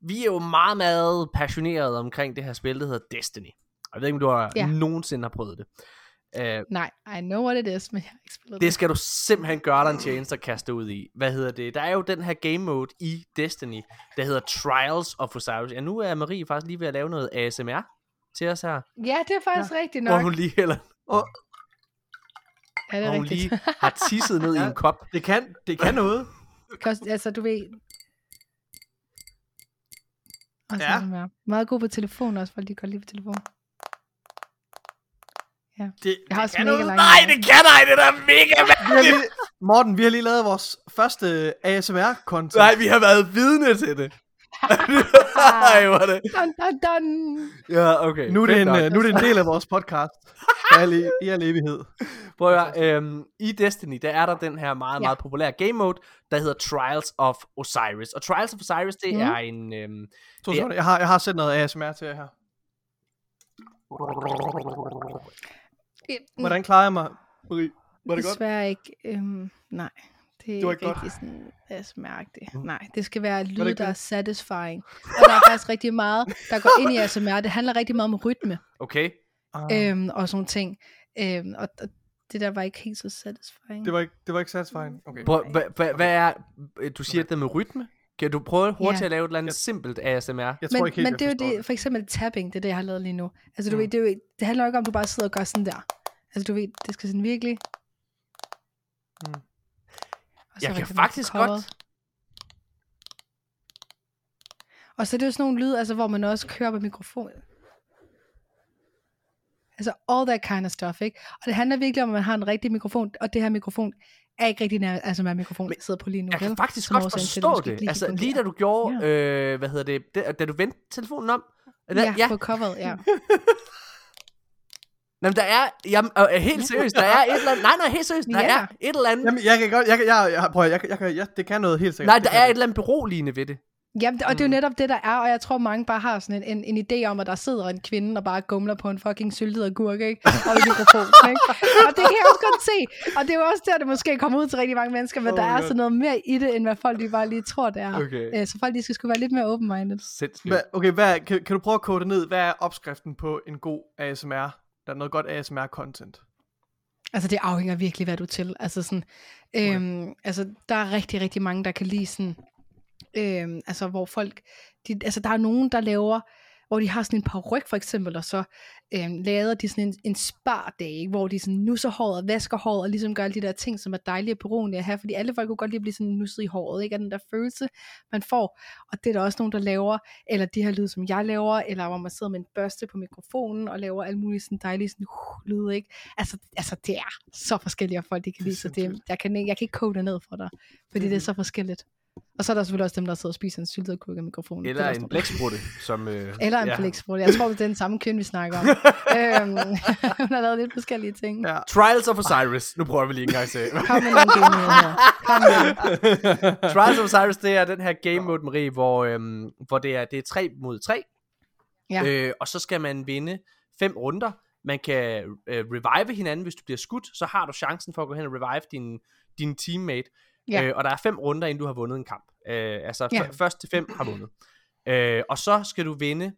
vi er jo meget, meget passionerede omkring det her spil, der hedder Destiny. Jeg ved ikke, om du har nogensinde har prøvet det. Nej, I know what it is, men jeg har ikke spillet det. skal du simpelthen gøre dig en tjeneste at kaste ud i. Hvad hedder det? Der er jo den her game mode i Destiny, der hedder Trials of Osiris. Ja, nu er Marie faktisk lige ved at lave noget ASMR til os her. Ja, det er faktisk rigtigt nok. Hvor hun lige Ja, det er hvor hun rigtigt. lige har tisset ned i en kop. Det kan noget. Altså, du ved... Og så Ja. ja. Meget god på telefon også, folk de godt lide på telefon. Ja. Det Jeg har også kan mega noget. lange Nej, navle. det kan ej, det der er mega mærkeligt. Morten, vi har lige lavet vores første ASMR-content. Nej, vi har været vidne til det. Ej, hvor er det. Dun, dun, dun. Ja, okay. Nu er det fedt nok. nu er det en del af vores podcast. I al evighed. Prøv at høre, i Destiny, der er der den her meget, meget populære game mode, der hedder Trials of Osiris. Og Trials of Osiris, det er en... To sekunder. Jeg har sendt noget ASMR til jer her. Hvordan klarer jeg mig, Marie? Var det godt? Desværre ikke. Nej, det Det var er ikke ikke godt. rigtig sådan ASMR-agtigt. Nej, det skal være ikke lyd, det? der er satisfying. Og der er faktisk rigtig meget, der går ind i ASMR. Det handler rigtig meget om rytme Okay. og sådan nogle ting. Og det der var ikke helt så satisfying. Det var ikke satisfying. Okay. Prøv, hvad er... Du siger det med rytme? Kan du prøve hurtigt Ja. at lave et eller andet simpelt ASMR? Jeg tror ikke helt, men det er jo jeg forstår det, for eksempel tapping, det er det, jeg har lavet lige nu. Altså du ved, det handler jo ikke om, du bare sidder og gør sådan der. Altså du ved, det skal sådan virkelig... Mm. Og så Jeg var kan det faktisk coveret. godt... Og så er det jo sådan nogle lyde, altså, hvor man også kører på mikrofonen. Altså all that kind of stuff, ikke? Og det handler virkelig om, at man har en rigtig mikrofon, og det her mikrofon er ikke rigtig nær, altså med mikrofon, jeg sidder på lige nu. Jeg kan vel? faktisk Som godt årsagen til, forstå måske det. ikke lige Altså kan lige da fungere. du gjorde... hvad hedder det? Da du vendte telefonen om... Ja, på coveret, ja. Jamen, der er... helt seriøst, der er et eller andet... Nej, helt seriøst, der Ja. er et eller andet... Jamen, jeg kan godt... Prøv at, det kan noget helt sikkert. Nej, Det der kan er et det. eller andet beroligende ved det. Jamen, og det er jo netop det, der er, og jeg tror, mange bare har sådan en idé om, at der sidder en kvinde, og bare gumler på en fucking syltet agurk, ikke? Og i mikrofonen, ikke? Og det kan jeg også godt se. Og det er jo også der, det måske kommer ud til rigtig mange mennesker, men der er sådan noget mere i det, end hvad folk de bare lige tror, det er. Okay. Så folk de skal sgu være lidt mere open-minded. Sindssygt. Kan du prøve at kode det ned? Hvad er opskriften på en god ASMR? Der er noget godt ASMR-content. Altså, det afhænger virkelig, hvad du er til. Altså, sådan, altså, der er rigtig, rigtig mange, der kan lide sådan... altså hvor folk altså der er nogen der laver, hvor de har sådan en paryk for eksempel, og så laver de sådan en spa-dag, ikke? Hvor de sådan nusser håret og vasker håret og ligesom gør alle de der ting, som er dejlige og beroende at have, fordi alle folk kunne godt lide at blive sådan nusset i håret, ikke? Af den der følelse man får, og det er der også nogen der laver, eller de her lyde som jeg laver, eller hvor man sidder med en børste på mikrofonen og laver alle mulige sådan dejlige sådan, lyde, ikke? Altså det er så forskelligt, og folk de kan lide, så det, jeg kan ikke kode det ned for dig, fordi det er så forskelligt. Og så er der selvfølgelig også dem, der sidder og spiser en syltet agurk af mikrofonen. Eller en blæksprutte, som... Eller en blæksprutte. Jeg tror, det er den samme køn, vi snakker om. Hun har lavet lidt forskellige ting. Ja. Trials of Osiris. Nu prøver vi lige en gang til. Kom med den game mode her. Kom med. Trials of Osiris, det er den her game mode, Marie, hvor det er 3 mod 3. Ja. Og så skal man vinde 5 runder. Man kan revive hinanden, hvis du bliver skudt. Så har du chancen for at gå hen og revive din teammate. Ja. Og der er 5 runder, inden du har vundet en kamp. Altså Ja. først til 5 har vundet. Og så skal du vinde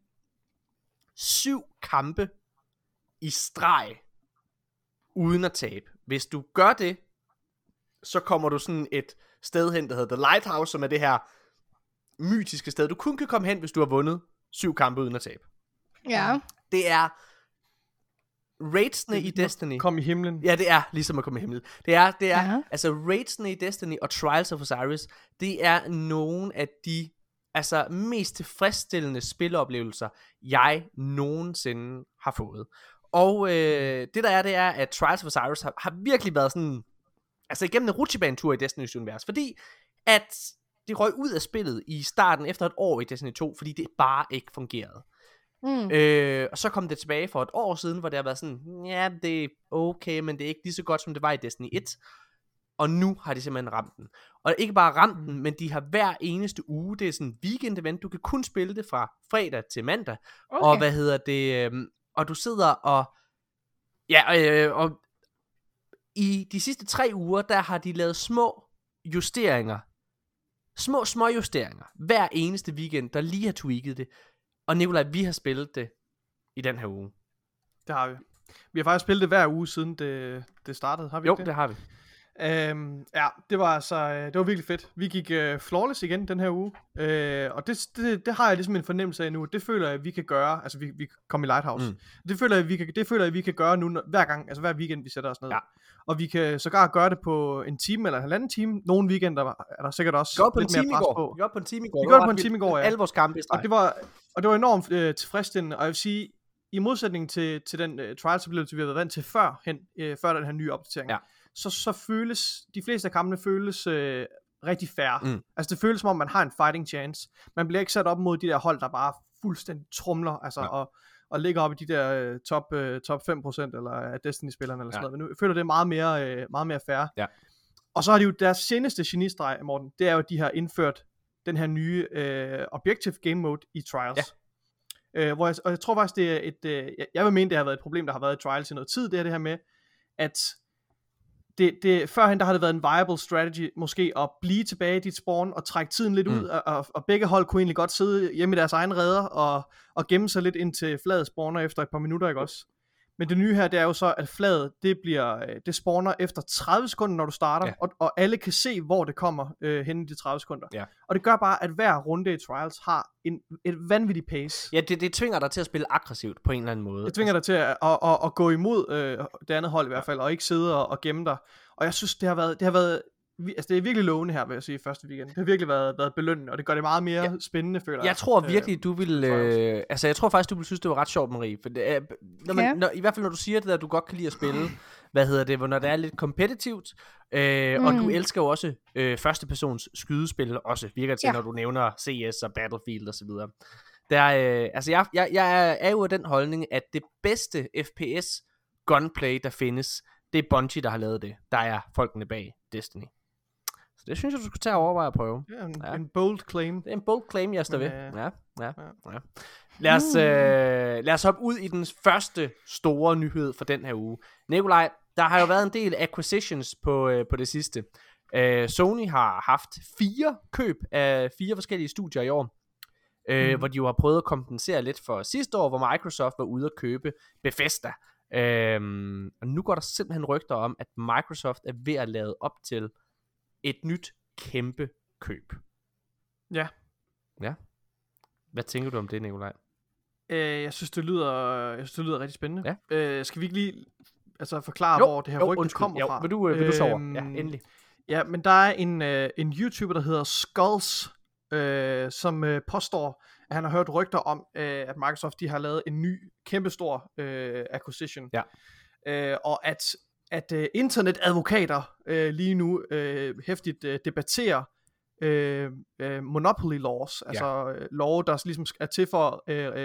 7 kampe i streg, uden at tabe. Hvis du gør det, så kommer du sådan et sted hen, der hedder The Lighthouse, som er det her mytiske sted. Du kun kan komme hen, hvis du har vundet 7 kampe uden at tabe. Ja. Det er raidsene i Destiny. Kom i himlen. Ja, det er ligesom at komme i himlen. Det er Ja. altså raidsene i Destiny og Trials of Osiris, det er nogle af de altså mest tilfredsstillende spiloplevelser, jeg nogensinde har fået. Og det der er, det er, at Trials of Osiris har virkelig været sådan, altså igennem en rutsjebanetur i Destiny's univers, fordi at det røg ud af spillet i starten efter et år i Destiny 2, fordi det bare ikke fungerede. Og så kom det tilbage for et år siden, hvor det har været sådan, ja, det er okay, men det er ikke lige så godt, som det var i Destiny 1. Og nu har de simpelthen ramt den. Og ikke bare ramt den, men de har hver eneste uge, det er sådan en weekend event, du kan kun spille det fra fredag til mandag. Okay. Og og du sidder og, og i de sidste 3 uger, der har de lavet små justeringer små justeringer hver eneste weekend, der lige har tweaked det. Og Nikolaj, vi har spillet det i den her uge. Det har vi. Vi har faktisk spillet det hver uge siden det startede, har vi Jo, ikke det? det har vi. Ja, det var virkelig fedt. Vi gik flawless igen den her uge, og det har jeg ligesom en fornemmelse af nu. Det føler jeg, vi kan gøre. Altså vi kom i Lighthouse. Det føler jeg, vi kan gøre nu hver gang, altså hver weekend vi sætter os ned. Ja. Og vi kan sågar gøre det på en time eller halvanden time. Nogle weekender er der sikkert også lidt mere pres på. Vi gjorde det på en time i går. Vi gjorde det på en time i går, ja. Alle vores kampe i streg. Og det var enormt tilfredsstillende. Og jeg vil sige, i modsætning til den trials-oplevelse, vi har været vant til før den her nye opdatering, så føles, de fleste af kampene føles rigtig fair. Altså det føles som om, man har en fighting chance. Man bliver ikke sat op mod de der hold, der bare fuldstændig trumler, altså og ligger op i de der top 5% eller af Destiny-spillerne eller sådan noget. Men nu føler det meget mere fair. Ja. Og så har de jo deres seneste genistreg, Morten, det er jo, at de har indført den her nye Objective Game Mode i Trials. Ja. Og jeg tror faktisk, det er jeg vil mene, det har været et problem, der har været i Trials i noget tid, det her med, at førhen der har det været en viable strategy, måske at blive tilbage i dit spawn, og trække tiden lidt ud, og begge hold kunne egentlig godt sidde hjemme i deres egen reder, og gemme sig lidt indtil flaget spawner efter et par minutter, ikke også? Men det nye her, det er jo så, at flaget, det spawner efter 30 sekunder, når du starter, og alle kan se, hvor det kommer hen i de 30 sekunder. Ja. Og det gør bare, at hver runde i Trials har et vanvittigt pace. Ja, det tvinger dig til at spille aggressivt på en eller anden måde. Det tvinger dig til at gå imod det andet hold i hvert fald, og ikke sidde og gemme dig. Og jeg synes, det har været altså det er virkelig lovende her, vil jeg sige, første weekend. Det har virkelig været belønnende, og det gør det meget mere spændende, føler jeg. Jeg tror virkelig, du vil... altså, jeg tror faktisk, du vil synes, det var ret sjovt, Marie. For det er, i hvert fald, når du siger det der, du godt kan lide at spille, når det er lidt kompetitivt, og du elsker jo også førstepersons skydespil, også virker til, når du nævner CS og Battlefield og så videre. Altså, jeg er jo af den holdning, at det bedste FPS gunplay, der findes, det er Bungie, der har lavet det. Der er folkene bag Destiny. Så det synes jeg, du skulle tage og overveje at prøve. Ja, en bold claim. Det er en bold claim, jeg står ved. Ja. Lad os hoppe ud i den første store nyhed for den her uge. Nikolaj, der har jo været en del acquisitions på det sidste. Sony har haft 4 køb af 4 forskellige studier i år, hvor de jo har prøvet at kompensere lidt for sidste år, hvor Microsoft var ude at købe Bethesda. Og nu går der simpelthen rygter om, at Microsoft er ved at lade op til et nyt kæmpe køb. Ja. Hvad tænker du om det, Nikolaj? Jeg synes det lyder rigtig spændende. Ja. Skal vi ikke lige forklare, hvor det her rygte kommer fra? Vil du så over? Ja, endelig. Ja, men der er en YouTuber, der hedder Skulls, som påstår, at han har hørt rygter om, at Microsoft de har lavet en ny kæmpestor acquisition. Ja. Og at internetadvokater lige nu hæftigt debatterer monopoly laws, altså love, der ligesom er til for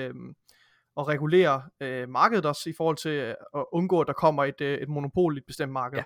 at regulere markedet også, i forhold til at undgå, at der kommer et monopol i et bestemt marked.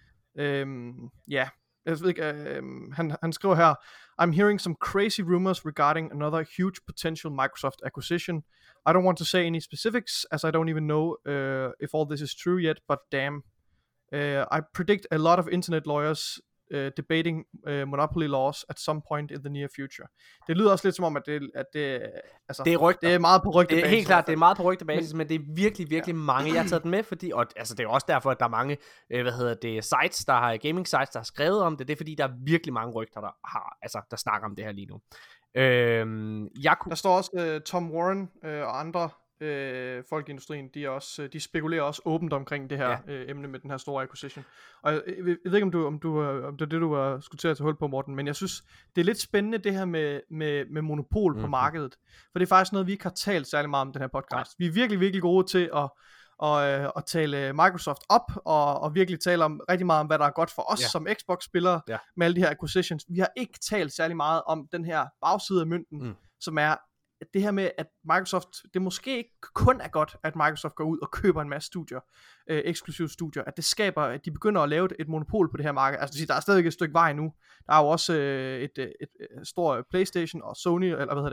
Ja. Jeg ved ikke, han skriver her, I'm hearing some crazy rumors regarding another huge potential Microsoft acquisition. I don't want to say any specifics, as I don't even know if all this is true yet, but damn. I predict a lot of internet lawyers debating monopoly laws at some point in the near future. Det lyder også lidt som om, at det er rygter. Det er meget på rygtebasis. Det er helt klart, det er meget på rygtebasis, men det er virkelig, virkelig mange. Jeg har taget den med, fordi, og altså, det er også derfor, at der er mange, sites, gaming sites, der har skrevet om det. Det er fordi, der er virkelig mange rygter, der snakker om det her lige nu. Der står også Tom Warren og andre folk i industrien, de spekulerer også åbent omkring det her emne med den her store acquisition. Og jeg ved ikke, om det er det, du var skulle til at tage hul på, Morten, men jeg synes, det er lidt spændende det her med monopol på markedet. For det er faktisk noget, vi ikke har talt særlig meget om den her podcast. Vi er virkelig, virkelig gode til at tale Microsoft op, og virkelig tale om rigtig meget om, hvad der er godt for os som Xbox-spillere med alle de her acquisitions. Vi har ikke talt særlig meget om den her bagside af mønten, som er det her med, at Microsoft, det måske ikke kun er godt, at Microsoft går ud og køber en masse studier, eksklusive studier, at det skaber, at de begynder at lave et monopol på det her marked. Altså, der er stadig et stykke vej nu. Der er jo også et stort PlayStation og Sony,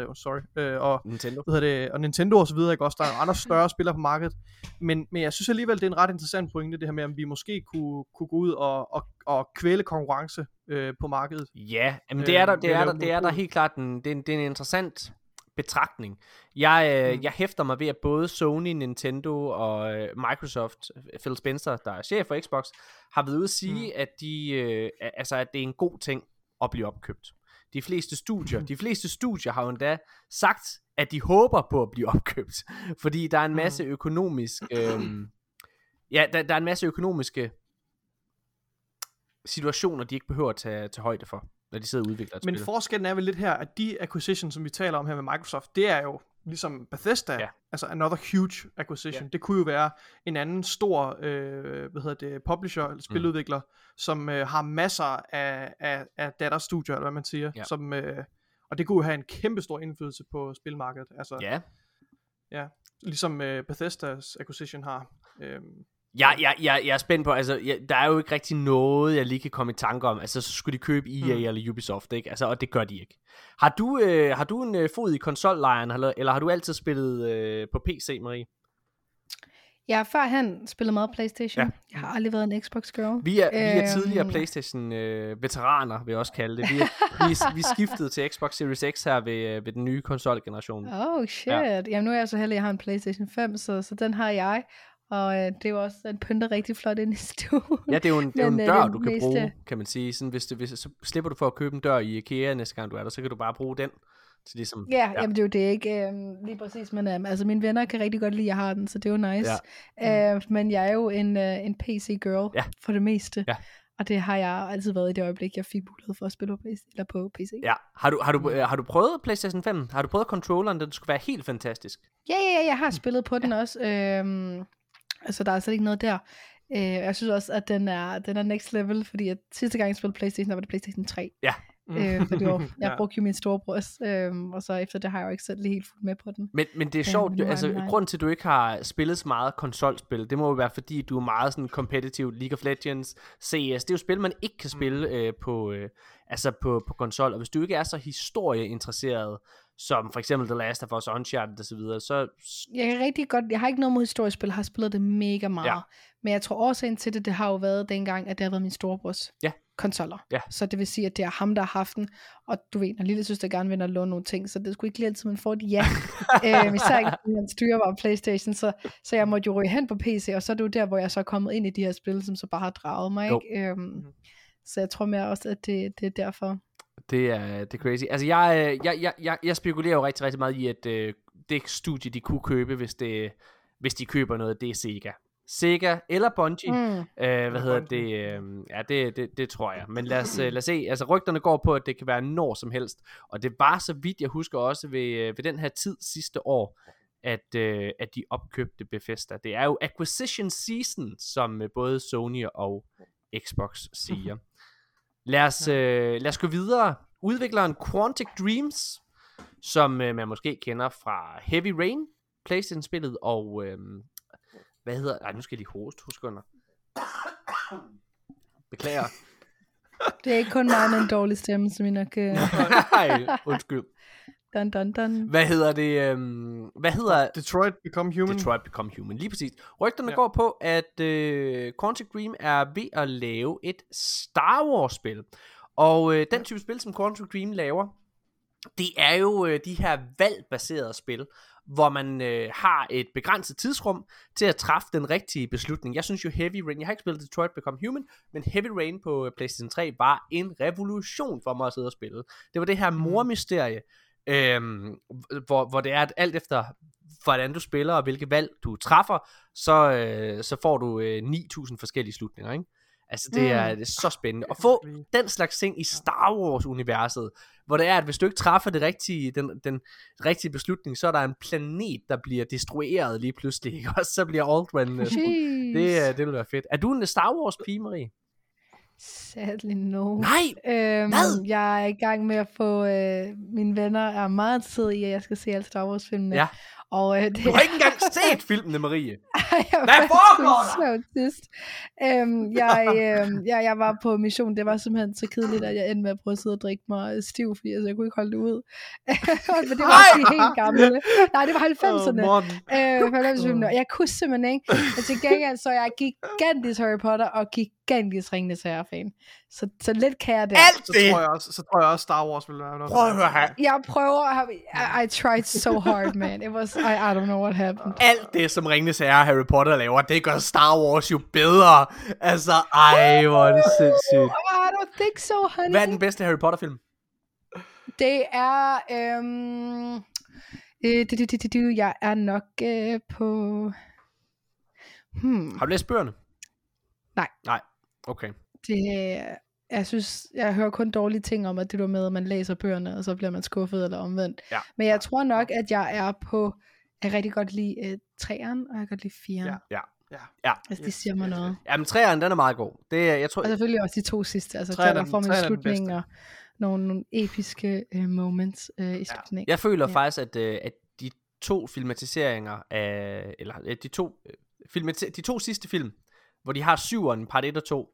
og Nintendo. Og Nintendo og så videre, ikke også? Der er andre større spillere på markedet. Men jeg synes alligevel, det er en ret interessant pointe, det her med, om vi måske kunne gå ud at kvæle konkurrence på markedet. Ja, men det er der, ved at lave det er der monopol. helt klart det er en interessant betragtning. Jeg hæfter mig ved, at både Sony, Nintendo og Microsoft, Phil Spencer, der er chef for Xbox, har været ude at sige, at at det er en god ting at blive opkøbt. De fleste studier har jo endda sagt, at de håber på at blive opkøbt, fordi der er en masse økonomisk der er en masse økonomiske situationer, de ikke behøver at tage højde for, når de sidder og udvikler et Men spil. forskellen er vel lidt her, at de acquisitions, som vi taler om her med Microsoft, det er jo ligesom Bethesda, altså another huge acquisition. Det kunne jo være en anden stor, publisher eller spiludvikler, som har masser af datterstudier, eller hvad man siger, som, og det kunne jo have en kæmpe stor indflydelse på spilmarkedet. Altså, ligesom Bethesdas acquisition har. Jeg er spændt på, altså, der er jo ikke rigtig noget, jeg lige kan komme i tanke om. Altså, så skulle de købe EA eller Ubisoft, ikke? Altså, og det gør de ikke. Har du en fod i konsollejren, eller har du altid spillet på PC, Marie? Jeg har førhen spillet meget PlayStation. Ja. Jeg har aldrig været en Xbox girl. Vi er tidligere PlayStation-veteraner, vil jeg også kalde det. Vi skiftede til Xbox Series X her ved den nye konsolgeneration. Oh shit. Ja. Jamen nu er jeg så heldig, at jeg har en PlayStation 5, så den har jeg. Og det er jo også, den pynter rigtig flot ind i stuen. Ja, det er jo en dør, du kan bruge, kan man sige. Sådan, så slipper du for at købe en dør i IKEA næste gang du er der, så kan du bare bruge den. Til ligesom, jamen det er jo det ikke lige præcis, men altså mine venner kan rigtig godt lide, at jeg har den, så det er jo nice. Men jeg er jo en PC-girl for det meste. Ja. Og det har jeg altid været i det øjeblik, jeg fik mulighed for at spille på PC. Ja. Har du prøvet PlayStation 5? Har du prøvet controlleren? Den skulle være helt fantastisk. Ja, jeg har spillet på den også. Altså der er slet ikke noget der. Jeg synes også, at den er next level, fordi at sidste gang jeg spillede PlayStation, der var det PlayStation 3. Ja. Fordi jeg brugte jo min storebrors, og så efter det har jeg jo ikke selv lige helt fuldt med på den. Men det er sjovt, altså grunden til, at du ikke har spillet så meget konsolspil, det må jo være, fordi du er meget sådan competitive. League of Legends, CS, det er jo spil, man ikke kan spille på konsol, og hvis du ikke er så historieinteresseret, som for eksempel The Last of Us, Uncharted og så videre, så... Jeg har ikke noget mod historiespil, jeg har spillet det mega meget, men jeg tror årsagen til det har jo været dengang, at det har været min storebrors konsoller. Ja. Så det vil sige, at det er ham, der har haft den, og du ved, når lille søster gerne vil låne nogle ting, så det skulle ikke lige altid, man får det især ikke, når man styrer var PlayStation, så jeg måtte jo ryge hen på PC, og så er det jo der, hvor jeg så er kommet ind i de her spil, som så bare har draget mig, ikke? Så jeg tror mere også, at det er derfor. Det er crazy. Altså jeg spekulerer jo rigtig, rigtig meget i, at det studie, de kunne købe, hvis de køber noget, det er Sega eller Bungie. Det tror jeg. Men lad os se. Altså rygterne går på, at det kan være når som helst. Og det var, så vidt jeg husker også ved den her tid sidste år, at de opkøbte Bethesda. Det er jo acquisition season, som både Sony og Xbox siger. Lad os gå videre. Udvikleren Quantic Dreams, som man måske kender fra Heavy Rain, PlayStation-spillet, og nu skal jeg lige hoste, sekunder. Beklager. Det er ikke kun mig med en dårlig stemme, som I nok... Nej, undskyld. Dun, dun, dun. Hvad hedder Detroit Become Human. Detroit Become Human, lige præcis. Rygterne går på, at Quantic Dream er ved at lave et Star Wars-spil. Og den type spil, som Quantic Dream laver, det er jo de her valgbaserede spil, hvor man har et begrænset tidsrum til at træffe den rigtige beslutning. Jeg synes jo Heavy Rain, jeg har ikke spillet Detroit Become Human, men Heavy Rain på PlayStation 3 var en revolution for mig at sidde og spille. Det var det her mormysterie, hvor det er, at alt efter hvordan du spiller og hvilke valg du træffer, så får du 9.000 forskellige slutninger, ikke? Altså det er så spændende at få den slags ting i Star Wars universet, hvor det er, at hvis du ikke træffer den rigtige beslutning, så er der en planet, der bliver destrueret lige pludselig, ikke? Og så bliver Aldrin det vil være fedt. Er du en Star Wars pige, Marie? Sadly no. Nej! Jeg er i gang med at få mine venner er meget interesseret i, at jeg skal se alle Star Wars filmene. Ja. Og, du har ikke engang set filmene, Marie. Hvad foregår der? Sidst. Jeg var på mission. Det var simpelthen så kedeligt, at jeg endte med at prøve at sidde og drikke mig stiv, fordi jeg kunne ikke holde det ud. Men det var også de helt gamle. Nej, det var 90'erne. Jeg kunne simpelthen ikke. Men til gengæld så jeg gigantisk Harry Potter og gigantisk Ringenes Herre-fan. Så lidt kan jeg der. Alt det! Så tror jeg også Star Wars ville være noget. Prøv at høre her. Jeg prøver. I tried so hard, man. It was, I don't know what happened. Alt det, som Ringenes Herre og Harry Potter laver, det gør Star Wars jo bedre. Altså, ej, hvor er det sindssygt. I don't think so, honey. Hvad er den bedste Harry Potter-film? Det er... jeg er nok på... Har du læst bøgerne? Nej, okay. Jeg synes, jeg hører kun dårlige ting om, at det der med, at man læser bøgerne, og så bliver man skuffet eller omvendt. Ja. Men jeg tror nok, at jeg er på... Jeg kan rigtig godt lide 3'eren, og jeg kan godt lide 4'eren. Ja. Altså, det siger mig noget. Jamen, 3'eren, den er meget god. Det er, jeg tror... Og selvfølgelig også de 2 sidste. Altså, der får man slutningen og nogle episke moments i slutningen. Jeg føler faktisk, at de 2 filmatiseringer af... Eller de 2 sidste film, hvor de har 7'eren, part 1 og 2,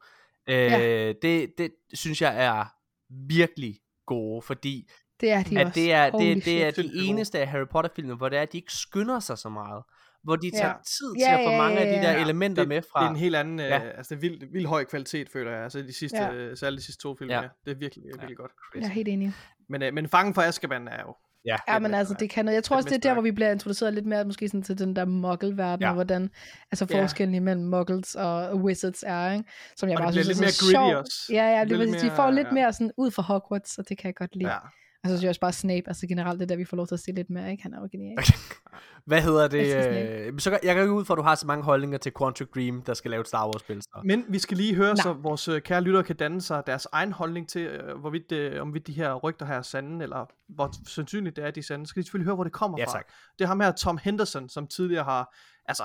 det synes jeg er virkelig gode, fordi det er de at også. det er de eneste af Harry Potter filmer, hvor det er, at de ikke skynder sig så meget, hvor de tager tid til at få mange af de der elementer med fra. Det er en helt anden, altså det er vild høj kvalitet, føler jeg, altså de sidste, særligt de sidste 2 film, det er virkelig godt. Jeg er helt enig. Men Fangen fra Azkaban er jo... Ja, men altså det kan noget. Jeg tror også det er der, hvor vi bliver introduceret lidt mere måske sådan til den der muggle-verden, og hvordan altså forskellen imellem muggles og wizards er, ikke? Som jeg og bare det synes er lidt mere gritty også. Ja, de får lidt mere sådan ud fra Hogwarts, og det kan jeg godt lide. Og så synes jeg også bare Snape, altså generelt det der, vi får lov til at se lidt mere, ikke? Han er jo genial. Hvad hedder det? Så jeg går ud fra, at du har så mange holdninger til Quantic Dream, der skal lave et Star Wars-spil. Men vi skal lige høre, så vores kære lyttere kan danne sig deres egen holdning til, hvorvidt de her rygter her er sande, eller hvor sandsynligt det er, de er sande. Skal de selvfølgelig høre, hvor det kommer fra. Tak. Det er ham her, Tom Henderson, som tidligere har... Altså,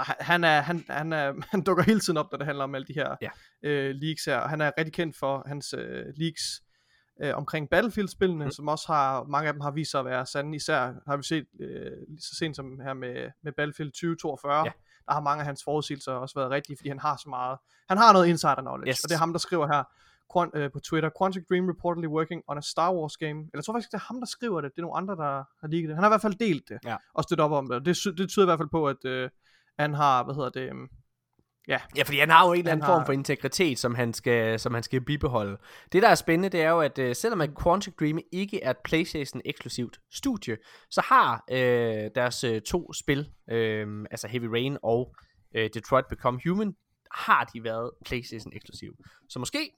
han dukker hele tiden op, når det handler om alle de her leaks her. Og han er rigtig kendt for hans leaks omkring Battlefield-spillene, som også har, mange af dem har vist sig at være sande, især har vi set så sent som her med Battlefield 2042, der har mange af hans forudsigelser også været rigtige, fordi han har så meget, han har noget insider knowledge, og det er ham, der skriver her på Twitter, Quantic Dream reportedly working on a Star Wars game, eller jeg tror faktisk, det er ham, der skriver det, det er nogle andre, der har leaget det, han har i hvert fald delt det, og støttet op om det, det tyder i hvert fald på, at han har, Ja, fordi han har jo en eller anden form for integritet, som han skal bibeholde. Det der er spændende, det er jo, at selvom at Quantic Dream ikke er et PlayStation eksklusivt studie, så har deres 2 spil, altså Heavy Rain og Detroit Become Human, har de været PlayStation eksklusiv. Så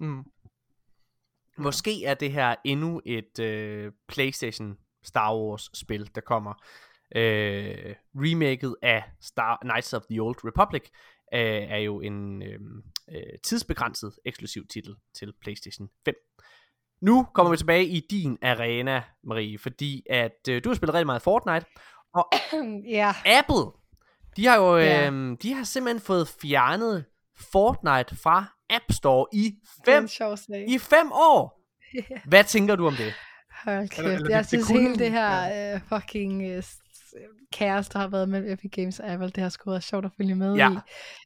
måske er det her endnu et PlayStation Star Wars spil, der kommer. Remaket af Knights of the Old Republic er jo en tidsbegrænset eksklusiv titel til PlayStation 5. Nu kommer vi tilbage i din arena, Marie, fordi at du har spillet rigtig meget Fortnite, og Apple, de har jo de har simpelthen fået fjernet Fortnite fra App Store i 5 år. Hvad tænker du om det? Hold kæft, jeg synes hele det her fucking kaos, der har været mellem Epic Games og Apple, det har sgu været sjovt at følge med i.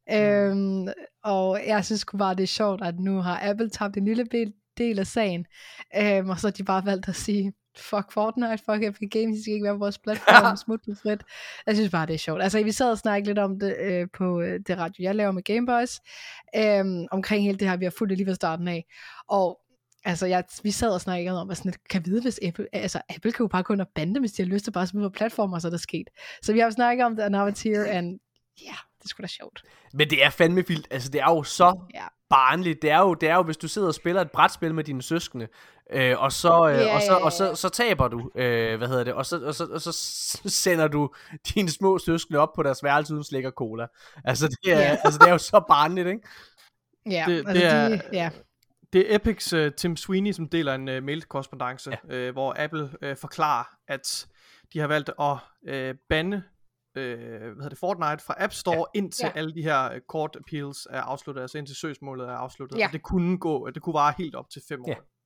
Og jeg synes sgu bare, det er sjovt, at nu har Apple tabt en lille del af sagen, og så har de bare valgt at sige, fuck Fortnite, fuck Epic Games, de skal ikke være på vores platform, smutbefrit. Jeg synes bare, det er sjovt. Altså, vi sad og snakkede lidt om det på det radio, jeg laver med Gameboys, omkring hele det her, vi har fulgt det lige fra starten af, og altså, vi sad og snakkede om, at sådan, kan vide, hvis Apple kan jo bare gå ind og bande, hvis de har lyst til bare at smide på platformer, så er der sket. Så vi har jo snakket om det, and now it's here, and det er sgu da sjovt. Men det er fandme vildt, altså det er jo så barnligt, det er jo, hvis du sidder og spiller et brætspil med dine søskende, og så taber du, og så sender du dine små søskende op på deres værelse uden slik og cola. Altså det er jo så barnligt, ikke? Ja, det er Epics Tim Sweeney, som deler en mail-korrespondance, hvor Apple forklarer, at de har valgt at bande Fortnite fra App Store, indtil alle de her court appeals er afsluttet, altså indtil søgsmålet er afsluttet. Og det kunne vare helt op til 5 år.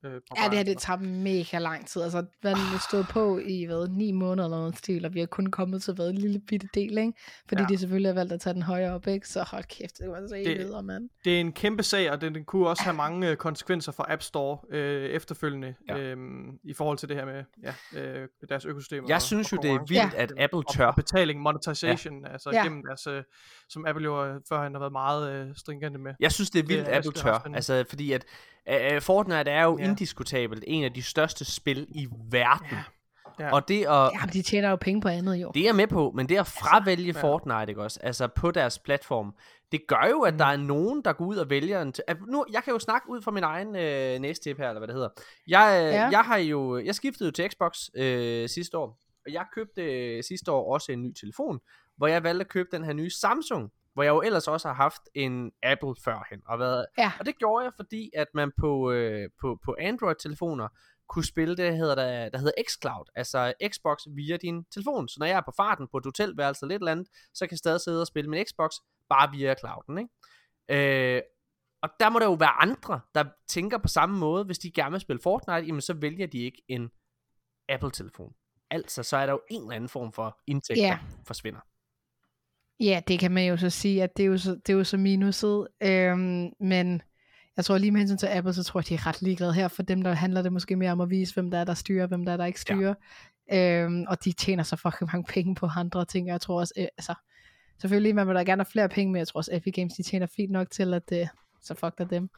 Ja, det tager mega lang tid. Altså, man har stået på i 9 måneder eller noget stil, og vi har kun kommet til en lille bitte del, ikke? Fordi de selvfølgelig har valgt at tage den højere op, ikke? Så hold kæft, det var så evigt, mand. Det er en kæmpe sag, og den kunne også have mange konsekvenser for App Store efterfølgende, i forhold til det her med deres økosystem. Jeg synes jo, det er vildt, at Apple tør. Og betaling, monetization, altså gennem deres, som Apple jo førhen har været meget stringente med. Jeg synes, det er vildt, at Apple tør. Altså, fordi at Fortnite er jo indiskutabelt en af de største spil i verden. Ja. Og det at... Ja, de tjener jo penge på andet, jo. Det er med på, men det at fravælge Fortnite, ikke også? Altså på deres platform, det gør jo, at der er nogen, der går ud og vælger en... Nu, jeg kan jo snakke ud fra min egen næstip her, eller hvad det hedder. Jeg skiftede jo til Xbox sidste år, og jeg købte sidste år også en ny telefon, hvor jeg valgte at købe den her nye Samsung, hvor jeg jo ellers også har haft en Apple førhen. Og det gjorde jeg, fordi at man på Android-telefoner kunne spille det, der hedder xCloud, altså Xbox via din telefon. Så når jeg er på farten på et hotelværelse eller lidt eller andet, så kan jeg stadig sidde og spille min Xbox, bare via clouden, ikke? Og der må der jo være andre, der tænker på samme måde. Hvis de gerne vil spille Fortnite, jamen så vælger de ikke en Apple-telefon. Altså, så er der jo en eller anden form for indtægt, der forsvinder. Ja, det kan man jo så sige, at det er jo så minuset. Men jeg tror lige med hensyn til Apple, så tror jeg, de er ret ligeglade her. For dem, der handler det måske mere om at vise, hvem der styrer, hvem der ikke styrer. Og de tjener så fucking mange penge på andre ting. Jeg tror også, selvfølgelig, man vil da gerne have flere penge, men jeg tror også, Epic Games, de tjener fint nok til, at så fuck der dem.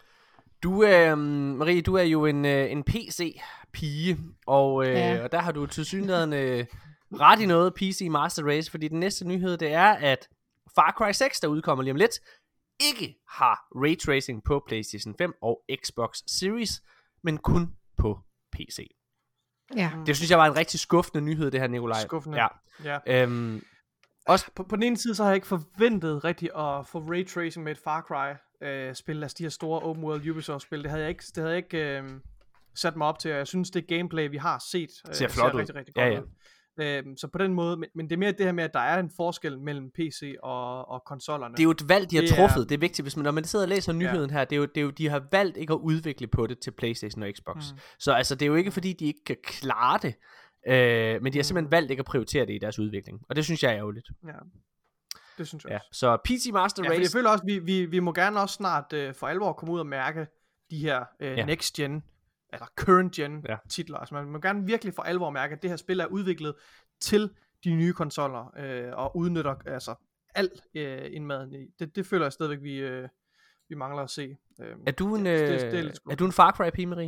Marie, du er jo en PC-pige, og der har du tilsyneladende ret i noget PC Master Race, fordi den næste nyhed, det er, at Far Cry 6, der udkommer lige om lidt, ikke har raytracing på PlayStation 5 og Xbox Series, men kun på PC. Ja. Det synes jeg var en rigtig skuffende nyhed, det her, Nikolaj. Skuffende. Ja. Også på den ene side, så har jeg ikke forventet rigtig at få raytracing med et Far Cry spil, altså de her store open world Ubisoft spil. Det havde jeg ikke sat mig op til, og jeg synes det gameplay vi har set ser flot ud. Rigtig, rigtig godt ud. Så på den måde, men det er mere det her med, at der er en forskel mellem PC og konsollerne. Det er jo et valg, de har truffet. Det er vigtigt, hvis man, når man sidder og læser nyheden her, det er jo, de har valgt ikke at udvikle på det til PlayStation og Xbox. Så altså, det er jo ikke fordi, de ikke kan klare det, men de har simpelthen valgt ikke at prioritere det i deres udvikling. Og det synes jeg er ærgerligt. Ja, det synes jeg også. Så PC Master Race... Jeg føler også, vi må gerne også snart for alvor komme ud og mærke de her next gen eller current gen titler. Altså man må gerne virkelig for alvor mærke, at det her spil er udviklet til de nye konsoller og udnytter altså alt indmaden i. Det føler jeg stadigvæk vi mangler at se. Er du en Far Cry pige, Marie?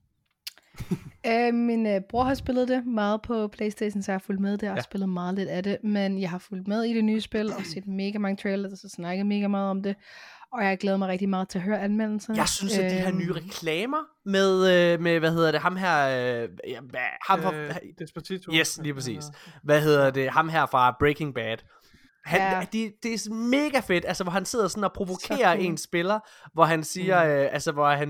Min bror har spillet det meget på PlayStation, så jeg har fulgt med det. Jeg har spillet meget lidt af det, men jeg har fulgt med i det nye spil og set mega mange trailers og snakket mega meget om det. Og jeg glæder mig rigtig meget til at høre anmeldelserne. Jeg synes, at de her nye reklamer med hvad hedder det, ham her... Despacito. Yes, lige præcis. Hvad hedder det, ham her fra Breaking Bad. Det er mega fedt, altså hvor han sidder sådan og provokerer en spiller, hvor han siger,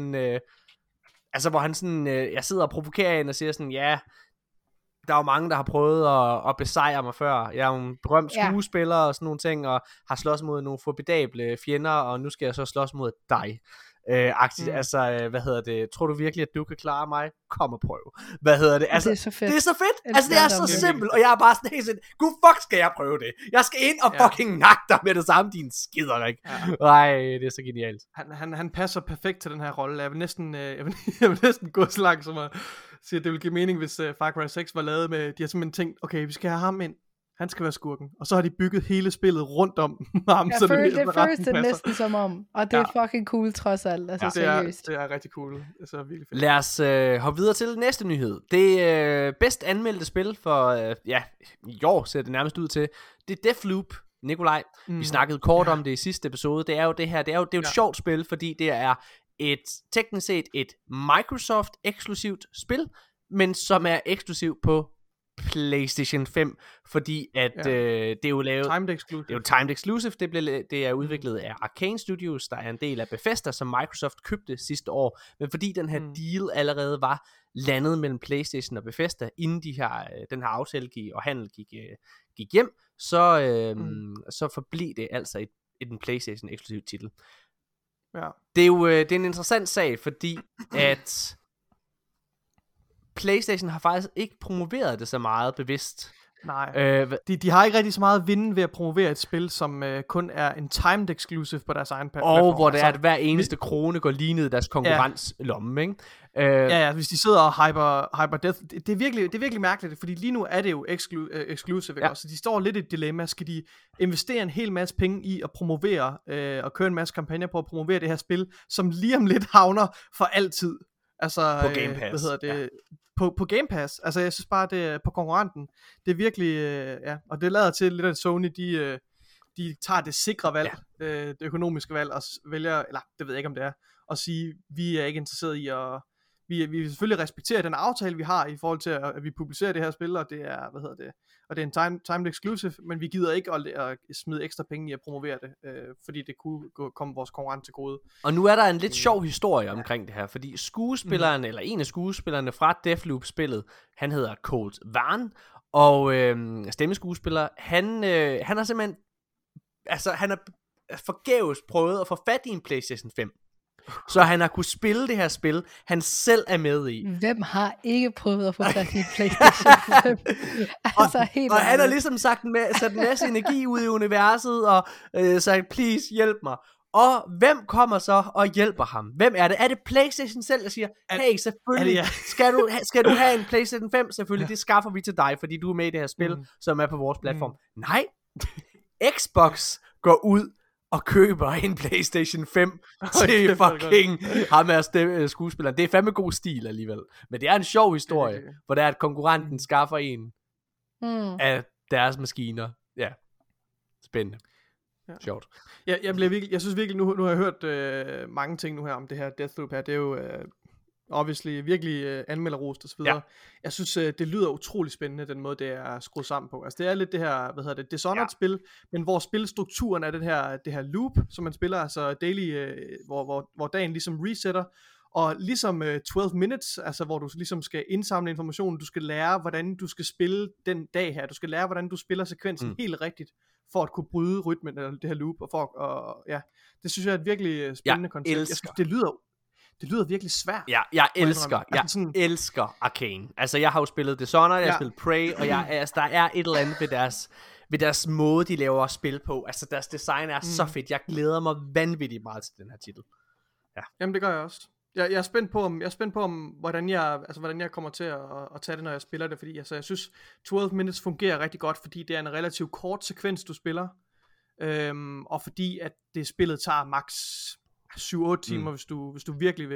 hvor han sådan, jeg sidder og provokerer en og siger sådan, ja, der er jo mange, der har prøvet at besejre mig før. Jeg er jo en berømt skuespiller og sådan nogle ting, og har slås mod nogle formidable fjender, og nu skal jeg så slås mod dig. Altså, hvad hedder det? Tror du virkelig, at du kan klare mig? Kom og prøv. Hvad hedder det? Altså, det er så fedt. Det er så fedt. Altså, det er så simpelt, og jeg er bare sådan helt sådan, gud fuck skal jeg prøve det? Jeg skal ind og fucking nakke dig med det samme, din skider, ikke? Nej, det er så genialt. Han passer perfekt til den her rolle. Jeg vil næsten gå så langt som at sige, at det ville give mening, hvis Far Cry 6 var lavet med, de har simpelthen tænkt, okay, vi skal have ham ind. Han skal være skurken. Og så har de bygget hele spillet rundt om ham. Ja, så det føles det næsten som om. Og det er fucking cool trods alt. Altså seriøst. Det er rigtig cool. Det er så virkelig fedt. Lad os hoppe videre til næste nyhed. Det bedst anmeldte spil for, i år ser det nærmest ud til. Det er Deathloop, Nikolaj. Vi snakkede kort om det i sidste episode. Det er jo det her. Det er jo et sjovt spil, fordi det er teknisk set et Microsoft eksklusivt spil, men som er eksklusivt på PlayStation 5, fordi at det er jo lavet timed exclusive. Det er jo timed exclusive. Det er udviklet af Arcane Studios, der er en del af Bethesda, som Microsoft købte sidste år. Men fordi den her deal allerede var landet mellem PlayStation og Bethesda, inden den her aftale og handel gik hjem, så forblev det altså en PlayStation eksklusiv titel. Ja. Det er jo det er en interessant sag, fordi at PlayStation har faktisk ikke promoveret det så meget bevidst. Nej, de har ikke rigtig så meget at vinde ved at promovere et spil, som kun er en timed exclusive på deres egen platform. Og hvor det er, at hver eneste krone går lige ned i deres konkurrenslomme, ikke? Ja, hvis de sidder og hyper Death, det er virkelig mærkeligt, fordi lige nu er det jo exclusive, ja. Så de står lidt i et dilemma. Skal de investere en hel masse penge i at promovere, og køre en masse kampagner på at promovere det her spil, som lige om lidt havner for altid? Altså, på Game Pass. Hvad hedder det? Ja. På Game Pass. Altså, jeg synes bare, det er på konkurrenten. Det er virkelig, ja, og det lader til lidt, at Sony, de tager det sikre valg, det økonomiske valg, og vælger, eller det ved jeg ikke, om det er, at sige, vi er ikke interesseret i at, vi vil selvfølgelig respektere den aftale, vi har, i forhold til, at vi publicerer det her spil, og det er, og det er en timed exclusive, men vi gider ikke at smide ekstra penge i at promovere det, fordi det kunne komme vores konkurrent til gode. Og nu er der en lidt sjov historie omkring det her, fordi skuespilleren, eller en af skuespillerne fra Deathloop-spillet, han hedder Colt Vaughn, og stemmeskuespiller, han har simpelthen, altså han har forgæves prøvet at få fat i en PlayStation 5. Så han har kunne spille det her spil, han selv er med i. Hvem har ikke prøvet at få fat i en PlayStation 5? Altså, og han har ligesom sat en masse energi ud i universet, og sagt, please hjælp mig. Og hvem kommer så og hjælper ham? Hvem er det? Er det PlayStation selv, der siger, hey, selvfølgelig, skal du have en PlayStation 5? Selvfølgelig, det skaffer vi til dig, fordi du er med i det her spil, som er på vores platform. Nej, Xbox går ud og køber en PlayStation 5 til fucking ham af skuespilleren. Det er fandme god stil alligevel. Men det er en sjov historie, hvor det er, at konkurrenten skaffer en af deres maskiner. Ja, spændende. Ja. Sjovt. Ja, jeg synes virkelig, nu har jeg hørt mange ting nu her om det her Deathloop her. Det er jo obviously virkelig anmelderrost og så videre. Ja. Jeg synes, det lyder utrolig spændende, den måde, det er skruet sammen på. Altså, det er lidt det her, Dishonored-spil, men hvor spilstrukturen er det her loop, som man spiller, altså daily, hvor dagen ligesom resetter, og ligesom 12 minutes, altså hvor du ligesom skal indsamle information, du skal lære, hvordan du skal spille den dag her, du skal lære, hvordan du spiller sekvensen helt rigtigt, for at kunne bryde rytmen af det her loop, og ja, det synes jeg er et virkelig spændende koncept. Jeg synes, det lyder virkelig svært. Ja, jeg elsker Arcane. Altså, jeg har jo spillet Dishonored, jeg har spillet Prey, og der er et eller andet ved deres måde, de laver spil på. Altså, deres design er så fedt. Jeg glæder mig vanvittigt meget til den her titel. Ja. Jamen, det gør jeg også. Jeg er spændt på, hvordan jeg kommer til at tage det, når jeg spiller det, fordi jeg synes 12 minutes fungerer rigtig godt, fordi det er en relativt kort sekvens, du spiller, og fordi at det spillet tager max 7-8 timer, hvis du virkelig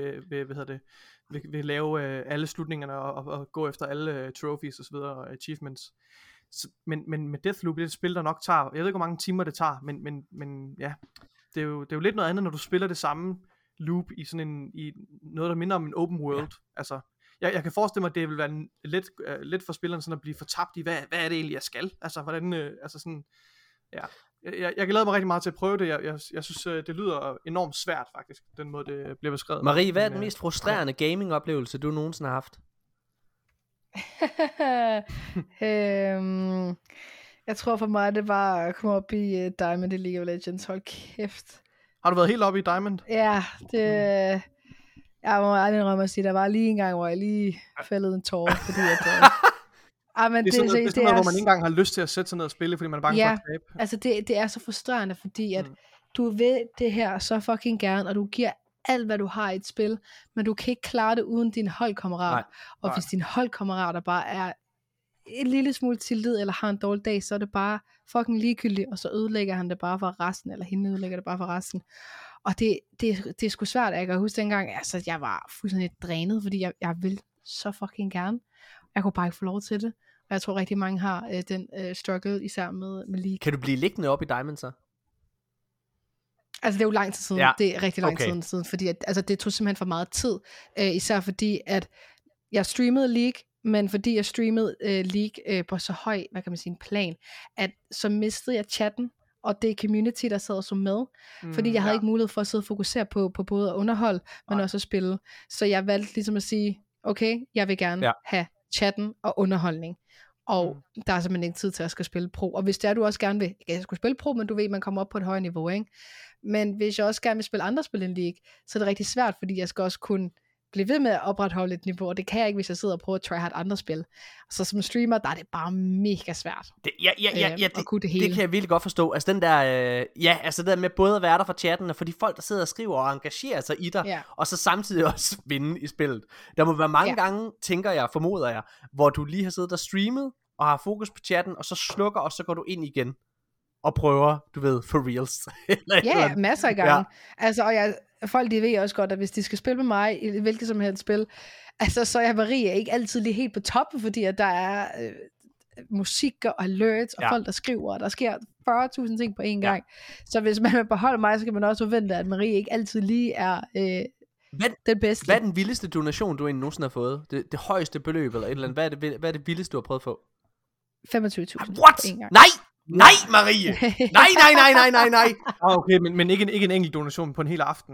vil lave alle slutningerne og gå efter alle trophies og så videre og achievements. Men med Deathloop, det er et spil, der nok tager, jeg ved ikke hvor mange timer det tager, men ja, det er jo lidt noget andet, når du spiller det samme loop i sådan i noget, der minder om en open world. Ja. Altså, jeg kan forestille mig, at det vil være let for spilleren sådan at blive fortabt i, hvad er det egentlig, jeg skal? Altså, hvordan, altså sådan, ja. Jeg glæder mig rigtig meget til at prøve det. Jeg synes, det lyder enormt svært, faktisk, den måde, det bliver beskrevet. Marie, hvad er den mest frustrerende gaming-oplevelse, du nogensinde har haft? Jeg tror for mig, det var at komme op i Diamond i League of Legends. Hold kæft. Har du været helt oppe i Diamond? Ja, det... Jeg må aldrig indrømme at sige, der var lige en gang, hvor jeg lige fældede en tårer, fordi at... men det er sådan noget, hvor man ikke engang har lyst til at sætte sig ned og spille, fordi man er bange for at tabe. Altså det er så frustrerende, fordi at du vil det her så fucking gerne, og du giver alt, hvad du har i et spil, men du kan ikke klare det uden din holdkammerat. Og hvis din holdkammerater bare er en lille smule tillit, eller har en dårlig dag, så er det bare fucking ligegyldigt, og så ødelægger han det bare for resten, eller hende ødelægger det bare for resten. Og det er sgu svært. Jeg kan huske dengang, altså jeg var fuldstændig drænet, fordi jeg ville så fucking gerne. Jeg kunne bare ikke få lov til det. Og jeg tror rigtig mange har den struggle, især med League. Kan du blive liggende op i Diamond så? Altså det er jo lang tid siden. Ja. Det er rigtig lang tid siden, fordi at, det tog simpelthen for meget tid. Især fordi at jeg streamede League, men fordi jeg streamede League på så høj, hvad kan man sige, en plan, at så mistede jeg chatten, og det community, der sad så med, fordi jeg havde ikke mulighed for at sidde og fokusere på både at underholde, men også at spille. Så jeg valgte ligesom at sige, okay, jeg vil gerne have chatten og underholdning. Og der er simpelthen ikke tid til at skal spille pro. Og hvis det er, du også gerne vil, jeg skulle spille pro, men du ved, man kommer op på et højere niveau, ikke? Men hvis jeg også gerne vil spille andre spil end League, så er det rigtig svært, fordi jeg skal også kunne blive ved med at opretholde et niveau, og det kan jeg ikke, hvis jeg sidder og prøver at tryhard andre spil. Så som streamer, der er det bare mega svært Det, at kunne det hele. det kan jeg virkelig godt forstå. Altså den der, altså det der med både at være der for chatten, og for de folk, der sidder og skriver og engagerer sig i dig, og så samtidig også vinde i spillet. Der må være mange gange, tænker jeg, formoder jeg, hvor du lige har siddet og streamet, og har fokus på chatten, og så slukker, og så går du ind igen, og prøver, du ved, for reals. Ja, masser af gange. Altså, og folk de ved også godt, at hvis de skal spille med mig i hvilket som helst spil, altså så er Marie ikke altid lige helt på toppen, fordi at der er musik og alerts, og folk der skriver, og der sker 40.000 ting på én gang. Så hvis man vil beholde mig, så kan man også forvente, at Marie ikke altid lige er den bedste. Hvad er den vildeste donation, du egentlig nogensinde har fået? Det højeste beløb, eller et eller andet? Hvad er det vildeste, du har prøvet at få? 25.000 What? på én gang. Nej, Marie! Nej. Okay, men ikke en enkelt donation på en hel aften.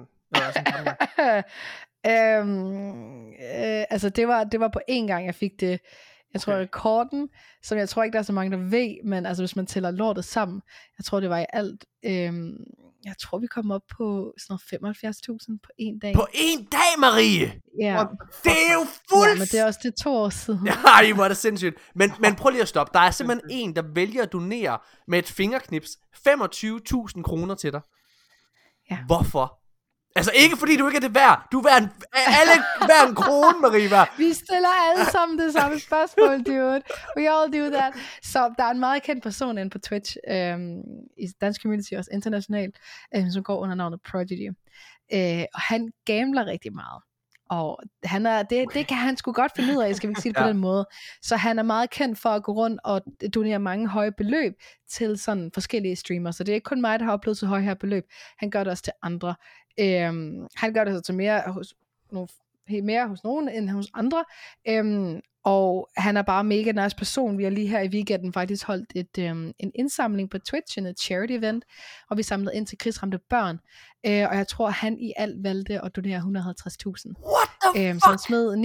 Altså det var på én gang, jeg fik det. Jeg tror rekorden, som jeg tror ikke der er så mange der ved, men altså hvis man tæller lortet sammen, jeg tror det var i alt, jeg tror vi kom op på sådan noget 75.000 på en dag. På en dag, Marie! Ja. Det er jo fuldt! Ja, men det er også det 2 år siden. Nej, hvor er det sindssygt. Men prøv lige at stoppe. Der er simpelthen en, der vælger at donere med et fingerknips 25.000 kroner til dig. Ja. Hvorfor? Altså ikke fordi du ikke er det værd. Du er værd en krone, Marie. Vi stiller alle sammen det samme spørgsmål, dude. We all do that. Så der er en meget kendt person inde på Twitch, i dansk community, også internationalt, som går under navnet Prodigy. Og han gambler rigtig meget. Og det kan han sgu godt finde ud af, skal vi ikke sige det på den måde. Så han er meget kendt for at gå rundt og donere mange høje beløb til sådan forskellige streamere. Så det er ikke kun mig, der har oplevet så høje her beløb. Han gør det også til andre. Han gør det så til mere hos nogen end hos andre. Og han er bare mega nice person. Vi har lige her i weekenden faktisk holdt en indsamling på Twitch, en charity event, og vi samlede ind til krigsramte børn. Og jeg tror, han i alt valgte at donere 150.000. What the fuck? Så han smed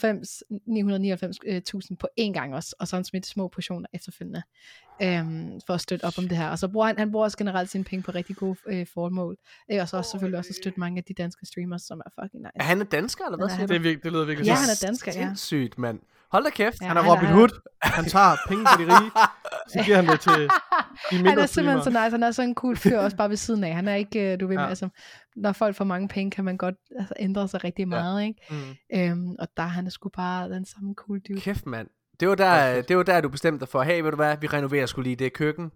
999.000 på én gang også, og så han smidt små portioner efterfølgende, for at støtte op om det her. Og så bruger han bruger også generelt sine penge på rigtig gode formål. Og så også selvfølgelig også at støtte mange af de danske streamers, som er fucking nice. Er han dansker, eller hvad? Det lyder virkelig Ja, han er dansker, ja. Sindssygt, mand. Hold da kæft. Han er Robin Hood. Han tager penge fra de rige, så giver han det til de mindre. Han er simpelthen så nice. Han er sådan en cool fyr også bare ved siden af. Han er ikke, du ved, altså, når folk får mange penge, kan man godt ændre sig rigtig meget, ikke? Og der han er sgu bare den samme cool dude. Kæft, mand. Det var der, du bestemte dig for, hey, ved du hvad, vi renoverer sgu lige det køkken.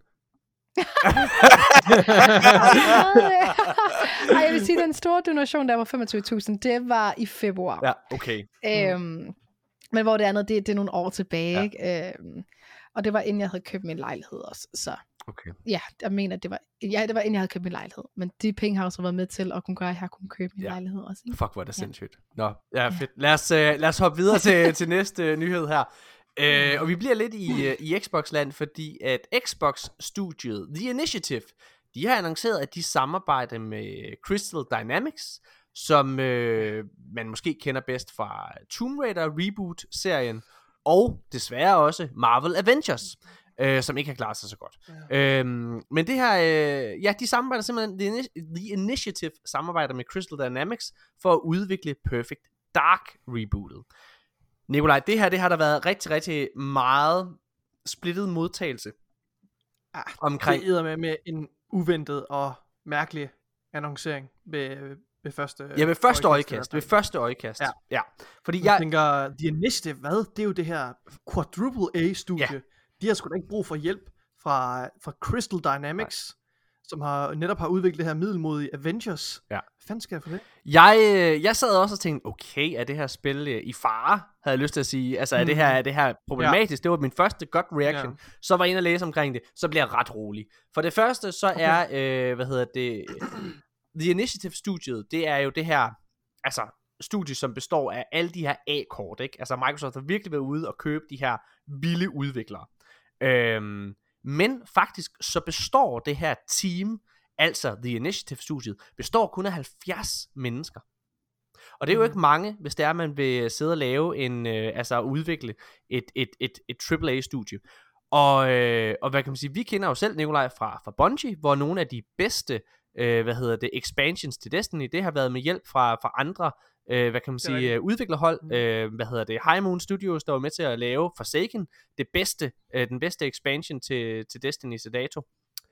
Ej, jeg vil sige, den store donation, der var 25.000, det var i februar. Ja, okay. Men hvor det andet, det er nogle år tilbage, ikke? Og det var inden jeg havde købt min lejlighed også, så okay. Ja, jeg mener, det var inden jeg havde købt min lejlighed, men de penge har også været med til at kunne gøre, at jeg kunne købe min lejlighed også, ikke? Fuck, hvor er det sindssygt. Nå, ja, fedt. Lad os hoppe videre til næste nyhed her. Og vi bliver lidt i Xbox-land, fordi at Xbox-studiet The Initiative, de har annonceret, at de samarbejder med Crystal Dynamics, som man måske kender bedst fra Tomb Raider Reboot-serien, og desværre også Marvel Avengers, som ikke har klaret sig så godt. Men det her, de samarbejder simpelthen, The Initiative samarbejder med Crystal Dynamics for at udvikle Perfect Dark rebootet. Nikolaj, det har der været rigtig, rigtig meget splittet modtagelse omkring. Det er med en uventet og mærkelig annoncering ved første øjekast. Ved første øjekast. Ja. Fordi jeg tænker, The Initiative, hvad? Det er jo det her quadruple A-studie. Ja. De har sgu da ikke brug for hjælp fra Crystal Dynamics, som netop har udviklet det her middelmodige Avengers. Ja. Hvad fanden skal jeg for det? Jeg sad også og tænkte, okay, er det her spil i fare, havde jeg lyst til at sige. Altså, er det her problematisk? Det var min første gut reaction. Så var jeg inde og læse omkring det. Så bliver jeg ret rolig. For det første, så er, The Initiative-studiet, det er jo det her, altså, studie, som består af alle de her A-kort, ikke? Altså, Microsoft har virkelig været ude og købe de her vilde udviklere. Men faktisk, så består det her team, altså The Initiative-studiet, består kun af 70 mennesker. Og det er jo ikke mange, hvis det er, man vil sidde og lave udvikle et AAA-studie. Og hvad kan man sige, vi kender jo selv, Nikolaj, fra Bungie, hvor nogle af de bedste expansions til Destiny, det har været med hjælp fra andre hvad kan man sige, udviklerhold. High Moon Studios, der var med til at lave Forsaken, den bedste expansion til Destiny til dato.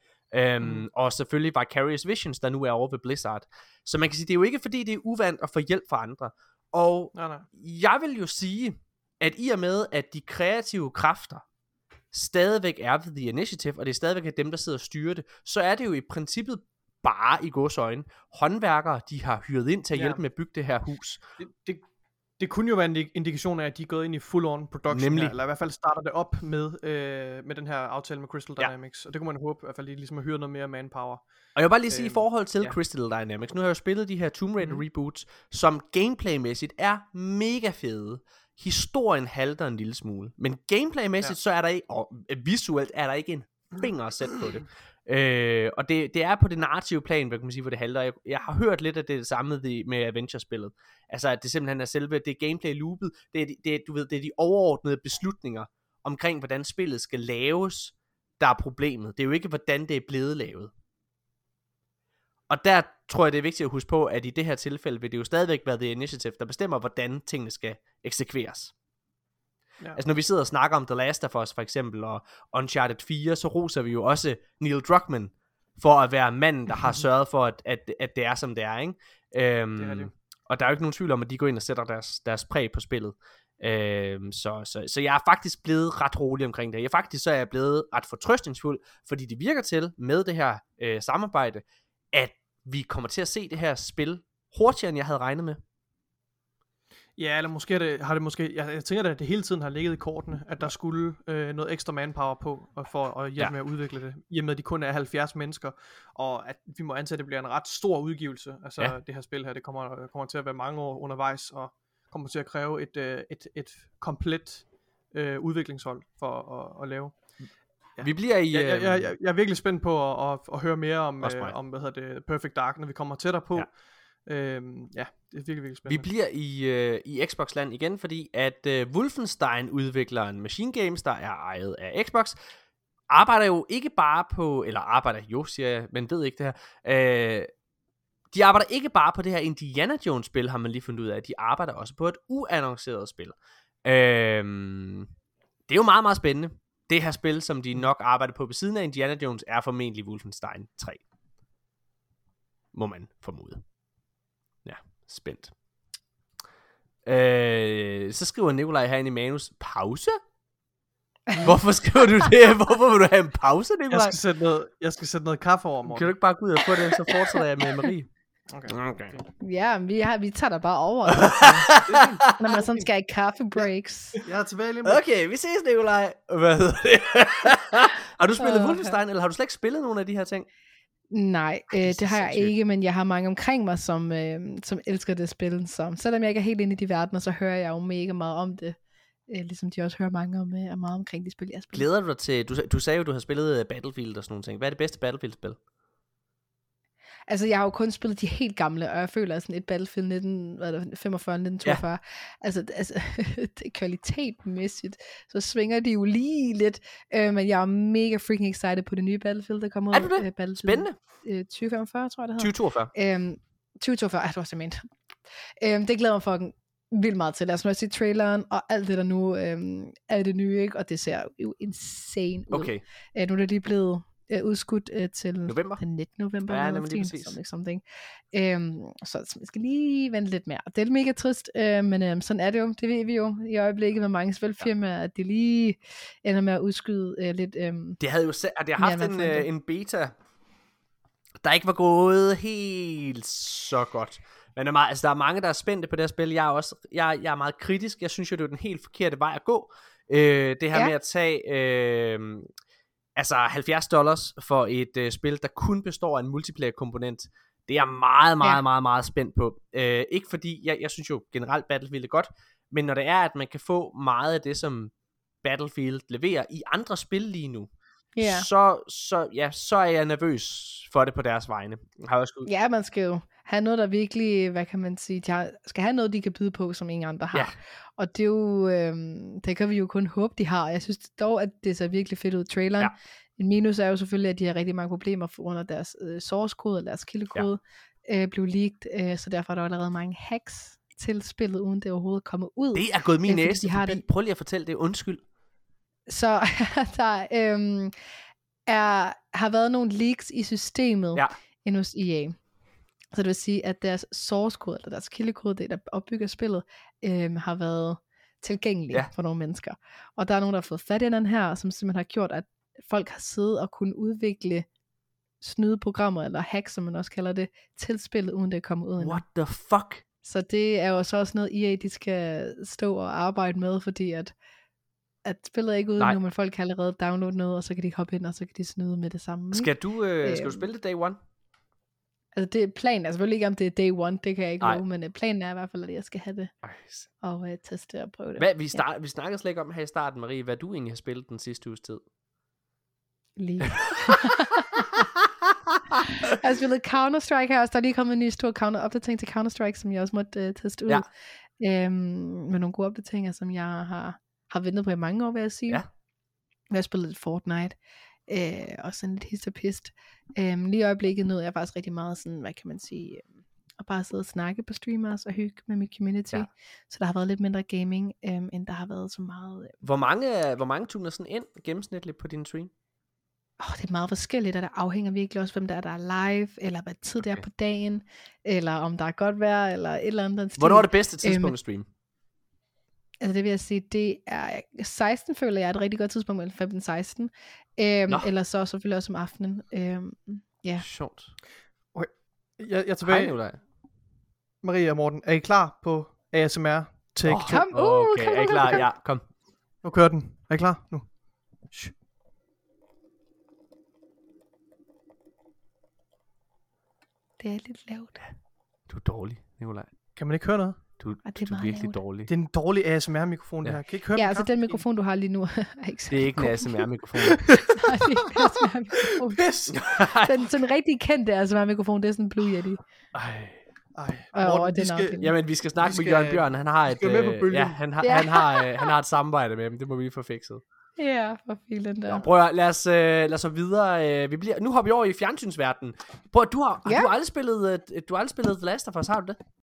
Og selvfølgelig Vicarious Visions, der nu er over ved Blizzard. Så man kan sige, det er jo ikke fordi det er uvant at få hjælp fra andre. Og jeg vil jo sige, at i og med at de kreative kræfter stadigvæk er ved The Initiative, og det er stadigvæk er dem der sidder og styrer det, så er det jo i princippet bare i gåseøjne håndværkere, de har hyret ind til at hjælpe med at bygge det her hus. Det kunne jo være en indikation af, at de er gået ind i full-on production her, eller i hvert fald starter det op med den her aftale med Crystal Dynamics, og det kunne man håbe i hvert fald ligesom at hyre noget mere manpower. Og jeg vil bare lige sige i forhold til Crystal Dynamics, nu har jeg jo spillet de her Tomb Raider reboots, som gameplaymæssigt er mega fede. Historien halter en lille smule, men gameplaymæssigt så er der ikke, og visuelt er der ikke en finger at sætte på det. Og det er på det narrative plan, hvad kan man sige, hvor det halter. Jeg har hørt lidt af det samme med Adventure-spillet. Altså at det simpelthen er selve det gameplay loopet. Det er de overordnede beslutninger omkring hvordan spillet skal laves, der er problemet. Det er jo ikke hvordan det er blevet lavet. Og der tror jeg det er vigtigt at huske på, at i det her tilfælde vil det jo stadigvæk være The Initiative, der bestemmer hvordan tingene skal eksekveres. Ja. Altså når vi sidder og snakker om The Last of Us for eksempel og Uncharted 4, så roser vi jo også Neil Druckmann for at være manden der har sørget for at det er som det er, ikke? Det. Og der er jo ikke nogen tvivl om at de går ind og sætter deres præg på spillet. Så jeg er faktisk blevet ret rolig omkring det. Så er jeg blevet ret fortrøstningsfuld, fordi det virker til med det her samarbejde at vi kommer til at se det her spil hurtigere end jeg havde regnet med. Ja, eller måske har det måske, jeg tænker at det hele tiden har ligget i kortene, at der skulle noget ekstra manpower på, for at hjælpe med at udvikle det, i og med at de kun er 70 mennesker, og at vi må antage, at det bliver en ret stor udgivelse, altså det her spil her, det kommer til at være mange år undervejs, og kommer til at kræve et komplet udviklingshold for at lave. Ja. Vi bliver i jeg er virkelig spændt på at høre mere om Perfect Dark, når vi kommer tættere på. Det er virkelig spændende. Vi bliver i Xbox-land igen, fordi at Wolfenstein-udvikleren Machine Games, der er ejet af Xbox, arbejder jo ikke bare på, eller arbejder jo, siger jeg, men ved ikke det her. De arbejder ikke bare på det her Indiana Jones-spil, har man lige fundet ud af. De arbejder også på et uannonceret spil. Det er jo meget, meget spændende. Det her spil, som de nok arbejder på ved siden af Indiana Jones, er formentlig Wolfenstein 3. Må man formode. Ja, spændt. Så skriver Nikolaj herinde i manus, pause? Hvorfor skriver du det? Hvorfor vil du have en pause, Nikolaj? Jeg skal sætte noget kaffe over, Morten. Kan du ikke bare gå ud og få det, så fortsætter jeg med Marie? Okay. Ja, vi tager der bare over. Når man sådan skal have kaffebreaks. Jeg er tilbage lige med. Okay, vi ses, Nikolaj. Hvad hedder det? Har du spillet Wolfenstein, eller har du slet ikke spillet nogen af de her ting? Nej, det har jeg ikke, men jeg har mange omkring mig, som elsker det spil. Så selvom jeg ikke er helt inde i de verdener, så hører jeg jo mega meget om det. Ligesom de også hører mange om meget omkring de spil, jeg spiller. Glæder du dig til, du sagde jo, du har spillet Battlefield og sådan nogle ting. Hvad er det bedste Battlefield-spil? Altså, jeg har jo kun spillet de helt gamle, og jeg føler, at sådan et Battlefield 1945, 1942, altså det er kvalitetmæssigt, så svinger de jo lige lidt, men jeg er mega freaking excited på det nye Battlefield, der kommer ud. Er du det? Battlefield, spændende. 2045, tror jeg, det hedder. 2042. 2042, det var så ment. Det glæder mig fucking vildt meget til. Lad os nu se traileren, og alt det der nu er det nye, ikke? Og det ser jo insane ud. Okay. Nu er det lige blevet udskudt til november. Den 19. november. Ja, det er præcis. Something. Så vi skal lige vente lidt mere. Det er mega trist, men sådan er det jo. Det ved vi jo i øjeblikket med mange spilfirmaer, at de lige ender med at udskyde lidt. Det havde jo det har haft en beta, der ikke var gået helt så godt. Men der er mange, der er spændte på det her spil. Jeg er meget kritisk. Jeg synes jo, det er den helt forkerte vej at gå. Det her med at tage $70 for et spil, der kun består af en multiplayer-komponent. Det er jeg meget spændt på. Ikke fordi, jeg synes jo generelt Battlefield er godt, men når det er, at man kan få meget af det, som Battlefield leverer i andre spil lige nu, så er jeg nervøs for det på deres vegne. Ja, man skal jo have noget, der virkelig, hvad kan man sige, skal have noget, de kan byde på, som ingen andre har. Ja. Og det er jo, det kan vi jo kun håbe, de har. Jeg synes dog, at det ser virkelig fedt ud i traileren. Ja. En minus er jo selvfølgelig, at de har rigtig mange problemer for grund af deres source kode, eller deres kildekode blev leaked, så derfor er der allerede mange hacks. til spillet, uden det overhovedet kommer ud. Det er gået min fordi næse de har forbi. Prøv lige at fortælle det. Undskyld. Så der har været nogle leaks i systemet end hos EA. Så det vil sige, at deres source code, eller deres kildekode, det der opbygger spillet, har været tilgængelig for nogle mennesker. Og der er nogen, der har fået fat i den her, som simpelthen har gjort, at folk har siddet og kunne udvikle snydeprogrammer, eller hack, som man også kalder det, til spillet, uden det er kommet ud endnu. What the fuck? Så det er jo så også noget, EA de skal stå og arbejde med, fordi at spillet er ikke ude nu, men folk kan allerede downloade noget, og så kan de hoppe ind, og så kan de snyde med det samme. Skal du spille det day one? Altså det planen er selvfølgelig ikke, om det er day one, det kan jeg ikke love, men planen er i hvert fald, at jeg skal have det, og teste og prøve det. Vi snakkede slet ikke om her i starten, Marie, hvad du egentlig har spillet den sidste uges tid. Lige. Jeg har spillet Counter-Strike her også. Der er lige kommet en ny stor opdatering til Counter-Strike, som jeg også måtte teste ud. Med nogle gode opdateringer, som jeg har ventet på i mange år, vil jeg sige. Jeg har spillet lidt Fortnite. Og sådan lidt hist og pist. Lige i øjeblikket nød jeg faktisk rigtig meget sådan, hvad kan man sige, at bare sidde og snakke på streamers og hygge med mit community. Så der har været lidt mindre gaming, end der har været så meget. Hvor mange tuner sådan ind gennemsnitligt på din stream? Det er meget forskelligt, og der afhænger virkelig også, hvem der er live, eller hvad tid det er på dagen, eller om der er godt vejr, eller et eller andet stil. Hvornår er det bedste tidspunkt at streame? Altså det vil jeg sige, det er 16, føler jeg er et rigtig godt tidspunkt, mellem 15 og 16. Eller så selvfølgelig også om aftenen. Sjovt. Okay. Jeg er tilbage. Hej, Marie og Morten, er I klar på ASMR Take 2? Kom, okay, kom, er I klar? kom. Ja, kom. Nu kører den. Er I klar? Nu. Shh. Det er lidt lavt. Du er dårlig, Nikolaj. Kan man ikke høre noget? Du er virkelig dårlig. Det er en dårlig ASMR-mikrofon, det her. Kan I ikke høre altså den mikrofon, du har lige nu, er ikke så det er ikke en ASMR-mikrofon. Nej, det er ikke en ASMR-mikrofon. Pis! Den rigtig kendte ASMR-mikrofon, det er sådan en Blue Yeti. Ej. Jamen, vi skal snakke med Jørgen Bjørn. Han har et, han har et samarbejde med dem. Det må vi lige få fikset. Ja, for filen der. Prøv at lad os så videre. Nu hopper vi over i fjernsynsverdenen. Prøv at du har aldrig spillet The Last of Us, har du det?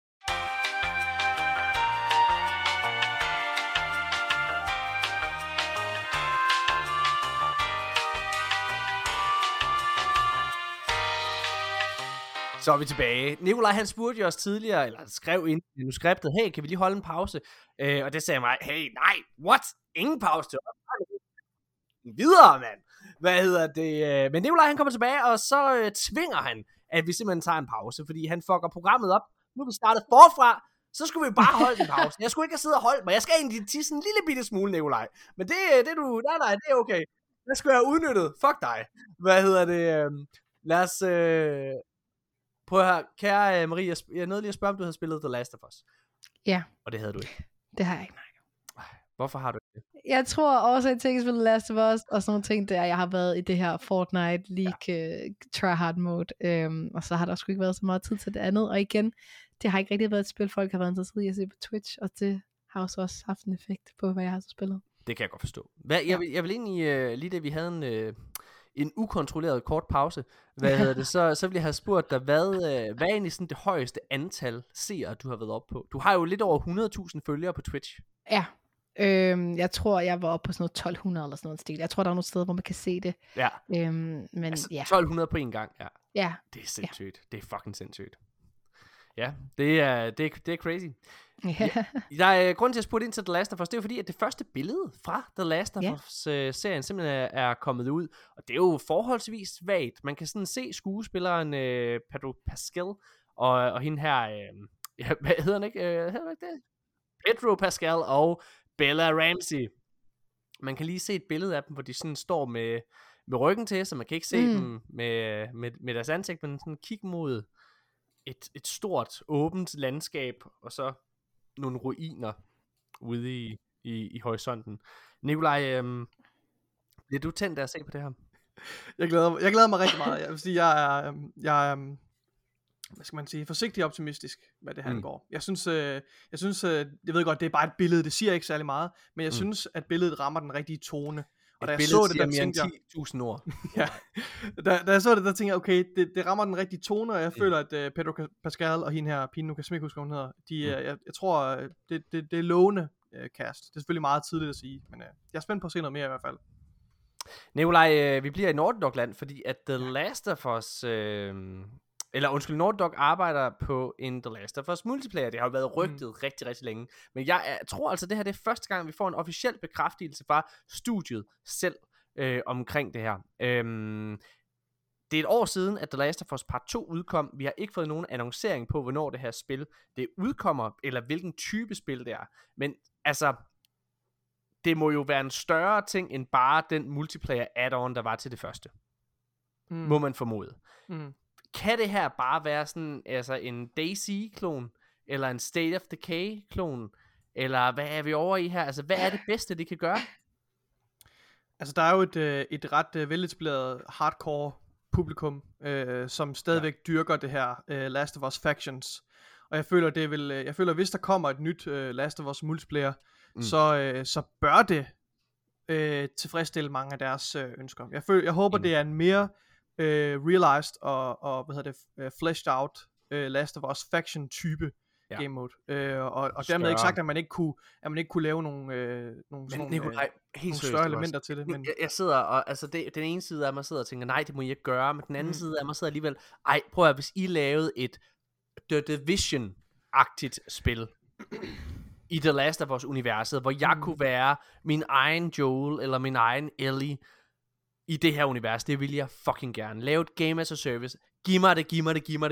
Så er vi tilbage. Nikolaj, han spurgte jo os tidligere, eller skrev ind i manuskriptet, hey, kan vi lige holde en pause? Og det sagde jeg mig, hey, nej, what? Ingen pause til videre, mand. Hvad hedder det? Men Nikolaj, han kommer tilbage, og så tvinger han, at vi simpelthen tager en pause, fordi han fucker programmet op. Nu er vi startet forfra, så skulle vi bare holde en pause. Jeg skulle ikke have siddet og holdt mig. Jeg skal egentlig tisse en lille bitte smule, Nikolaj. Men det er okay. Det skulle jeg have udnyttet. Fuck dig. Hvad hedder det? Lad os... Prøv at høre, kære Marie, jeg nåede lige at spørge, om du havde spillet The Last of Us. Ja. Og det havde du ikke. Det har jeg ikke, nej. Hvorfor har du ikke det? Jeg tror også, at jeg tænker spille The Last of Us, og sådan nogle ting der, jeg har været i det her Fortnite League tryhard mode, og så har der sgu ikke været så meget tid til det andet, og igen, det har ikke rigtig været et spil, folk har været interesseret i at se på Twitch, og det har også haft en effekt på, hvad jeg har så spillet. Det kan jeg godt forstå. Jeg vil egentlig, lige det vi havde en ukontrolleret kort pause, så ville jeg have spurgt dig, hvad er egentlig sådan det højeste antal seere, du har været op på? Du har jo lidt over 100.000 følgere på Twitch. Ja, jeg tror, jeg var oppe på sådan noget 1200 eller sådan noget stil. Jeg tror, der er nogle steder, hvor man kan se det. Ja. Men altså, ja. 1200 på en gang, ja. Ja. Det er sindssygt. Ja. Det er fucking sindssygt. Ja, det er crazy. Ja. Grunden til, at jeg spurgte ind til The Last of Us, det er jo fordi, at det første billede fra The Last of Us-serien simpelthen er kommet ud, og det er jo forholdsvis svagt. Man kan sådan se skuespilleren Pedro Pascal, og hende her, hvad hedder han ikke? Hedder ikke det? Pedro Pascal og Bella Ramsey. Man kan lige se et billede af dem, hvor de sådan står med ryggen til, så man kan ikke se dem med deres ansigt, men sådan kigge mod et stort, åbent landskab, og så nogle ruiner ude i horisonten. Nikolaj, bliver du tændt af at se på det her? Jeg glæder mig rigtig meget. Jeg vil sige, jeg er hvad skal man sige, forsigtig optimistisk, hvad det her går. Jeg synes, jeg ved godt, det er bare et billede, det siger ikke særlig meget, men jeg synes, at billedet rammer den rigtige tone, Og da jeg så det, der tænkte jeg... 10.000 ord. Ja, da jeg så det, der tænkte jeg, okay, det rammer den rigtige tone, og jeg føler, at Pedro Pascal og hende her, pigen, nu kan jeg simpelthen ikke huske, hvad hun hedder, jeg tror, det er lovende cast. Det er selvfølgelig meget tidligt at sige, men jeg er spændt på at se noget mere i hvert fald. Nikolaj, vi bliver i Naughty Dog-land, fordi at The Last of Us... Naughty Dog arbejder på en The Last of Us multiplayer. Det har jo været rygtet rigtig, rigtig længe. Men jeg tror altså, det her det er første gang, vi får en officiel bekræftelse fra studiet selv omkring det her. Det er et år siden, at The Last of Us Part 2 udkom. Vi har ikke fået nogen annoncering på, hvornår det her spil det udkommer, eller hvilken type spil det er. Men altså, det må jo være en større ting, end bare den multiplayer add-on, der var til det første. Må man formode. Kan det her bare være sådan, altså en DayZ-klon, eller en State of Decay-klon, eller hvad er vi over i her? Altså, hvad er det bedste, det kan gøre? Altså, der er jo et ret veletableret hardcore publikum, som stadigvæk dyrker det her Last of Us Factions. Og jeg føler, hvis der kommer et nyt Last of Us multiplayer, så bør det tilfredsstille mange af deres ønsker. Jeg håber, det er en mere realized og fleshed out Last of Us faction type game mode. Og dermed ikke sagt, at man ikke kunne lave nogle større elementer til det. Men jeg sidder og altså den ene side af mig sidder og tænker, nej, det må I ikke gøre, men den anden side af mig sidder alligevel, prøv at hvis I lavede et The Division-agtigt spil i The Last of Us universet, hvor jeg kunne være min egen Joel eller min egen Ellie i det her univers, det vil jeg fucking gerne. Lave et game as a service. Giv mig det.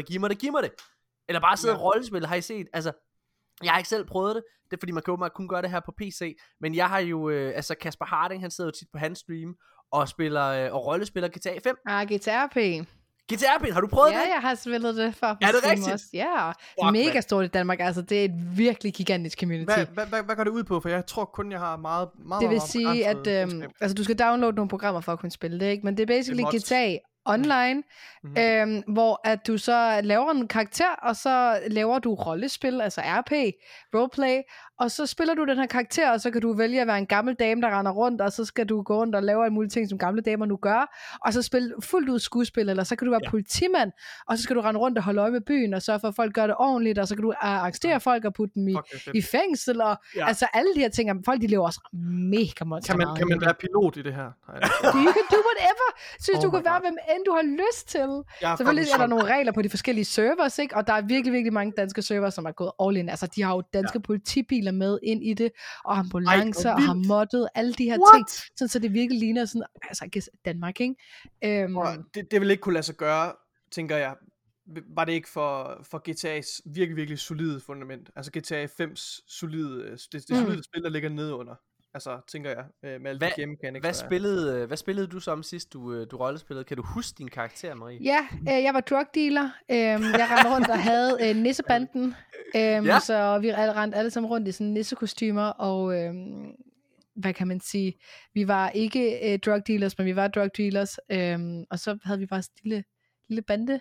Eller bare sidde og rollespil, har I set? Altså, jeg har ikke selv prøvet det. Det er fordi, man kan åbenbart kun gøre det her på PC. Men jeg har jo, Kasper Harding, han sidder jo tit på hans stream og spiller og rollespiller GTA 5. GTA-P. GTA-P, har du prøvet det? Ja, jeg har spillet det før på Steam. Er det rigtigt? Også. Ja, mega stort i Danmark. Altså, det er et virkelig gigantisk community. Hvad går det ud på? For jeg tror kun, jeg har meget det vil sige, at altså, du skal downloade nogle programmer for at kunne spille det, ikke? Men det er basically GTA online, hvor at du så laver en karakter, og så laver du rollespil, altså RP, roleplay, og så spiller du den her karakter, og så kan du vælge at være en gammel dame, der render rundt, og så skal du gå rundt og lave en mulige ting, som gamle damer nu gør, og så spille fuldt ud skuespil, eller så kan du være politimand, og så skal du rende rundt og holde øje med byen, og sørge for, at folk gør det ordentligt, og så kan du arrestere folk og putte dem i fængsel, og altså alle de her ting, folk de lever også mega monster. Kan man være pilot i det her? You can do whatever. Synes du kan være, hvem end du har lyst til. Selvfølgelig er der nogle regler på de forskellige servers, ikke? Og der er virkelig, virkelig mange danske servers, som er gået all in. Altså, de har jo danske politibiler med ind i det, og ambulancer, og har moddet alle de her ting, sådan, så det virkelig ligner sådan, altså, I guess, Danmark, ikke? Det vil ikke kunne lade sig gøre, tænker jeg. Var det ikke for GTA's virkelig, virkelig solide fundament? Altså GTA 5's solide, det solide spil, der ligger nede under. Altså, tænker jeg, med alle de game mechanics. Hvad spillede du så om sidst, du rollespillede? Kan du huske din karakter, Marie? Ja, jeg var drug dealer. Jeg rendte rundt og havde nissebanden. Så vi rendte alle sammen rundt i sådan nissekostymer, og hvad kan man sige? Vi var ikke drug dealers, men vi var drug dealers. Og så havde vi bare en lille bande.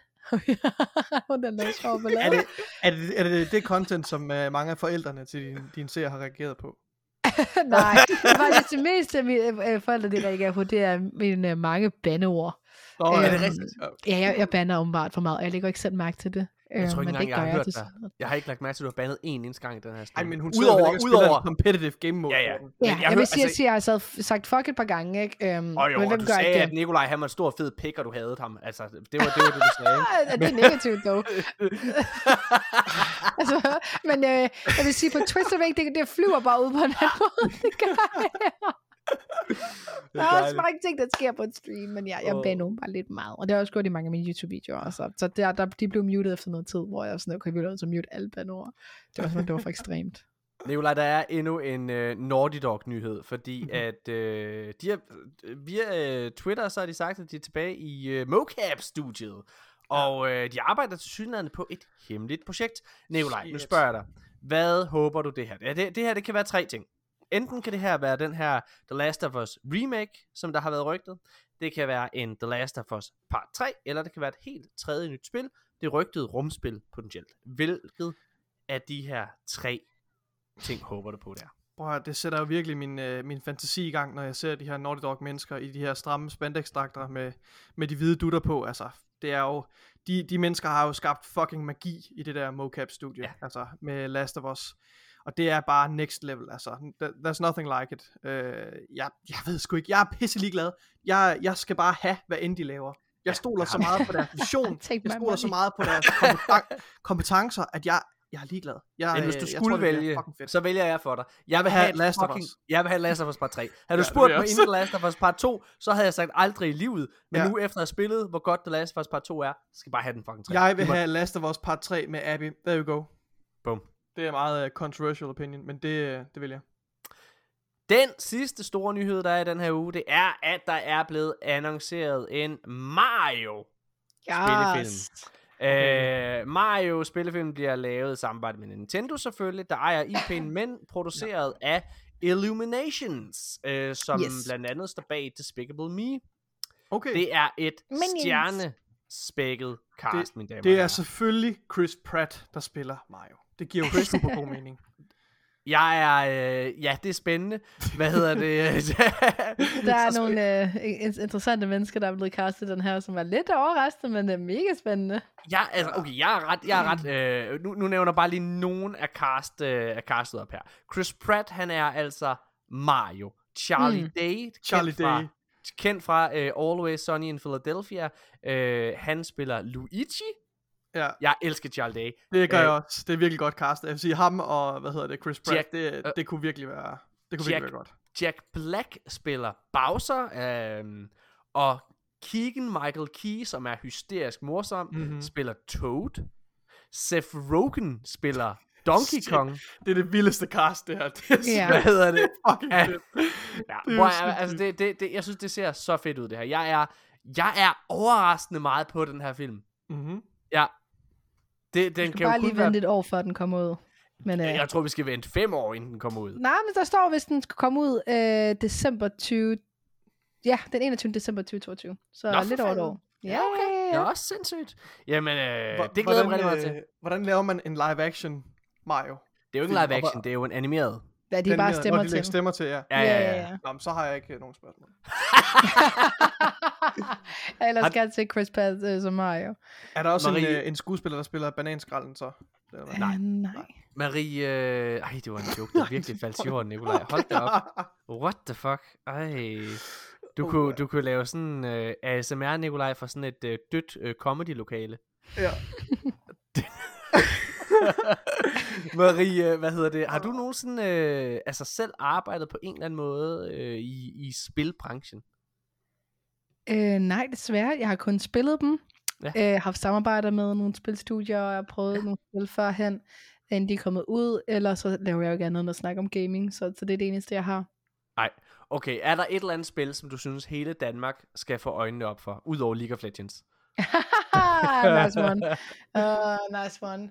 Er det content, som mange af forældrene til dine seere har reageret på? Nej, det mest mine forældre de reagerer på, det er mine mange bandeord. Er det rigtigt? Ja, jeg bander åbenbart for meget, og jeg lægger ikke selv mærke til det. Jeg tror ikke engang, jeg har hørt dig. Jeg har ikke lagt mærke til, at du har bandet en eneste gang i den her stream. Ej, men hun udover competitive game mode. Ja. Jeg vil sige, at jeg har sagt fuck et par gange, ikke? Men hvem du sagde, at Nikolaj, han var en stor fed pik, og du hadede ham. Altså, det var det, du sagde. Det er negativt, dog. Altså, men jeg vil sige, på Twitter, det flyver bare ud på en anden måde. Det gør jeg. Der er også mange ting, der sker på et stream, men jeg bander bare lidt meget. Og det har også gjort i mange af mine YouTube-videoer. Altså. Så de blev muted efter noget tid, hvor jeg sådan, okay, vi ville så mute alle banord. Det var for ekstremt. Nikolaj, der er endnu en Naughty Dog-nyhed, fordi at de har, via Twitter, så har de sagt, at de er tilbage i mocap-studiet. Og de arbejder tilsyneladende på et hemmeligt projekt. Nikolaj, nu spørger jeg dig, hvad håber du det her? Det her, det kan være 3 ting. Enten kan det her være den her The Last of Us remake, som der har været rygtet. Det kan være en The Last of Us part 3, eller det kan være et helt tredje nyt spil. Det rygtede rumspil potentielt. Hvilket af de her 3 ting håber du på der? Det sætter jo virkelig min fantasi i gang, når jeg ser de her Naughty Dog mennesker i de her stramme spandex-dragter med de hvide dutter på. Altså, det er jo, de mennesker har jo skabt fucking magi i det der mocap-studie, altså med Last of Us. Og det er bare next level, altså. There's nothing like it. Jeg ved sgu ikke, jeg er pisse ligeglad. Jeg skal bare have, hvad end de laver. Jeg stoler så meget på deres vision. Jeg stoler så meget på deres kompetencer, at jeg er ligeglad. Men hvis du skulle vælge, så vælger jeg for dig. Jeg vil have Last of Us Part 3. Havde du spurgt mig inden Last of Us Part 2, så havde jeg sagt aldrig i livet. Men nu efter at have spillet, hvor godt The Last of Us Part 2 er, skal jeg bare have den fucking 3. Jeg vil have Last of Us Part 3 med Abby. There you go. Boom. Det er meget controversial opinion, men det vil jeg. Den sidste store nyhed, der er i den her uge, det er, at der er blevet annonceret en Mario-spillefilm. Mario spillefilm bliver lavet i samarbejde med Nintendo selvfølgelig, der ejer IP'en, men produceret af Illuminations, som blandt andet står bag Despicable Me. Okay. Det er et stjernespækket cast, mine damer. Det er selvfølgelig Chris Pratt, der spiller Mario. Det giver jo super god mening. Ja, det er spændende. Hvad hedder det? Der er nogle interessante mennesker, der er blevet castet den her, som er lidt overraskende, men det er mega spændende. Ja, altså, okay, jeg er ret. Nu nævner bare lige nogen af castet op her. Chris Pratt, han er altså Mario. Charlie Day. Kendt fra Always Sunny in Philadelphia. Han spiller Luigi. Ja. Jeg elsker Charlie Day. Det gør jeg også. Det er virkelig godt castet. Jeg vil sige ham og Chris Pratt. Det kunne virkelig være. Det kunne virkelig være godt. Jack Black spiller Bowser, og Keegan Michael Key, som er hysterisk morsom, spiller Toad. Seth Rogen spiller Donkey Kong. Det er det vildeste cast, det her. Hvad hedder det? Fucking fedt. Jeg synes, det ser så fedt ud, det her. Jeg er overraskende meget på den her film. Ja. Den kan bare lige vente et år, før den kommer ud. Men, jeg tror, vi skal vente 5 år, inden den kommer ud. Nej, men der står, hvis den skal komme ud december 20... Ja, den 21. december 2022. Så lidt over et år. Ja, okay. Det er også sindssygt. Jamen, det glæder mig rigtig meget til. Hvordan laver man en live-action Mario? Det er jo ikke en live-action, det er jo en animeret. Ja, de bare stemmer til. Stemmer til, ja. Ja. Nå, så har jeg ikke nogen spørgsmål. Ellers skal jeg se Chris Pratt som Mario. Er der også en skuespiller, der spiller bananskralden så? Nej. Marie... det var en joke, der virkelig faldt i jorden, Nikolaj. Hold da op. What the fuck? Ej... Du kunne lave sådan ASMR, Nikolaj, fra sådan et dødt comedy-lokale. Ja. Marie, hvad hedder det? Har du nogensinde selv arbejdet på en eller anden måde i spilbranchen? Nej, desværre. Jeg har kun spillet dem. Ja. Haft samarbejder med nogle spilstudier, og jeg har prøvet nogle spil førhen, inden de er kommet ud. Eller så laver jeg jo gerne noget med at snakke om gaming, så det er det eneste, jeg har. Nej. Okay, er der et eller andet spil, som du synes hele Danmark skal få øjnene op for, udover League of Legends? Nice one. Nice one.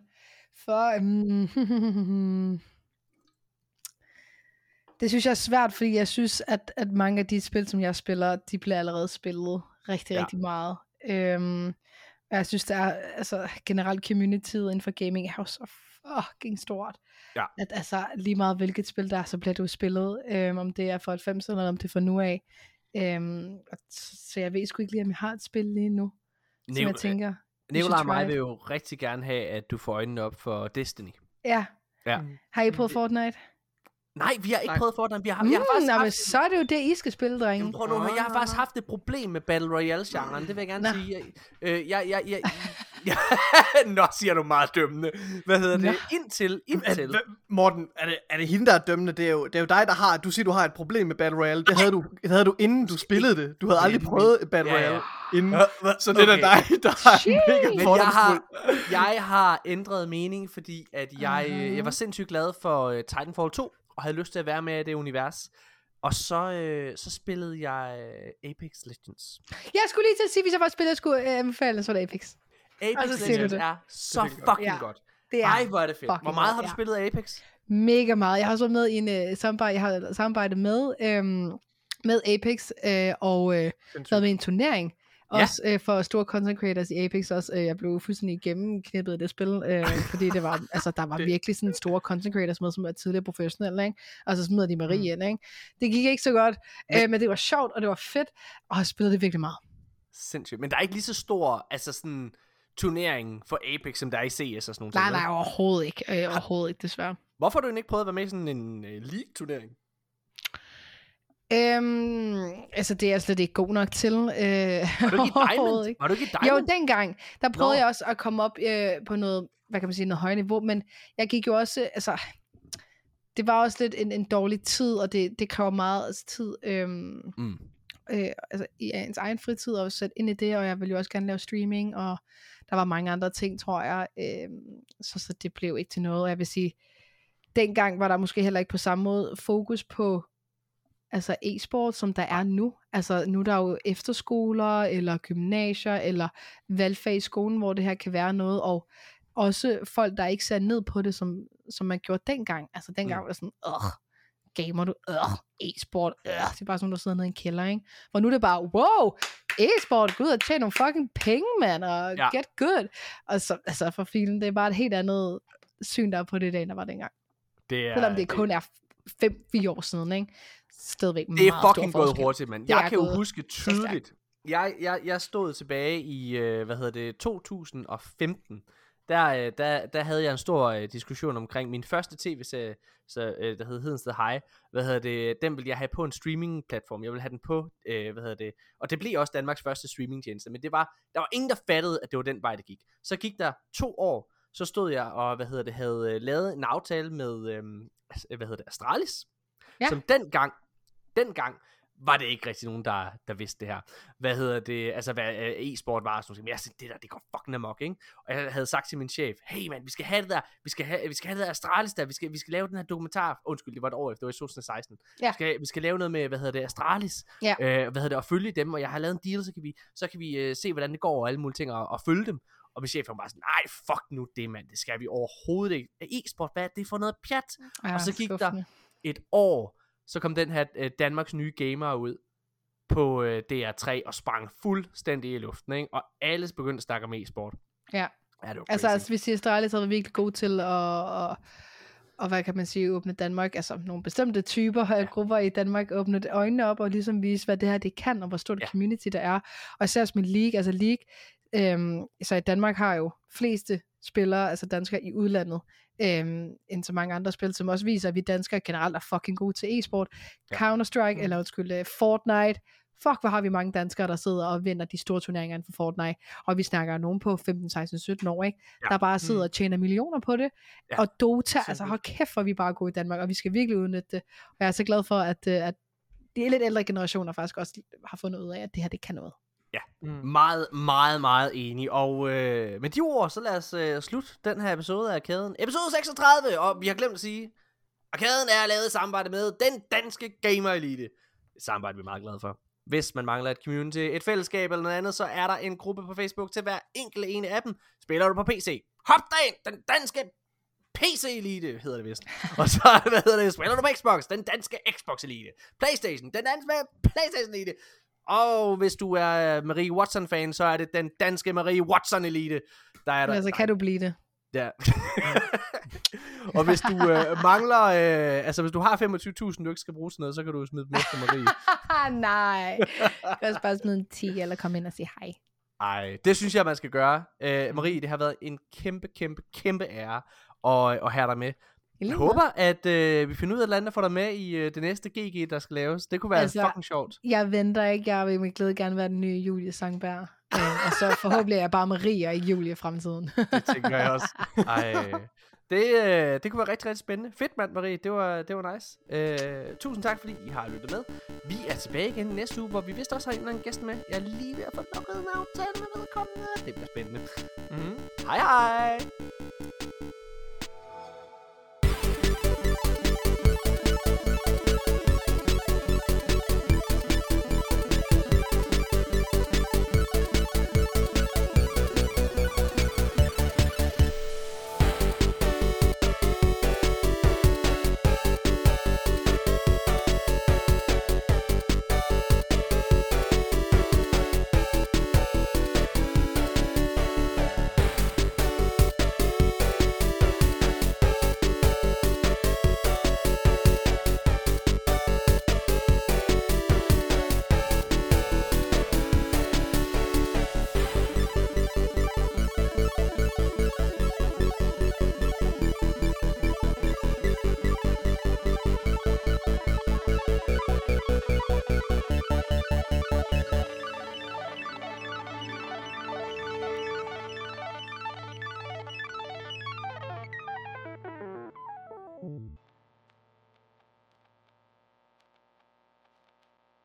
Det synes jeg er svært, fordi jeg synes, at mange af de spil, som jeg spiller, de bliver allerede spillet rigtig meget. Jeg synes, der er generelt communityet inden for gaming er jo så fucking stort. Ja. At lige meget hvilket spil der er, så bliver det jo spillet, om det er for 90 eller om det er for nu af. Så jeg ved sgu ikke lige, om jeg har et spil lige nu, som jeg tænker. Nicolaj og mig vil jo rigtig gerne have, at du får øjnene op for Destiny. Ja. Har I prøvet Fortnite? Nej, vi har ikke prøvet Fortnite. Jeg har faktisk haft... Så er det jo det, I skal spille, drenge. Prøv nu, jeg har faktisk haft et problem med Battle Royale-genren. Det vil jeg gerne sige. Nå, siger du meget dømmende. Hvad hedder det? Indtil. Morten, er det hende, der er dømmende? Det er jo dig, der har... Du siger, du har et problem med Battle Royale. Det havde du inden du spillede det. Du havde aldrig prøvet Battle Royale inden. Så det er dig, der har... Jeg har ændret mening, fordi at jeg var sindssygt glad for Titanfall 2. Og havde lyst til at være med i det univers. Og så spillede jeg Apex Legends. Jeg skulle lige til at sige, hvis jeg var spillet, jeg skulle anbefale, så var det Apex. Apex Legends er så fucking godt. Ej, hvor er det fedt. Hvor meget har du spillet Apex? Mega meget. Jeg har så med i en samarbejde med Apex, og været med i en turnering. Også for store content creators i Apex også. Jeg blev fuldstændig gennemknippet i det spil, fordi det var, altså, der var virkelig sådan store content creators med, som var tidligere professionelle, ikke? Og så smider de Marie ind, ikke? Det gik ikke så godt, men det var sjovt, og det var fedt, og jeg spillede det virkelig meget. Sindssygt. Men der er ikke lige så stor, altså sådan, turnering for Apex, som der er i CS og sådan noget. Nej, overhovedet ikke. Overhovedet ikke, desværre. Hvorfor har du ikke prøvet at være med i sådan en League-turnering? Altså det er jeg slet ikke god nok til. Var du ikke i Diamond? Var du ikke i Diamond? Jo, dengang, der prøvede jeg også at komme op på noget, hvad kan man sige, noget højere niveau, men jeg gik jo også, altså, det var også lidt en dårlig tid, og det kræver meget altså, tid, altså i ens egen fritid at sætte ind i det, og jeg ville jo også gerne lave streaming, og der var mange andre ting, tror jeg, så det blev ikke til noget, og jeg vil sige, dengang var der måske heller ikke på samme måde fokus på altså e-sport, som der er nu. Altså nu er der jo efterskoler, eller gymnasier, eller valgfag i skolen, hvor det her kan være noget, og også folk, der ikke ser ned på det, som man gjorde dengang. Altså dengang var det sådan, gamer du, e-sport, det er bare sådan, der sidder nede i en kælder, ikke? For nu er det bare, wow, e-sport, gå ud og tjene nogle fucking penge, mand, og get good. Og så, altså for filen, det er bare et helt andet syn, der er på det i dag, der var dengang. Selvom det kun er 5-4 år siden, ikke? Stadigvæk det er fucking gået hurtigt, mand. Jeg kan jo huske tydeligt. Jeg stod tilbage i 2015. Der havde jeg en stor diskussion omkring min første tv-serie, der hed Hedens The High. Den ville jeg have på en streaming-platform. Jeg ville have den på, og det blev også Danmarks første streaming-tjeneste. Men der var ingen, der fattede, at det var den vej, det gik. Så gik der 2 år, så stod jeg og havde lavet en aftale med Astralis, som dengang var det ikke rigtig nogen, der vidste det her. Hvad e-sport var sådan noget. Jeg sagde, det går fucking amok, ikke? Og jeg havde sagt til min chef, hey man, vi skal have det der, vi skal have det der Astralis der, vi skal lave den her dokumentar. Undskyld, det var et år efter, det var i 2016. Ja. Vi skal lave noget med, Astralis, og følge dem, og jeg har lavet en deal, så kan vi se, hvordan det går, og alle mulige ting, og følge dem. Og min chef var bare sådan, nej, fuck nu det, mand, det skal vi overhovedet ikke. E-sport, hvad er det for noget pjat? Og så gik der et år, så kom den her Danmarks nye gamer ud på DR3 og sprang fuldstændig i luften, ikke? Og alle begyndte at snakke om e-sport. Ja, altså vi siger, Astralis har været virkelig god til og hvad kan man sige, åbne Danmark, altså nogle bestemte typer grupper i Danmark, åbne øjnene op og ligesom vise, hvad det her det kan, og hvor stort community der er. Og især med League, altså League, så i Danmark har jo fleste spillere, altså danskere i udlandet, end så mange andre spil, som også viser, at vi danskere generelt er fucking gode til e-sport. Counter-Strike, eller Fortnite. Fuck, hvor har vi mange danskere, der sidder og vinder de store turneringer inden for Fortnite. Og vi snakker nogen på 15, 16, 17 år, ikke? Der bare sidder og tjener millioner på det. Og Dota, altså hold kæft, hvor vi bare gode i Danmark, og vi skal virkelig udnytte det. Og jeg er så glad for, at de lidt ældre generationer faktisk også har fundet ud af, at det her, det kan noget. Ja, meget, meget, meget enig. Og med de ord, så lad os slutte den her episode af Arkaden. Episode 36, og vi har glemt at sige, Arkaden er lavet i samarbejde med den danske Gamer Elite. Et samarbejde, vi er meget glade for. Hvis man mangler et community, et fællesskab eller noget andet, så er der en gruppe på Facebook til hver enkelt ene af dem. Spiller du på PC? Hop derind! Den danske PC Elite hedder det vist. Og så, spiller du på Xbox? Den danske Xbox Elite. PlayStation? Den danske PlayStation Elite. Og hvis du er Marie Watson-fan, så er det den danske Marie Watson-elite. Der er der. Altså, kan du blive det? Ja. Og hvis du mangler, hvis du har 25.000, du ikke skal bruge sådan noget, så kan du smide dem efter Marie. Nej. Du kan også bare smide en 10, eller komme ind og sige hej. Ej, det synes jeg, man skal gøre. Marie, det har været en kæmpe ære at have dig med. Jeg håber, at vi finder ud af et eller andet, der får dig med i det næste GG, der skal laves. Det kunne være fucking sjovt. Jeg venter ikke. Jeg vil med glæde gerne være den nye Julie Sangberg. Og så forhåbentlig er jeg bare Marie og ikke Julie i fremtiden. Det tænker jeg også. Ej, det kunne være rigtig, rigtig spændende. Fedt, mand, Marie. Det var nice. Tusind tak, fordi I har lyttet med. Vi er tilbage igen næste uge, hvor vi vist også har en eller anden gæst med. Jeg er lige ved at få lukket en aftale med vedkommende. Det bliver spændende. Hej, hej. Hej.